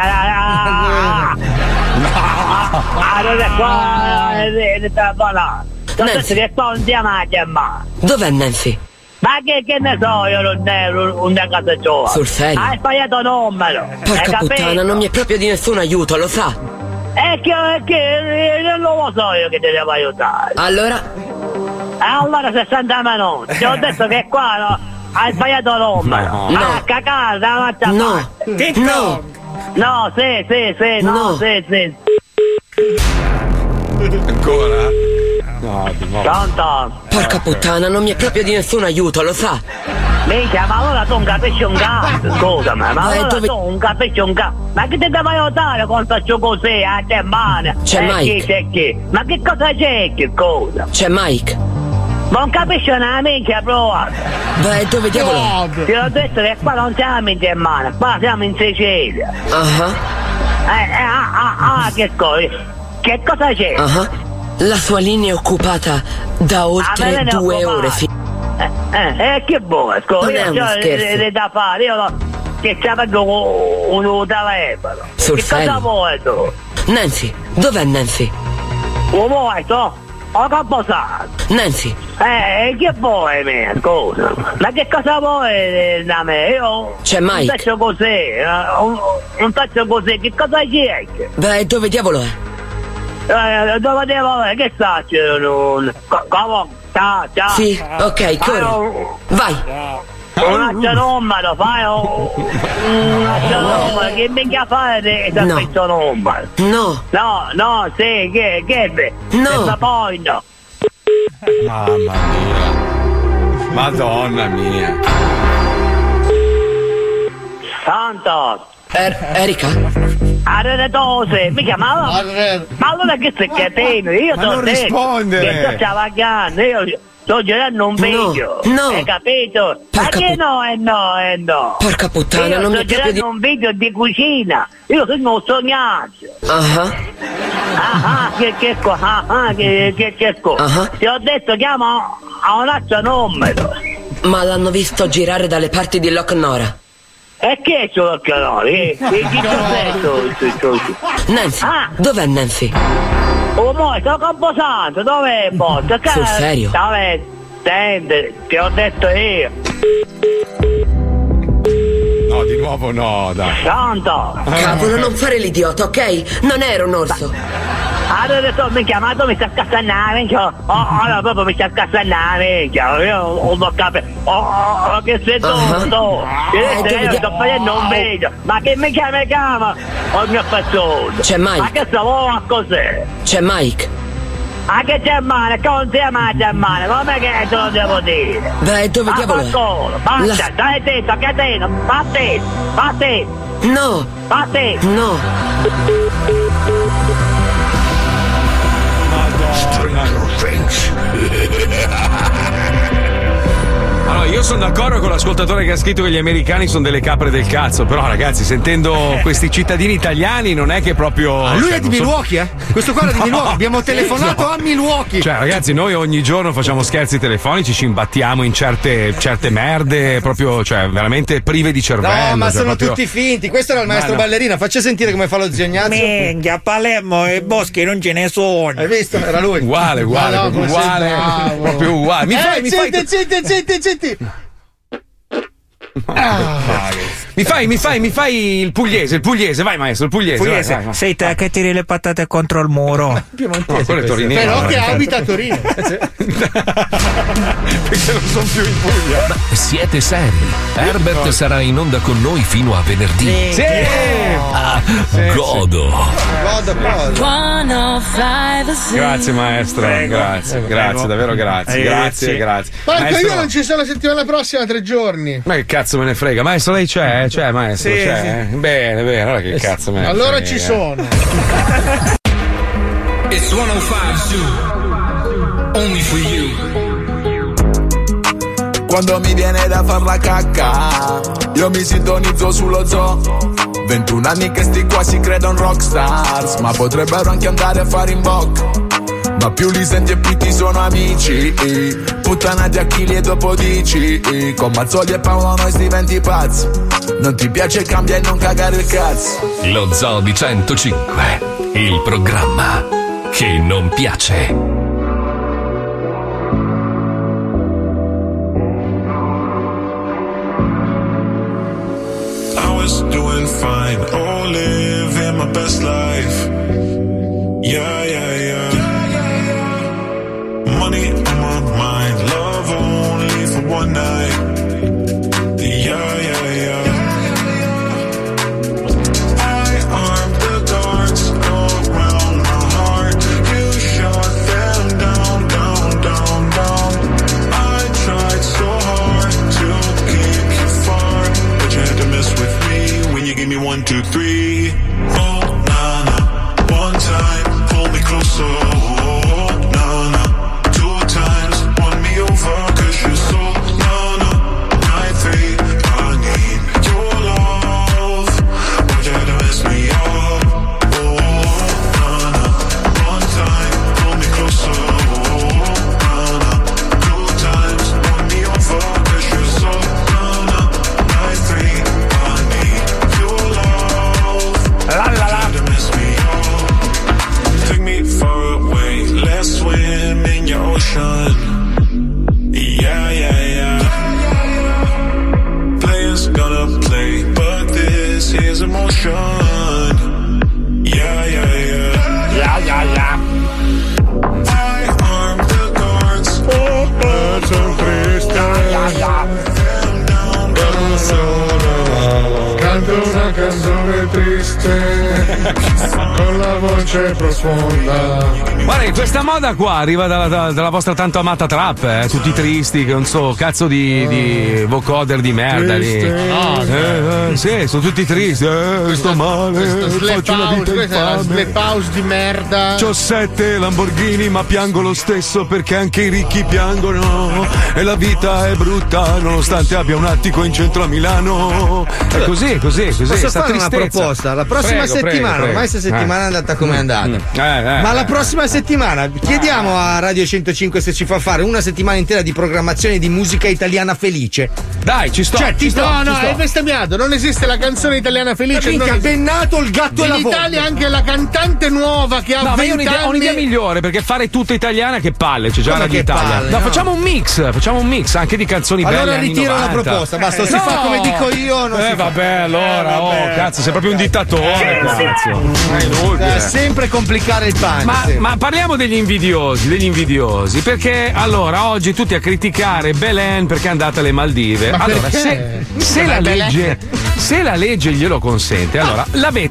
Speaker 15: non è qua,
Speaker 18: Nancy.
Speaker 15: che qua non siamo a Germania.
Speaker 18: Dov'è Nancy?
Speaker 15: Ma che ne so, io non ero un casa giovane.
Speaker 18: Sul serio?
Speaker 15: Hai sbagliato numero.
Speaker 18: Porca puttana, non mi è proprio di nessun aiuto, lo sa?
Speaker 15: È che non lo so io che ti devo aiutare.
Speaker 18: Allora?
Speaker 15: Allora 60 minuti. Ti ho detto che qua no, hai sbagliato numero.
Speaker 18: No.
Speaker 15: Ah, cagare davanti a
Speaker 18: No. No.
Speaker 15: No, sì, no, sì.
Speaker 3: Ancora? No, di nuovo.
Speaker 15: Pronto?
Speaker 18: Porca puttana, non mi è proprio di nessun aiuto, lo sa?
Speaker 15: Minchia, ma allora tu non capisci un cazzo, scusami, ma allora tu non capisci un cazzo. Ma che ti devo aiutare quando faccio così, a Germania?
Speaker 18: C'è Mike.
Speaker 15: C'è chi? Ma che cosa c'è che cosa?
Speaker 18: C'è Mike.
Speaker 15: Ma non capisci una minchia, prova.
Speaker 18: Beh, dove diavolo è?
Speaker 15: Ti ho detto che qua non siamo in Germania, qua siamo in Sicilia. Che cosa? Che cosa c'è?
Speaker 18: La sua linea è occupata da oltre 2 ore.
Speaker 15: Che vuoi?
Speaker 18: Non è
Speaker 15: Io
Speaker 18: uno
Speaker 15: ho
Speaker 18: scherzo.
Speaker 15: da fare, che ci vengo un telefono.
Speaker 18: Sul
Speaker 15: Che cosa
Speaker 18: serio?
Speaker 15: vuoi tu?
Speaker 18: Nancy, dov'è Nancy?
Speaker 15: Lo vuoi tu? Ho capposato.
Speaker 18: Nancy.
Speaker 15: Che vuoi me? Scusa. Ma che cosa vuoi da me? Io
Speaker 18: C'è
Speaker 15: non
Speaker 18: Mike.
Speaker 15: faccio così, non faccio così, che cosa c'è?
Speaker 18: Beh, dove diavolo è?
Speaker 15: Dove devo che sta? Come? Ciao.
Speaker 18: Sì, ok, corri. Vai.
Speaker 15: Un altro numero, fai un altro numero, che mica fare da questo numero?
Speaker 18: No.
Speaker 15: No, sì, che è?
Speaker 18: No.
Speaker 15: Poi no.
Speaker 3: Mamma mia. Madonna mia.
Speaker 15: Santo.
Speaker 18: Erika?
Speaker 15: Arredose, mica ma allora che sei cateno? Io
Speaker 3: Ma
Speaker 15: t'ho
Speaker 3: non
Speaker 15: detto
Speaker 3: rispondere.
Speaker 15: che sto travagliando, io sto girando un video,
Speaker 18: no.
Speaker 15: hai capito? Ma che no.
Speaker 18: Porca puttana,
Speaker 15: io
Speaker 18: non mi
Speaker 15: sto
Speaker 18: è proprio di...
Speaker 15: girando un video di cucina, io sono un sognaggio. Che ti ho detto chiama a un altro numero.
Speaker 18: Ma l'hanno visto girare dalle parti di Loch Nora.
Speaker 15: E che è sul canale?
Speaker 18: Nancy, dov'è Nancy?
Speaker 15: Oh, mo, sto composando, dov'è boss?
Speaker 18: Sul serio?
Speaker 15: Dove? Senti, ti ho detto io.
Speaker 3: No, di nuovo no, dai.
Speaker 15: Pronto?
Speaker 18: Cavolo, non fare l'idiota, ok? Non ero un orso.
Speaker 15: Allora mi chiamato, mi sta scassando, minchia. Allora proprio mi sca scassando, minchia. Io non ho capito. Che sei tu? Io sto facendo un video. Ma che mi chiama? Oh mio fazzone.
Speaker 18: C'è Mike.
Speaker 15: Ma che stavo a cos'è?
Speaker 18: C'è Mike.
Speaker 16: Ah, che c'è male? Che non sia mai c'è male, come che te lo devo dire?
Speaker 18: Dai, dove diavolo è?
Speaker 16: Solo, basta, dai tetto, che tetto, batte.
Speaker 18: No.
Speaker 16: Batte.
Speaker 18: No.
Speaker 3: Allora, io sono d'accordo con l'ascoltatore che ha scritto che gli americani sono delle capre del cazzo, però ragazzi, sentendo questi cittadini italiani non è che proprio...
Speaker 2: Lui è di Milwaukee, Questo qua era di Milwaukee, abbiamo telefonato a Milwaukee.
Speaker 3: Cioè, ragazzi, noi ogni giorno facciamo scherzi telefonici, ci imbattiamo in certe merde, proprio, cioè, veramente prive di cervello.
Speaker 2: No, ma sono
Speaker 3: proprio...
Speaker 2: tutti finti. Questo era il maestro Ballerina, faccia sentire come fa lo zio Ignazio.
Speaker 20: Minchia, a Palermo e boschi non ce ne sono.
Speaker 2: Hai visto? Era lui.
Speaker 3: Uguale, proprio uguale.
Speaker 2: Zitti.
Speaker 3: Mi fai il pugliese, vai maestro, il pugliese. Vai.
Speaker 20: Sei te che tiri le patate contro il muro.
Speaker 2: Però che abita a Torino.
Speaker 3: Perché non sono più in Puglia.
Speaker 1: Ma siete seri? Herbert sarà in onda con noi fino a venerdì.
Speaker 3: Sì.
Speaker 1: Godo.
Speaker 3: Grazie maestro, grazie, davvero grazie.
Speaker 5: Marco, io non ci sono la settimana prossima, 3 giorni.
Speaker 3: Ma che cazzo me ne frega? Maestro, lei c'è? C'è, maestro, c'è. Sì. Bene, allora che cazzo me ne frega?
Speaker 5: Allora ci sono.
Speaker 12: It's 105 Zoo. Only for you.
Speaker 22: Quando mi viene da far la cacca, io mi sintonizzo sullo zoo. 21 anni che sti qua si credono rockstars, ma potrebbero anche andare a fare in bocca. Ma più li senti e più ti sono amici. Puttanati a chili e dopo dici con Mazzoli e Paolo noi si diventi pazzi. Non ti piace cambia e non cagare il cazzo.
Speaker 1: Lo Zoo di 105, il programma che non piace.
Speaker 23: Doing fine, oh, living my best life. Yeah. Money on my mind, love only for one night. Yeah. I armed the guards around my heart. You shot them down. I tried so hard to keep you far, but you had to mess with me when you gave me 1, 2, 3. Oh, nah, one time, pull me closer. Oh, nah, 2 times, won me over, 'cause you're so nah, 9, 3, I need your love, but you had to mess me up. Oh, nah, one time, pull me closer. Oh, nah, 2 times, won me over, 'cause you're so nah, 9, 3, I need your love. Take me far away, let's swim in your ocean. Yeah. Players gonna play, but this is emotion. Yeah. I arm the guards.
Speaker 8: Sono triste. Canto una canzone triste con la voce profonda.
Speaker 3: Guarda, questa moda qua arriva dalla vostra tanto amata trap, tutti tristi, che non so, cazzo di vocoder di merda. Sì, sono tutti tristi, sto male, faccio una vita infame.
Speaker 5: Slap house di merda.
Speaker 3: C'ho 7 Lamborghini ma piango lo stesso perché anche i ricchi piangono e la vita è brutta nonostante abbia un attico in centro a Milano. È così.
Speaker 2: Posso
Speaker 3: sta
Speaker 2: fare una
Speaker 3: tristezza.
Speaker 2: proposta? La prossima settimana,
Speaker 3: prego.
Speaker 2: ormai questa settimana è andata come è andata. Ma la prossima settimana chiediamo a Radio 105 se ci fa fare una settimana intera di programmazione di musica italiana felice.
Speaker 3: Dai, ci sto.
Speaker 5: Cioè, è bestemmiato, non esiste la canzone italiana felice.
Speaker 2: Minchia, bennato il gatto e la volpe.
Speaker 5: In Italia anche la cantante nuova che ha 20 anni.
Speaker 3: Ho un'idea migliore, perché fare tutta italiana che palle, c'è già
Speaker 2: Come
Speaker 3: Radio
Speaker 2: che
Speaker 3: Italia.
Speaker 2: palle,
Speaker 3: no,
Speaker 2: no.
Speaker 3: facciamo un mix anche di canzoni belle.
Speaker 2: Allora
Speaker 3: anni
Speaker 2: ritiro
Speaker 3: 90.
Speaker 2: la proposta, basta, si fa come dico io. Non si
Speaker 3: vabbè, allora, cazzo, sei proprio un dittatore. spettatore, cazzo. È inutile.
Speaker 2: Sempre complicare il pane.
Speaker 3: Ma parliamo degli invidiosi, perché allora oggi tutti a criticare Belen perché è andata alle Maldive.
Speaker 5: Ma
Speaker 3: allora,
Speaker 5: perché?
Speaker 3: se la legge glielo consente, allora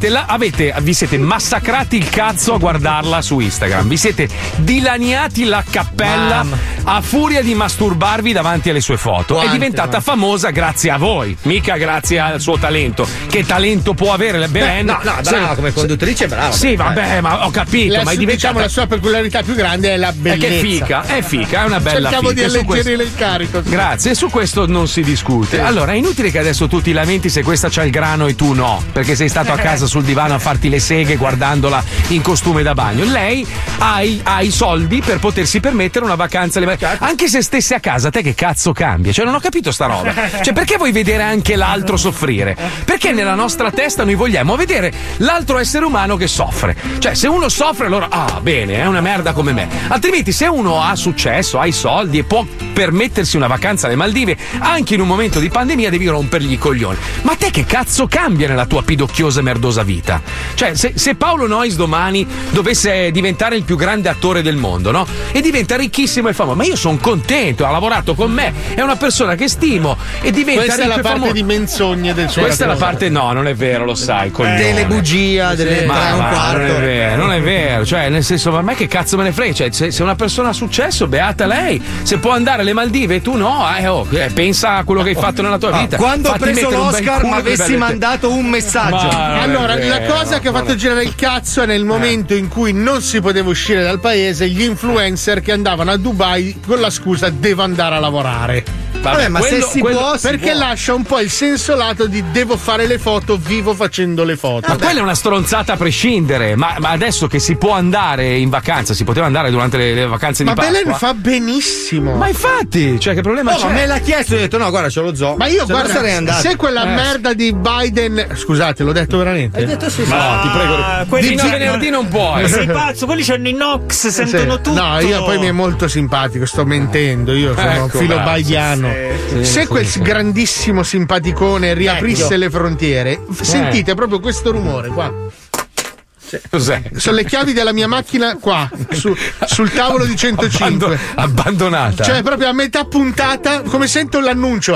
Speaker 3: vi siete massacrati il cazzo a guardarla su Instagram, vi siete dilaniati la cappella a furia di masturbarvi davanti alle sue foto. È diventata famosa grazie a voi, mica grazie al suo talento. Che talento può avere la Belen?
Speaker 2: No, brava come conduttrice, brava.
Speaker 3: Sì, vabbè, ma ho capito, ma è diventata...
Speaker 5: Diciamo la sua peculiarità più grande è la bellezza.
Speaker 3: È fica, è una bella
Speaker 5: Cercavo
Speaker 3: fica.
Speaker 5: di alleggerire il carico.
Speaker 3: Grazie, su questo non si discute. Allora, è inutile che adesso tu ti lamenti se questa c'ha il grano e tu no, perché sei stato a casa sul divano a farti le seghe guardandola in costume da bagno. Lei ha i soldi per potersi permettere una vacanza alle Maldive. Anche se stesse a casa, te che cazzo cambia? Cioè, non ho capito sta roba. Cioè, perché vuoi vedere anche l'altro soffrire? Perché nella nostra testa noi vogliamo vedere l'altro essere umano che soffre. Cioè, se uno soffre, allora, bene, è una merda come me. Altrimenti, se uno ha successo, ha i soldi e può permettersi una vacanza alle Maldive, anche in un momento di pandemia, devi rompergli i coglioni. Ma te che cazzo cambia nella tua pidocchiosa e merdosa vita? Cioè, se Paolo Noyes domani dovesse diventare il più grande attore del mondo, no? E diventa ricchissimo e famoso, ma io sono contento, ha lavorato con me, è una persona che stimo e diventa
Speaker 5: questa
Speaker 3: ricco
Speaker 5: è la parte
Speaker 3: famoso.
Speaker 5: di menzogne del suo
Speaker 3: Questa è la parte, no, non è vero, lo sai,
Speaker 2: delle bugie, delle 3 e un quarto.
Speaker 3: Non è vero, cioè, nel senso, ma a me che cazzo me ne frega? Cioè, se una persona ha successo, beata lei. Se può andare alle Maldive e tu no, pensa a quello che hai fatto nella tua vita.
Speaker 2: Quando ho
Speaker 3: Fatti
Speaker 2: preso
Speaker 3: mettere un bel
Speaker 2: l'Oscar
Speaker 3: culo
Speaker 2: mi
Speaker 3: di
Speaker 2: avessi
Speaker 3: belle
Speaker 2: mandato un messaggio.
Speaker 5: Allora, la cosa che ha fatto girare il cazzo è nel momento in cui non si poteva uscire dal paese, gli influencer che andavano a Dubai con la scusa devo andare a lavorare.
Speaker 2: Vabbè, ma se si può,
Speaker 5: perché lascia un po' il senso lato di devo fare le foto, vivo facendo le foto.
Speaker 3: Ma quella è una stronzata a prescindere. Ma adesso che si può andare in vacanza, si poteva andare durante le vacanze di Pasqua.
Speaker 5: Ma Belen fa benissimo.
Speaker 3: Ma infatti, cioè, che problema c'è?
Speaker 2: Ma me l'ha chiesto e ho detto no, guarda, c'ho lo zoo.
Speaker 5: Ma io
Speaker 2: guarda, sarei andato.
Speaker 5: Se quella merda di Biden, scusate, l'ho detto veramente?
Speaker 2: Hai detto sì.
Speaker 3: No, ti prego. Fino a venerdì non puoi.
Speaker 20: Sei pazzo, quelli c'hanno i Nox, sentono tutto.
Speaker 5: No, io poi mi è molto simpatico, sto mentendo, io sono filo baidiano. Se quel grandissimo simpaticone riaprisse le frontiere, sentite proprio questo rumore qua.
Speaker 3: Cos'è?
Speaker 5: Sono le chiavi della mia macchina qua, sul tavolo di 105.
Speaker 3: Abbandonata.
Speaker 5: Cioè, proprio a metà puntata, come sento l'annuncio.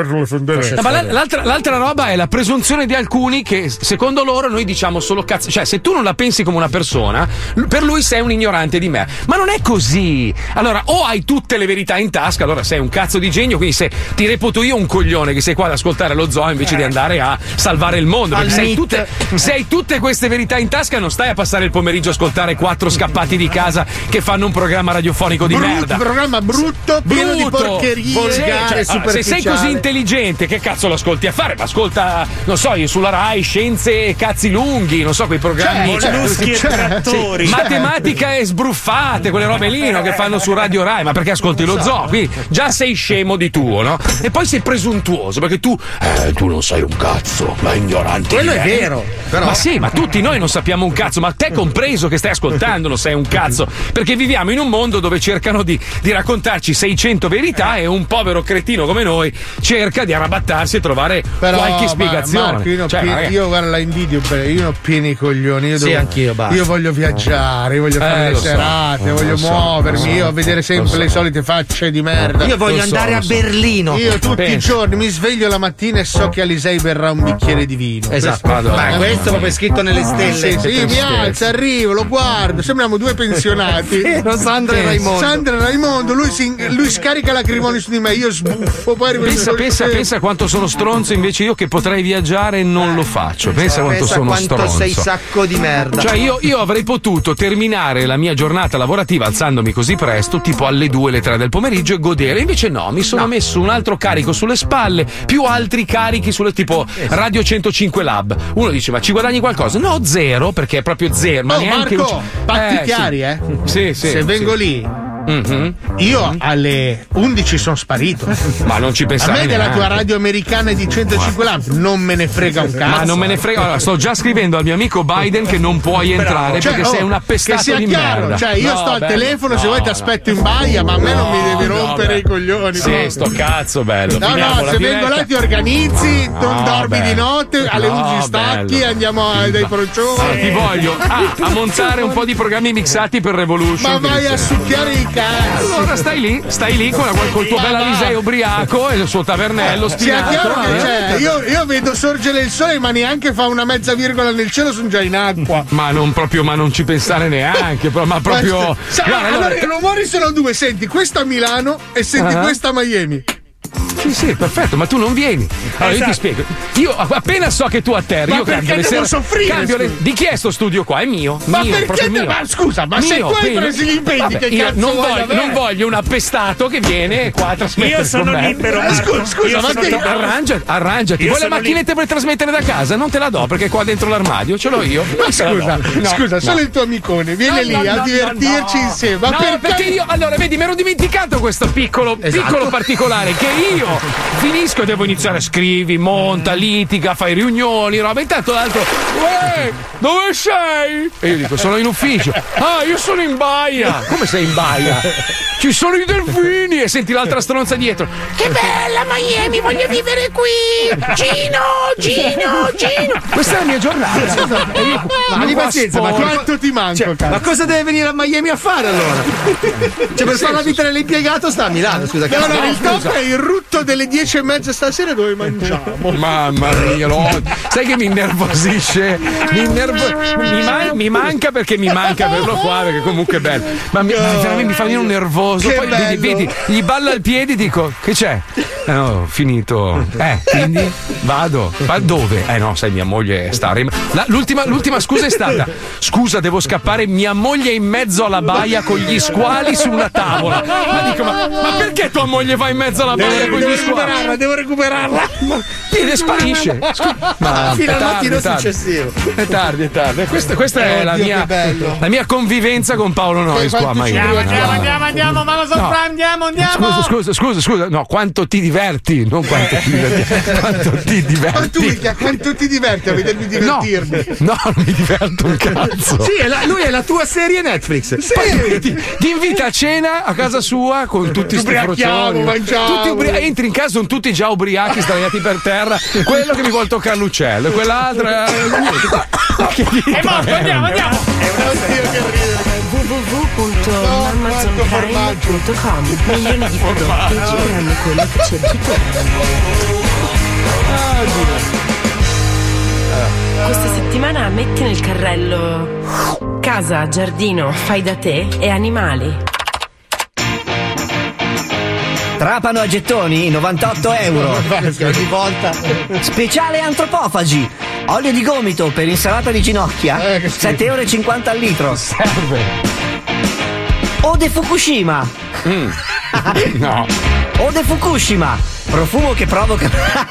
Speaker 3: Ma l'altra roba è la presunzione di alcuni che, secondo loro, noi diciamo solo cazzo. Cioè, se tu non la pensi come una persona, per lui sei un ignorante di me. Ma non è così. Allora, o hai tutte le verità in tasca, allora sei un cazzo di genio, quindi se ti reputo io un coglione che sei qua ad ascoltare lo zoo invece di andare a salvare il mondo. Perché se hai tutte queste verità in tasca, non stai a passare il pomeriggio a ascoltare 4 scappati di casa che fanno un programma radiofonico di merda.
Speaker 5: Un programma brutto, pieno di porcherie, volgare,
Speaker 3: se sei così intelligente, che cazzo lo ascolti a fare? Ma ascolta, non so, io sulla Rai, scienze e cazzi lunghi, non so, quei programmi.
Speaker 20: Trattori.
Speaker 3: Matematica e sbruffate, quelle robe lì, no, che fanno su Radio Rai, ma perché ascolti lo zoo? Quindi già sei scemo di tuo, no? E poi sei presuntuoso, perché tu non sai un cazzo, ma ignorante.
Speaker 2: Quello è vero, però.
Speaker 3: Ma sì, ma tutti noi non sappiamo un cazzo, ma te compreso che stai ascoltando non sei un cazzo, perché viviamo in un mondo dove cercano di raccontarci 600 verità e un povero cretino come noi cerca di arrabattarsi e trovare qualche spiegazione.
Speaker 5: Marco, io guarda, la invidio, io ho pieni i coglioni.
Speaker 2: Anch'io, basta.
Speaker 5: Io voglio viaggiare, voglio fare le serate, voglio muovermi, io a vedere sempre le solite facce di merda.
Speaker 2: Io voglio andare a Berlino.
Speaker 5: Io tutti i giorni mi sveglio la mattina e so che Alisei berrà un bicchiere di vino.
Speaker 2: Esatto. Ma questo è proprio scritto nelle stelle.
Speaker 5: Sì, mi alza, arrivo, lo guardo, sembriamo 2 pensionati.
Speaker 2: Sandra e
Speaker 5: Raimondo, lui scarica lacrimoni su di me, io sbuffo, poi arrivo.
Speaker 3: Pensa quanto sono stronzo invece io che potrei viaggiare e non lo faccio. Pensa quanto sono stronzo.
Speaker 2: Sei sacco di merda.
Speaker 3: Cioè io avrei potuto terminare la mia giornata lavorativa alzandomi così presto, tipo alle 2, le 3 del pomeriggio, e godere. Invece no, mi sono messo un altro carico sulle spalle, più altri carichi sulle tipo Radio 105 Lab. Uno dice ma ci guadagni qualcosa? No, zero, perché è proprio zero. Ma neanche
Speaker 5: Marco, patti chiari,
Speaker 3: Sì.
Speaker 5: Se vengo lì Io alle 11 sono sparito.
Speaker 3: Ma non ci pensare.
Speaker 5: A me della
Speaker 3: neanche.
Speaker 5: tua radio americana di 105 lampi non me ne frega un cazzo.
Speaker 3: Ma non me ne frega. Allora, sto già scrivendo al mio amico Biden che non puoi entrare perché sei un appestato
Speaker 5: che sia
Speaker 3: di
Speaker 5: chiaro,
Speaker 3: merda.
Speaker 5: cioè io sto al telefono, se vuoi ti aspetto in baia, ma a me non mi devi rompere i coglioni.
Speaker 3: Sì, sto cazzo bello.
Speaker 5: No,
Speaker 3: Finiamo
Speaker 5: no,
Speaker 3: la
Speaker 5: se
Speaker 3: diretta.
Speaker 5: vengo là ti organizzi, non dormi di notte, alle 11 stacchi,
Speaker 3: bello.
Speaker 5: andiamo dai procioni.
Speaker 3: Ti voglio a montare un po' di programmi mixati per Revolution.
Speaker 5: Ma vai a succhiare i cazzi.
Speaker 3: Allora stai lì col tuo bel Alisei ubriaco e il suo tavernello
Speaker 5: Sia
Speaker 3: spinato.
Speaker 5: chiaro che c'è, io vedo sorgere il sole, ma neanche fa una mezza virgola nel cielo, sono già in acqua.
Speaker 3: Ma non ci pensare neanche, ma proprio.
Speaker 5: Allora, i rumori sono due, senti questo a Milano e senti questo a Miami.
Speaker 3: Sì, perfetto, ma tu non vieni. Allora io ti spiego. Io appena so che tu atterri,
Speaker 5: Ma
Speaker 3: io cambio
Speaker 5: perché
Speaker 3: le
Speaker 5: devo
Speaker 3: sere.
Speaker 5: soffrire,
Speaker 3: Di chi è sto studio qua? È mio.
Speaker 5: Ma
Speaker 3: mio,
Speaker 5: perché
Speaker 3: proprio mio.
Speaker 5: Ma scusa, ma
Speaker 3: mio,
Speaker 5: se tu hai
Speaker 3: quindi-
Speaker 5: preso gli impegni,
Speaker 3: Vabbè,
Speaker 5: che
Speaker 3: io
Speaker 5: cazzo
Speaker 3: non
Speaker 5: vuoi
Speaker 3: voglio,
Speaker 5: da me?
Speaker 3: non voglio un appestato che viene qua a trasmettere.
Speaker 4: Io sono
Speaker 3: con me.
Speaker 4: libero, Marco.
Speaker 5: Scusa,
Speaker 4: Io
Speaker 5: ma
Speaker 4: sono
Speaker 5: che-
Speaker 4: libero.
Speaker 3: Arrangiati.
Speaker 4: Io
Speaker 3: Vuoi la
Speaker 4: sono
Speaker 3: macchinetta per trasmettere da casa? Non te la do perché qua dentro l'armadio ce l'ho io.
Speaker 5: Ma
Speaker 3: Non te la do.
Speaker 5: scusa,
Speaker 3: No,
Speaker 5: solo
Speaker 3: no.
Speaker 5: il tuo amicone viene lì a divertirci insieme. Ma
Speaker 3: No, perché io, allora, vedi, mi ero dimenticato questo piccolo particolare che io finisco e devo iniziare a scrivi, monta, litiga, fai riunioni, roba. Intanto l'altro, dove sei? E io dico, sono in ufficio. Ah, io sono in baia. Come sei in baia? Ci sono i delfini. E senti l'altra stronza dietro. Che bella Miami, voglio vivere qui. Gino. Questa è la mia giornata. E io,
Speaker 2: Ma abbi pazienza, ma
Speaker 5: quanto ti manco, cazzo?
Speaker 2: Ma cosa deve venire a Miami a fare allora? Cioè, per fare la vita dell'impiegato sta a Milano, scusa.
Speaker 5: No,
Speaker 2: cazzo.
Speaker 5: il top è il rutto delle 10:30 stasera dove mangiamo.
Speaker 3: Mamma mia, sai che mi innervosisce? Mi manca perché mi manca averlo qua, perché comunque è bello. Ma veramente mi fa venire un nervoso.
Speaker 5: Che
Speaker 3: Poi
Speaker 5: bello.
Speaker 3: vedi, gli balla al piede, dico, che c'è? No, finito. Quindi vado. Ma dove? No, sai, mia moglie sta. L'ultima scusa è stata: scusa, devo scappare, mia moglie è in mezzo alla baia con gli squali su una tavola. Ma dico, ma perché tua moglie va in mezzo alla baia con gli squali?
Speaker 5: Devo recuperarla.
Speaker 3: Piede sparisce. Ma
Speaker 2: Fino
Speaker 3: è
Speaker 2: al
Speaker 3: tardi,
Speaker 2: mattino
Speaker 3: è tardi.
Speaker 2: successivo.
Speaker 3: È tardi. Questa è la
Speaker 5: Oddio,
Speaker 3: mia,
Speaker 5: che bello.
Speaker 3: la mia convivenza con Paolo Noyes qua a Miami.
Speaker 6: Andiamo, ma lo andiamo.
Speaker 3: Scusa, no, quanto ti diverti, non quanto ti diverti. Quanto ti
Speaker 5: Ma
Speaker 3: diverti.
Speaker 5: tu, minchia, quanto ti diverti a vedermi divertirmi?
Speaker 3: No, non mi diverto un cazzo.
Speaker 2: Sì, lui è la tua serie Netflix.
Speaker 3: Poi lui ti invita a cena a casa sua con tutti sti
Speaker 5: Ubriachiamo,
Speaker 3: frocioni.
Speaker 5: mangiamo.
Speaker 3: Entri in casa, sono tutti già ubriachi, sdraiati per terra. Quello che mi vuole toccare l'uccello, e quell'altro.
Speaker 6: È morto, andiamo.
Speaker 18: www.amazonprime.com. Milioni di prodotti gireranno quello che cerchi tu. Questa settimana metti nel carrello casa, giardino, fai da te e animali.
Speaker 7: Trapano a gettoni, 98 euro.
Speaker 2: Ogni volta.
Speaker 7: Speciale antropofagi. Olio di gomito per insalata di ginocchia, 7,50 euro al litro.
Speaker 3: Serve.
Speaker 7: Ode Fukushima.
Speaker 3: No.
Speaker 7: Ode Fukushima. Profumo che provoca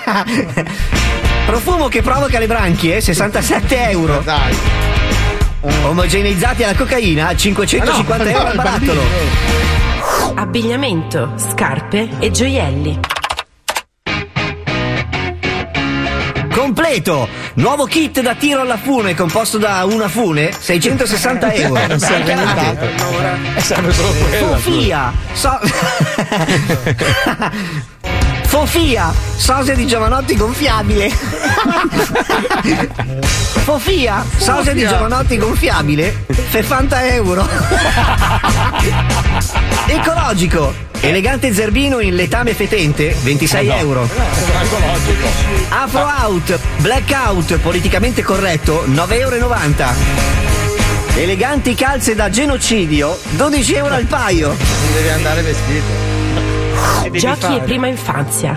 Speaker 7: le branchie, 67 euro.
Speaker 2: Dai.
Speaker 7: Omogeneizzati alla cocaina, 550 euro al barattolo.
Speaker 18: Abbigliamento, scarpe e gioielli.
Speaker 7: Completo! Nuovo kit da tiro alla fune composto da una fune, 660 euro.
Speaker 3: È sempre solo quello.
Speaker 7: Fofia! Fofia! Sosia di Giovanotti gonfiabile. Fofia! Sosia di Giovanotti gonfiabile, 60 euro. Ecologico! Elegante zerbino in letame fetente, 26 euro. Afro Out, Blackout, politicamente corretto, 9,90 euro. Eleganti calze da genocidio, 12 euro al paio.
Speaker 2: Devi andare vestito.
Speaker 18: Giochi e prima infanzia.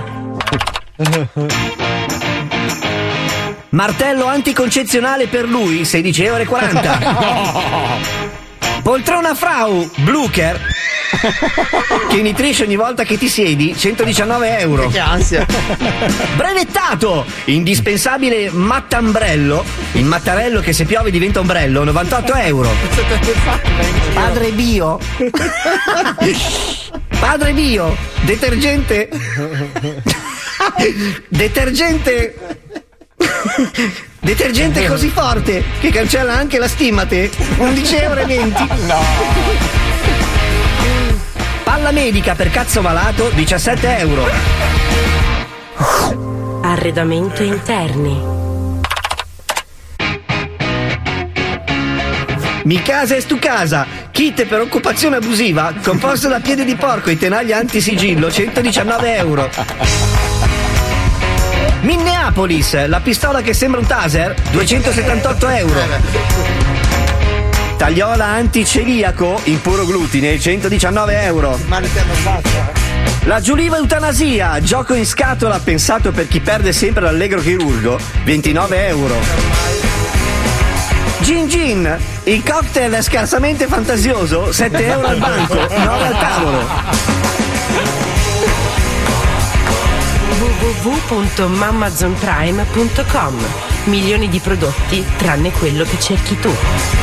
Speaker 7: Martello anticoncezionale per lui, 16,40 euro. Poltrona Frau Blucher che nitrisce ogni volta che ti siedi, 119 euro.
Speaker 2: Che ansia.
Speaker 7: Brevettato indispensabile mattambrello, il mattarello che se piove diventa ombrello, 98 euro. Padre Bio Padre Bio detergente così forte che cancella anche la stimmate, 11,20 euro. No. Palla medica per cazzo malato, 17 euro.
Speaker 11: Arredamento interni.
Speaker 7: Mi casa è stu casa, kit per occupazione abusiva, composto da piede di porco e tenaglia antisigillo, 119 euro. Minneapolis, la pistola che sembra un taser, 278 euro. Tagliola anticeliaco in puro glutine, 119 euro. La Giuliva Eutanasia, gioco in scatola pensato per chi perde sempre l'allegro chirurgo, 29 euro. Gin Gin, il cocktail scarsamente fantasioso, 7 euro al banco, 9 al tavolo.
Speaker 11: www.mamazonprime.com. Milioni di prodotti tranne quello che cerchi tu.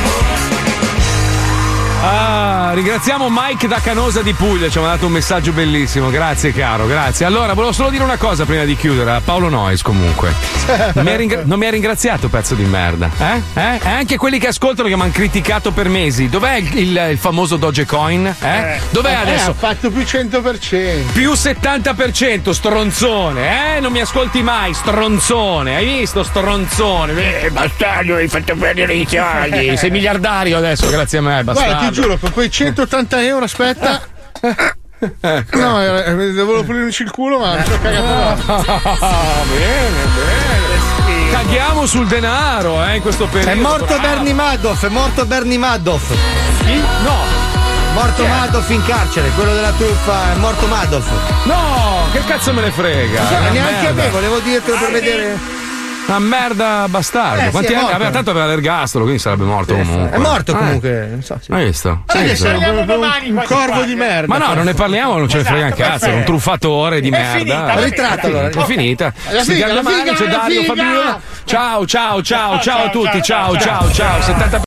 Speaker 3: Ringraziamo Mike da Canosa di Puglia, ci ha mandato un messaggio bellissimo, grazie caro, grazie. Allora, volevo solo dire una cosa prima di chiudere, a Paolo Noyes comunque. Non mi ha ringraziato, pezzo di merda. E anche quelli che ascoltano che mi hanno criticato per mesi. Dov'è il famoso Dogecoin? Dov'è adesso?
Speaker 5: Ha fatto più 100%.
Speaker 3: Più 70%, stronzone, non mi ascolti mai, stronzone, hai visto, stronzone? Bastardo, hai fatto perdere i soldi. Sei miliardario adesso, grazie a me, bastardo.
Speaker 5: Guarda, ti giuro, con quei 180 euro, aspetta. No, volevo pulirci il culo, ma mi sono cagato.
Speaker 3: Bene. Caghiamo sul denaro, in questo periodo.
Speaker 2: È morto Bernie Madoff.
Speaker 3: Chi? No.
Speaker 2: Morto Madoff in carcere, quello della truffa, è morto Madoff.
Speaker 3: No, che cazzo me ne frega?
Speaker 2: Neanche a me, volevo dirtelo per vedere.
Speaker 3: Una merda bastardo. Quanti anni? Aveva tanto aveva l'ergastolo, quindi sarebbe morto comunque.
Speaker 2: È morto comunque, non so.
Speaker 3: Hai visto?
Speaker 5: Un corvo di merda.
Speaker 3: Ma no, non ne parliamo, non ce ne frega un cazzo. È un truffatore di merda.
Speaker 2: Ritratto allora.
Speaker 3: È finita. Si chiama Dario, Fabiola. Ciao a tutti, ciao. 70